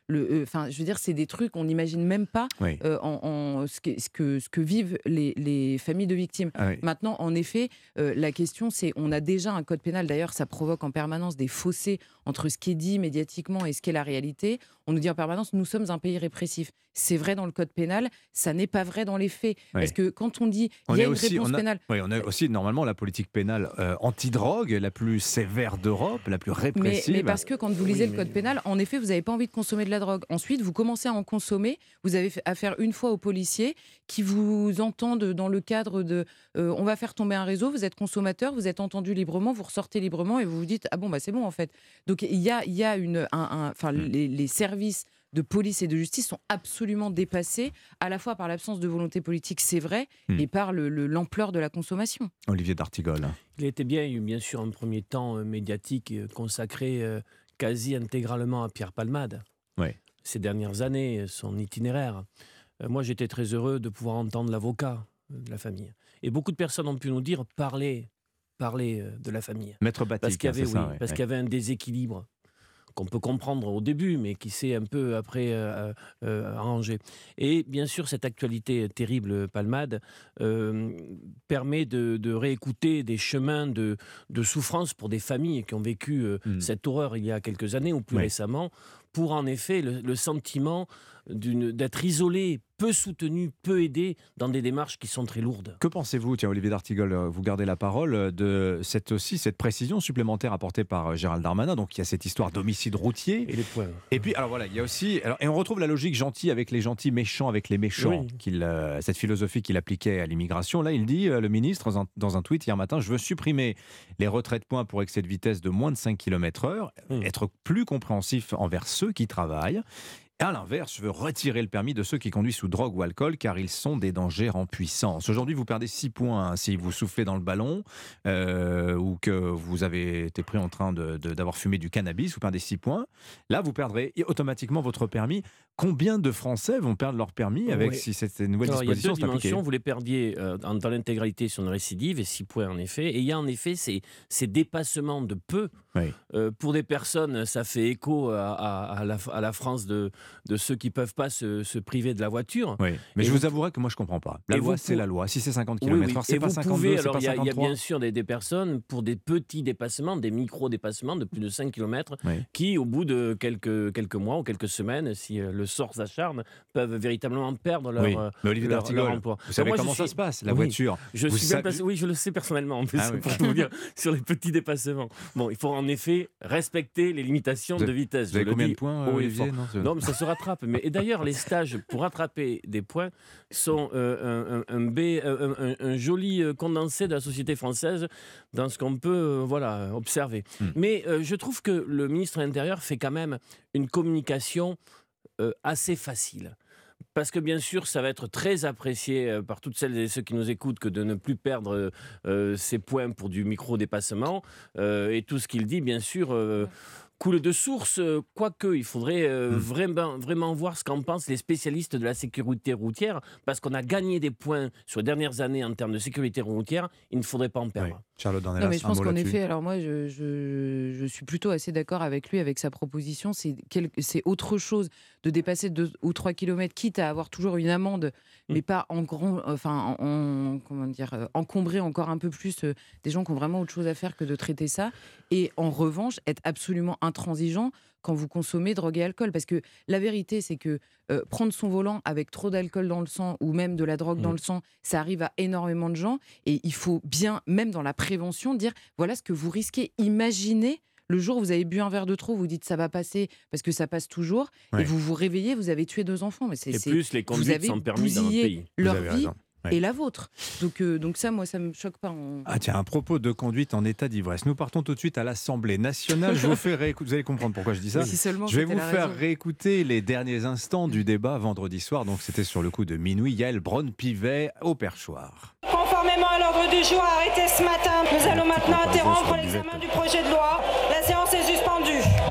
le, enfin, euh, je veux dire, c'est des trucs on n'imagine même pas oui. euh, en, en ce, que, ce, que, ce que vivent les, les familles de victimes. Ah oui. Maintenant, en effet, euh, la question, c'est, on a déjà un code pénal. D'ailleurs, ça provoque en permanence des fossés entre ce qui est dit médiatiquement et ce qu'est la réalité. On nous dit en permanence, nous sommes un pays répressif. C'est vrai dans le code pénal, ça n'est pas vrai dans les faits. Oui. Parce que quand on dit, il y a une aussi, réponse
on a,
pénale...
Oui, on a aussi normalement la politique pénale euh, anti-drogue, la plus sévère d'Europe, la plus répressive.
Mais, mais parce que quand vous lisez oui, le code mais... pénal, en effet, vous n'avez pas envie de consommer de la drogue. Ensuite, vous commencez à en consommer, vous avez affaire une fois aux policiers qui vous entendent dans le cadre de euh, on va faire tomber un réseau, vous êtes consommateur, vous êtes entendu librement, vous ressortez librement et vous vous dites ah bon, bah c'est bon en fait. Donc il y a, il y a une, un, un, enfin, mmh. les, les services de police et de justice sont absolument dépassés, à la fois par l'absence de volonté politique, c'est vrai, mmh. et par le, le, l'ampleur de la consommation.
Olivier d'Artigol.
Il était bien, il y a eu bien sûr un premier temps euh, médiatique euh, consacré euh, quasi intégralement à Pierre Palmade.
Oui.
Ces dernières années, son itinéraire. Euh, moi, j'étais très heureux de pouvoir entendre l'avocat de la famille. Et beaucoup de personnes ont pu nous dire parler, parler euh, de la famille.
Maître Batik,
parce qu'il y avait,
hein, c'est
oui,
ça, oui,
parce
oui.
qu'il y avait un déséquilibre qu'on peut comprendre au début, mais qui s'est un peu après euh, euh, arrangé. Et bien sûr, cette actualité terrible, Palmade, euh, permet de, de réécouter des chemins de, de souffrance pour des familles qui ont vécu euh, mmh. cette horreur il y a quelques années ou plus oui. récemment, pour en effet le, le sentiment d'une, d'être isolé, peu soutenu, peu aidé dans des démarches qui sont très lourdes.
Que pensez-vous, tiens Olivier d'Artigol, vous gardez la parole, de cette, aussi cette précision supplémentaire apportée par Gérald Darmanin, donc il y a cette histoire d'homicide routier.
Et les points.
Et puis, alors voilà, il y a aussi, alors, et on retrouve la logique gentil avec les gentils, méchants avec les méchants, oui. qu'il, euh, cette philosophie qu'il appliquait à l'immigration. Là, il dit, euh, le ministre, dans un, dans un tweet hier matin, je veux supprimer les retraits de points pour excès de vitesse de moins de cinq kilomètres heure, mmh. être plus compréhensif envers ceux qui travaillent. À l'inverse, je veux retirer le permis de ceux qui conduisent sous drogue ou alcool car ils sont des dangers en puissance. Aujourd'hui, vous perdez six points hein, si vous soufflez dans le ballon euh, ou que vous avez été pris en train de, de, d'avoir fumé du cannabis, vous perdez six points. Là, vous perdrez automatiquement votre permis. Combien de Français vont perdre leur permis avec oui. si cette nouvelle Alors, disposition
est appliquée ? Il y a deux dimensions. Vous les perdiez euh, dans l'intégralité sur une récidive et six points en effet. Et il y a en effet ces, ces dépassements de peu. Oui. Euh, pour des personnes, ça fait écho à, à, à, la, à la France de, de ceux qui ne peuvent pas se, se priver de la voiture.
Oui. Mais et je vous, vous avouerai que moi je ne comprends pas. La loi, c'est la loi. Si c'est cinquante kilomètres heure, oui, oui. c'est et pas cinquante-deux, c'est pas cinquante-trois.
Il y, y a bien sûr des, des personnes, pour des petits dépassements, des micro-dépassements de plus de cinq kilomètres, oui. qui, au bout de quelques, quelques mois ou quelques semaines, si euh, le sort s'acharne, peuvent véritablement perdre leur,
oui. Mais Olivier
leur, leur emploi.
Vous savez
moi,
comment
suis...
ça se passe, la
oui.
voiture
je
vous
suis
savez...
pas... Oui, je le sais personnellement, en plus,
ah, oui.
pour tout vous dire, sur les petits dépassements. Bon, il faut en effet respecter les limitations
vous
de vitesse.
Vous avez combien de points, euh, Olivier non,
non, mais ça se rattrape. Mais, et d'ailleurs, les stages pour rattraper des points sont euh, un, un, un, B, un, un, un joli condensé de la société française dans ce qu'on peut euh, voilà, observer. Hmm. Mais euh, je trouve que le ministre de l'Intérieur fait quand même une communication euh, assez facile. Parce que bien sûr, ça va être très apprécié par toutes celles et ceux qui nous écoutent que de ne plus perdre euh, ces points pour du micro-dépassement. Euh, et tout ce qu'il dit, bien sûr, euh, coule de source, quoique il faudrait euh, mmh. vraiment, vraiment voir ce qu'en pensent les spécialistes de la sécurité routière, parce qu'on a gagné des points sur les dernières années en termes de sécurité routière, il ne faudrait pas en perdre. Oui.
Charlotte Dornelas,
non, mais je pense qu'en
là-dessus.
effet, alors moi, je, je, je suis plutôt assez d'accord avec lui, avec sa proposition. C'est, quel, c'est autre chose de dépasser deux ou trois kilomètres, quitte à avoir toujours une amende, mmh. mais pas en grand, enfin, en, en, comment dire, euh, encombrer encore un peu plus euh, des gens qui ont vraiment autre chose à faire que de traiter ça. Et en revanche, être absolument intransigeant quand vous consommez drogue et alcool. Parce que la vérité, c'est que euh, prendre son volant avec trop d'alcool dans le sang ou même de la drogue mmh. dans le sang, ça arrive à énormément de gens. Et il faut bien, même dans la prévention, dire voilà ce que vous risquez. Imaginez le jour où vous avez bu un verre de trop, vous dites ça va passer parce que ça passe toujours. Ouais. Et vous vous réveillez, vous avez tué deux enfants. Mais c'est,
et
c'est,
plus les conduites sans permis dans notre pays.
Leur vie. Ouais. Et la vôtre. Donc, euh, donc ça, moi, ça ne me choque pas. En...
Ah tiens, à propos de conduite en état d'ivresse, nous partons tout de suite à l'Assemblée nationale. Je vous fais réécouter, vous allez comprendre pourquoi je dis ça.
Oui, si seulement
je vais vous faire
raison.
réécouter les derniers instants du débat vendredi soir. Donc c'était sur le coup de minuit. Yaël Braun-Pivet au perchoir.
Conformément à l'ordre du jour arrêté ce matin, nous allons maintenant interrompre l'examen du projet de loi. La séance est suspendue.
Vous vous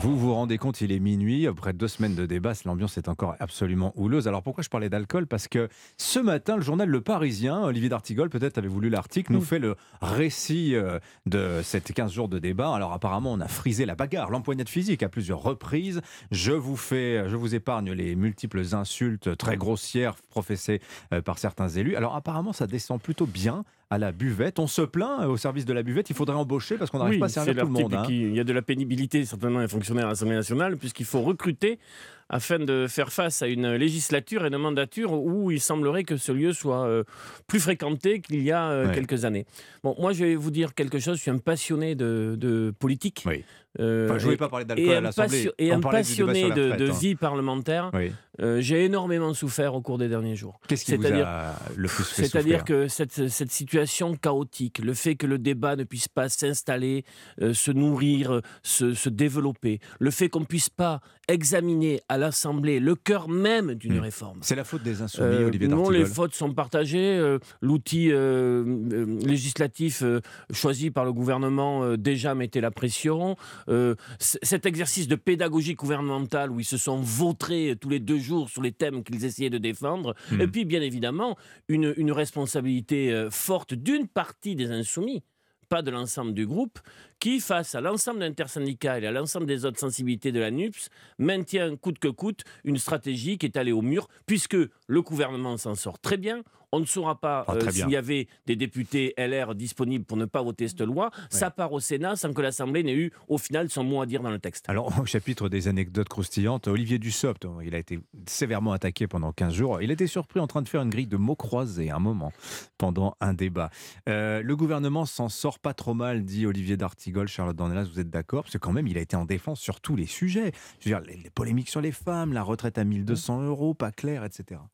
rendez compte, il est minuit. Après deux semaines de débat, l'ambiance est encore absolument houleuse. Alors pourquoi je parlais d'alcool ? Parce que ce matin, le journal Le Parisien, Olivier d'Artigol, peut-être avez-vous lu l'article, nous fait le récit de ces quinze jours de débat. Alors apparemment, on a frisé la bagarre, l'empoignade physique à plusieurs reprises. Je vous fais, je vous épargne les multiples insultes très grossières professées par certains élus. Alors apparemment, ça descend plutôt bien à la buvette. On se plaint au service de la buvette, il faudrait embaucher parce qu'on n'arrive
oui,
pas à servir tout le monde. Hein.
Qui, il y a de la pénibilité certainement des fonctionnaires à l'Assemblée nationale puisqu'il faut recruter afin de faire face à une législature et une mandature où il semblerait que ce lieu soit euh, plus fréquenté qu'il y a euh, ouais. quelques années. Bon, moi je vais vous dire quelque chose, je suis un passionné de, de politique.
Oui. Euh, enfin, je ne voulais pas parler d'alcool à l'Assemblée.
Et un passionné de,
retraite,
de
hein.
vie parlementaire,
oui.
euh, j'ai énormément souffert au cours des derniers jours.
Qu'est-ce qui vous a le plus fait
C'est-à-dire
souffrir ?
que cette, cette situation chaotique, le fait que le débat ne puisse pas s'installer, euh, se nourrir, se, se développer, le fait qu'on ne puisse pas examiner à l'Assemblée le cœur même d'une mmh. réforme.
C'est la faute des insoumis, euh, Olivier
Non,
d'Artigol.
les fautes sont partagées. Euh, l'outil euh, euh, législatif euh, choisi par le gouvernement euh, déjà mettait la pression. Euh, c- cet exercice de pédagogie gouvernementale où ils se sont vautrés tous les deux jours sur les thèmes qu'ils essayaient de défendre. Mmh. Et puis, bien évidemment, une, une responsabilité euh, forte d'une partie des insoumis, pas de l'ensemble du groupe, qui, face à l'ensemble de l'intersyndicale et à l'ensemble des autres sensibilités de la N U P S, maintient coûte que coûte une stratégie qui est allée au mur, puisque le gouvernement s'en sort très bien. On ne saura pas
oh,
euh, s'il y avait des députés L R disponibles pour ne pas voter cette loi. Ouais. Ça part au Sénat sans que l'Assemblée n'ait eu, au final, son mot à dire dans le texte.
Alors, au chapitre des anecdotes croustillantes, Olivier Dussopt, il a été sévèrement attaqué pendant quinze jours. Il a été surpris en train de faire une grille de mots croisés à un moment, pendant un débat. Euh, le gouvernement s'en sort pas trop mal, dit Olivier d'Artigol. Charlotte Dornelas, vous êtes d'accord ? Parce que quand même, il a été en défense sur tous les sujets. Je veux dire, les, les polémiques sur les femmes, la retraite à mille deux cents euros, pas clair, et cetera.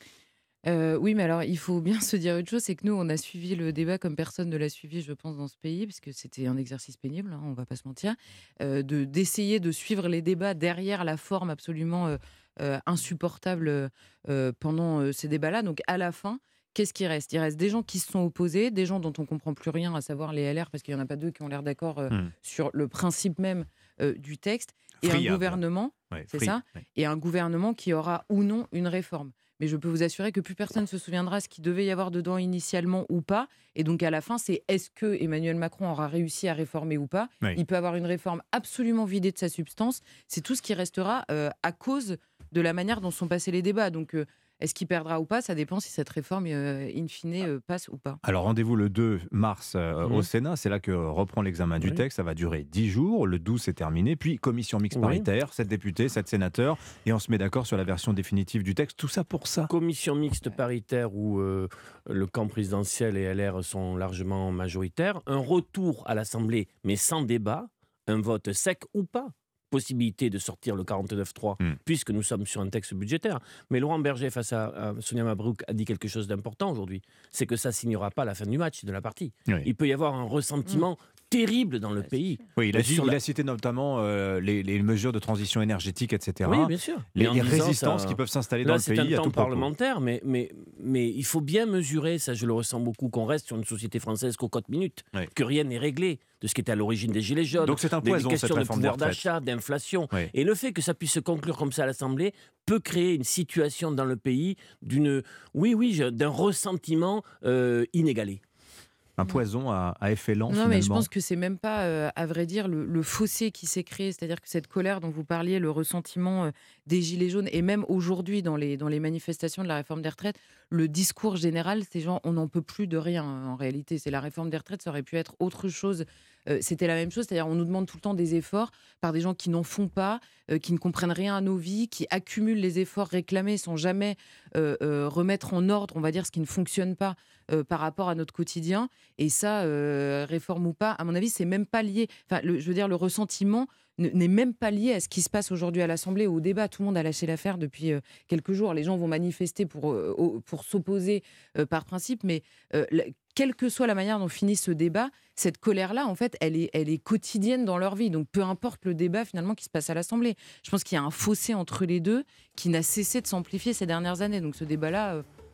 Euh, oui, mais alors il faut bien se dire une chose, c'est que nous, on a suivi le débat comme personne ne l'a suivi, je pense, dans ce pays, parce que c'était un exercice pénible, hein, on ne va pas se mentir, euh, de, d'essayer de suivre les débats derrière la forme absolument euh, euh, insupportable euh, pendant euh, ces débats-là. Donc à la fin, qu'est-ce qui reste ? Il reste des gens qui se sont opposés, des gens dont on ne comprend plus rien, à savoir les L R, parce qu'il n'y en a pas deux qui ont l'air d'accord euh, mmh. sur le principe même euh, du texte, et friable. un gouvernement, ouais, c'est free, ça, ouais. et un gouvernement qui aura ou non une réforme. Mais je peux vous assurer que plus personne ne se souviendra ce qu'il devait y avoir dedans initialement ou pas. Et donc à la fin, c'est est-ce que Emmanuel Macron aura réussi à réformer ou pas ? Oui. Il peut avoir une réforme absolument vidée de sa substance. C'est tout ce qui restera euh, à cause de la manière dont sont passés les débats. Donc euh, est-ce qu'il perdra ou pas ? Ça dépend si cette réforme, euh, in fine, euh, passe ou pas.
Alors rendez-vous le deux mars euh, mmh. au Sénat. C'est là que reprend l'examen du oui. texte. Ça va durer dix jours. Le douze, c'est terminé. Puis commission mixte oui. paritaire, sept députés, sept sénateurs. Et on se met d'accord sur la version définitive du texte. Tout ça pour ça.
Commission mixte paritaire où euh, le camp présidentiel et L R sont largement majoritaires. Un retour à l'Assemblée, mais sans débat. Un vote sec ou pas. Possibilité de sortir le quarante-neuf trois, mmh. puisque nous sommes sur un texte budgétaire. Mais Laurent Berger, face à, à Sonia Mabrouk, a dit quelque chose d'important aujourd'hui. C'est que ça ne signera pas la fin du match, de la partie. Oui. Il peut y avoir un ressentiment mmh. terrible dans le ouais, pays.
Oui, il a, dit, il la... a cité notamment euh, les, les mesures de transition énergétique, et cetera.
Oui, bien sûr.
Les, les résistances ça, qui peuvent s'installer là, dans le pays
c'est un
à tout
temps parlementaire, mais, mais, mais il faut bien mesurer, ça je le ressens beaucoup, qu'on reste sur une société française cocotte minute, oui. que rien n'est réglé de ce qui était à l'origine des Gilets jaunes,
donc c'est un poison,
des questions
cette
de pouvoir d'achat, d'inflation. Oui. Et le fait que ça puisse se conclure comme ça à l'Assemblée peut créer une situation dans le pays d'une, oui, oui, d'un ressentiment euh, inégalé.
Un poison à, à effet lent,
non,
finalement.
Mais je pense que c'est même pas, euh, à vrai dire, le, le fossé qui s'est créé. C'est-à-dire que cette colère dont vous parliez, le ressentiment euh, des Gilets jaunes, et même aujourd'hui dans les, dans les manifestations de la réforme des retraites, le discours général, ces gens, on n'en peut plus de rien, en réalité. C'est la réforme des retraites, ça aurait pu être autre chose. Euh, c'était la même chose, c'est-à-dire on nous demande tout le temps des efforts par des gens qui n'en font pas, euh, qui ne comprennent rien à nos vies, qui accumulent les efforts réclamés sans jamais euh, euh, remettre en ordre, on va dire, ce qui ne fonctionne pas euh, par rapport à notre quotidien. Et ça, euh, réforme ou pas, à mon avis, c'est même pas lié. Enfin, le, je veux dire, le ressentiment n'est même pas lié à ce qui se passe aujourd'hui à l'Assemblée ou au débat. Tout le monde a lâché l'affaire depuis euh, quelques jours. Les gens vont manifester pour, euh, pour s'opposer euh, par principe, mais euh, la, quelle que soit la manière dont finit ce débat, cette colère-là, en fait, elle est, elle est quotidienne dans leur vie. Donc, peu importe le débat, finalement, qui se passe à l'Assemblée. Je pense qu'il y a un fossé entre les deux qui n'a cessé de s'amplifier ces dernières années. Donc, ce débat-là, euh,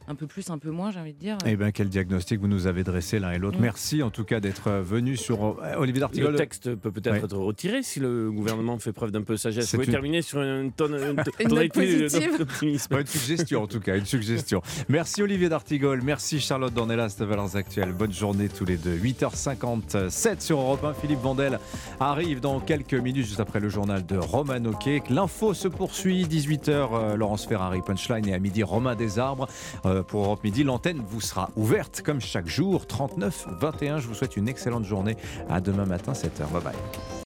un peu plus, un peu moins, j'ai envie de dire.
Eh bien, quel diagnostic vous nous avez dressé l'un et l'autre.
Mm.
Merci en tout cas d'être venu sur Olivier d'Artigol.
Le texte peut peut-être
Ouais.
être retiré si le gouvernement fait preuve d'un peu de sagesse.
C'est
Vous pouvez
une-
terminer sur une tonne, une
Une
tonalité
note positive.
d'optimisme.
Une suggestion en tout cas, une suggestion. Merci Olivier d'Artigol, merci Charlotte Dornelas de Valence Actuelle. Bonne journée tous les deux. huit heures cinquante-sept sur Europe un. Philippe Vandel arrive dans quelques minutes juste après le journal de Roman Oquet. L'info se poursuit. dix-huit heures, euh, Laurence Ferrari, Punchline, et à midi, Romain Desarbres. Euh, pour Europe Midi, l'antenne vous sera ouverte comme chaque jour. trente-neuf vingt et un. Je vous souhaite une excellente journée. À demain matin, sept heures. Bye bye.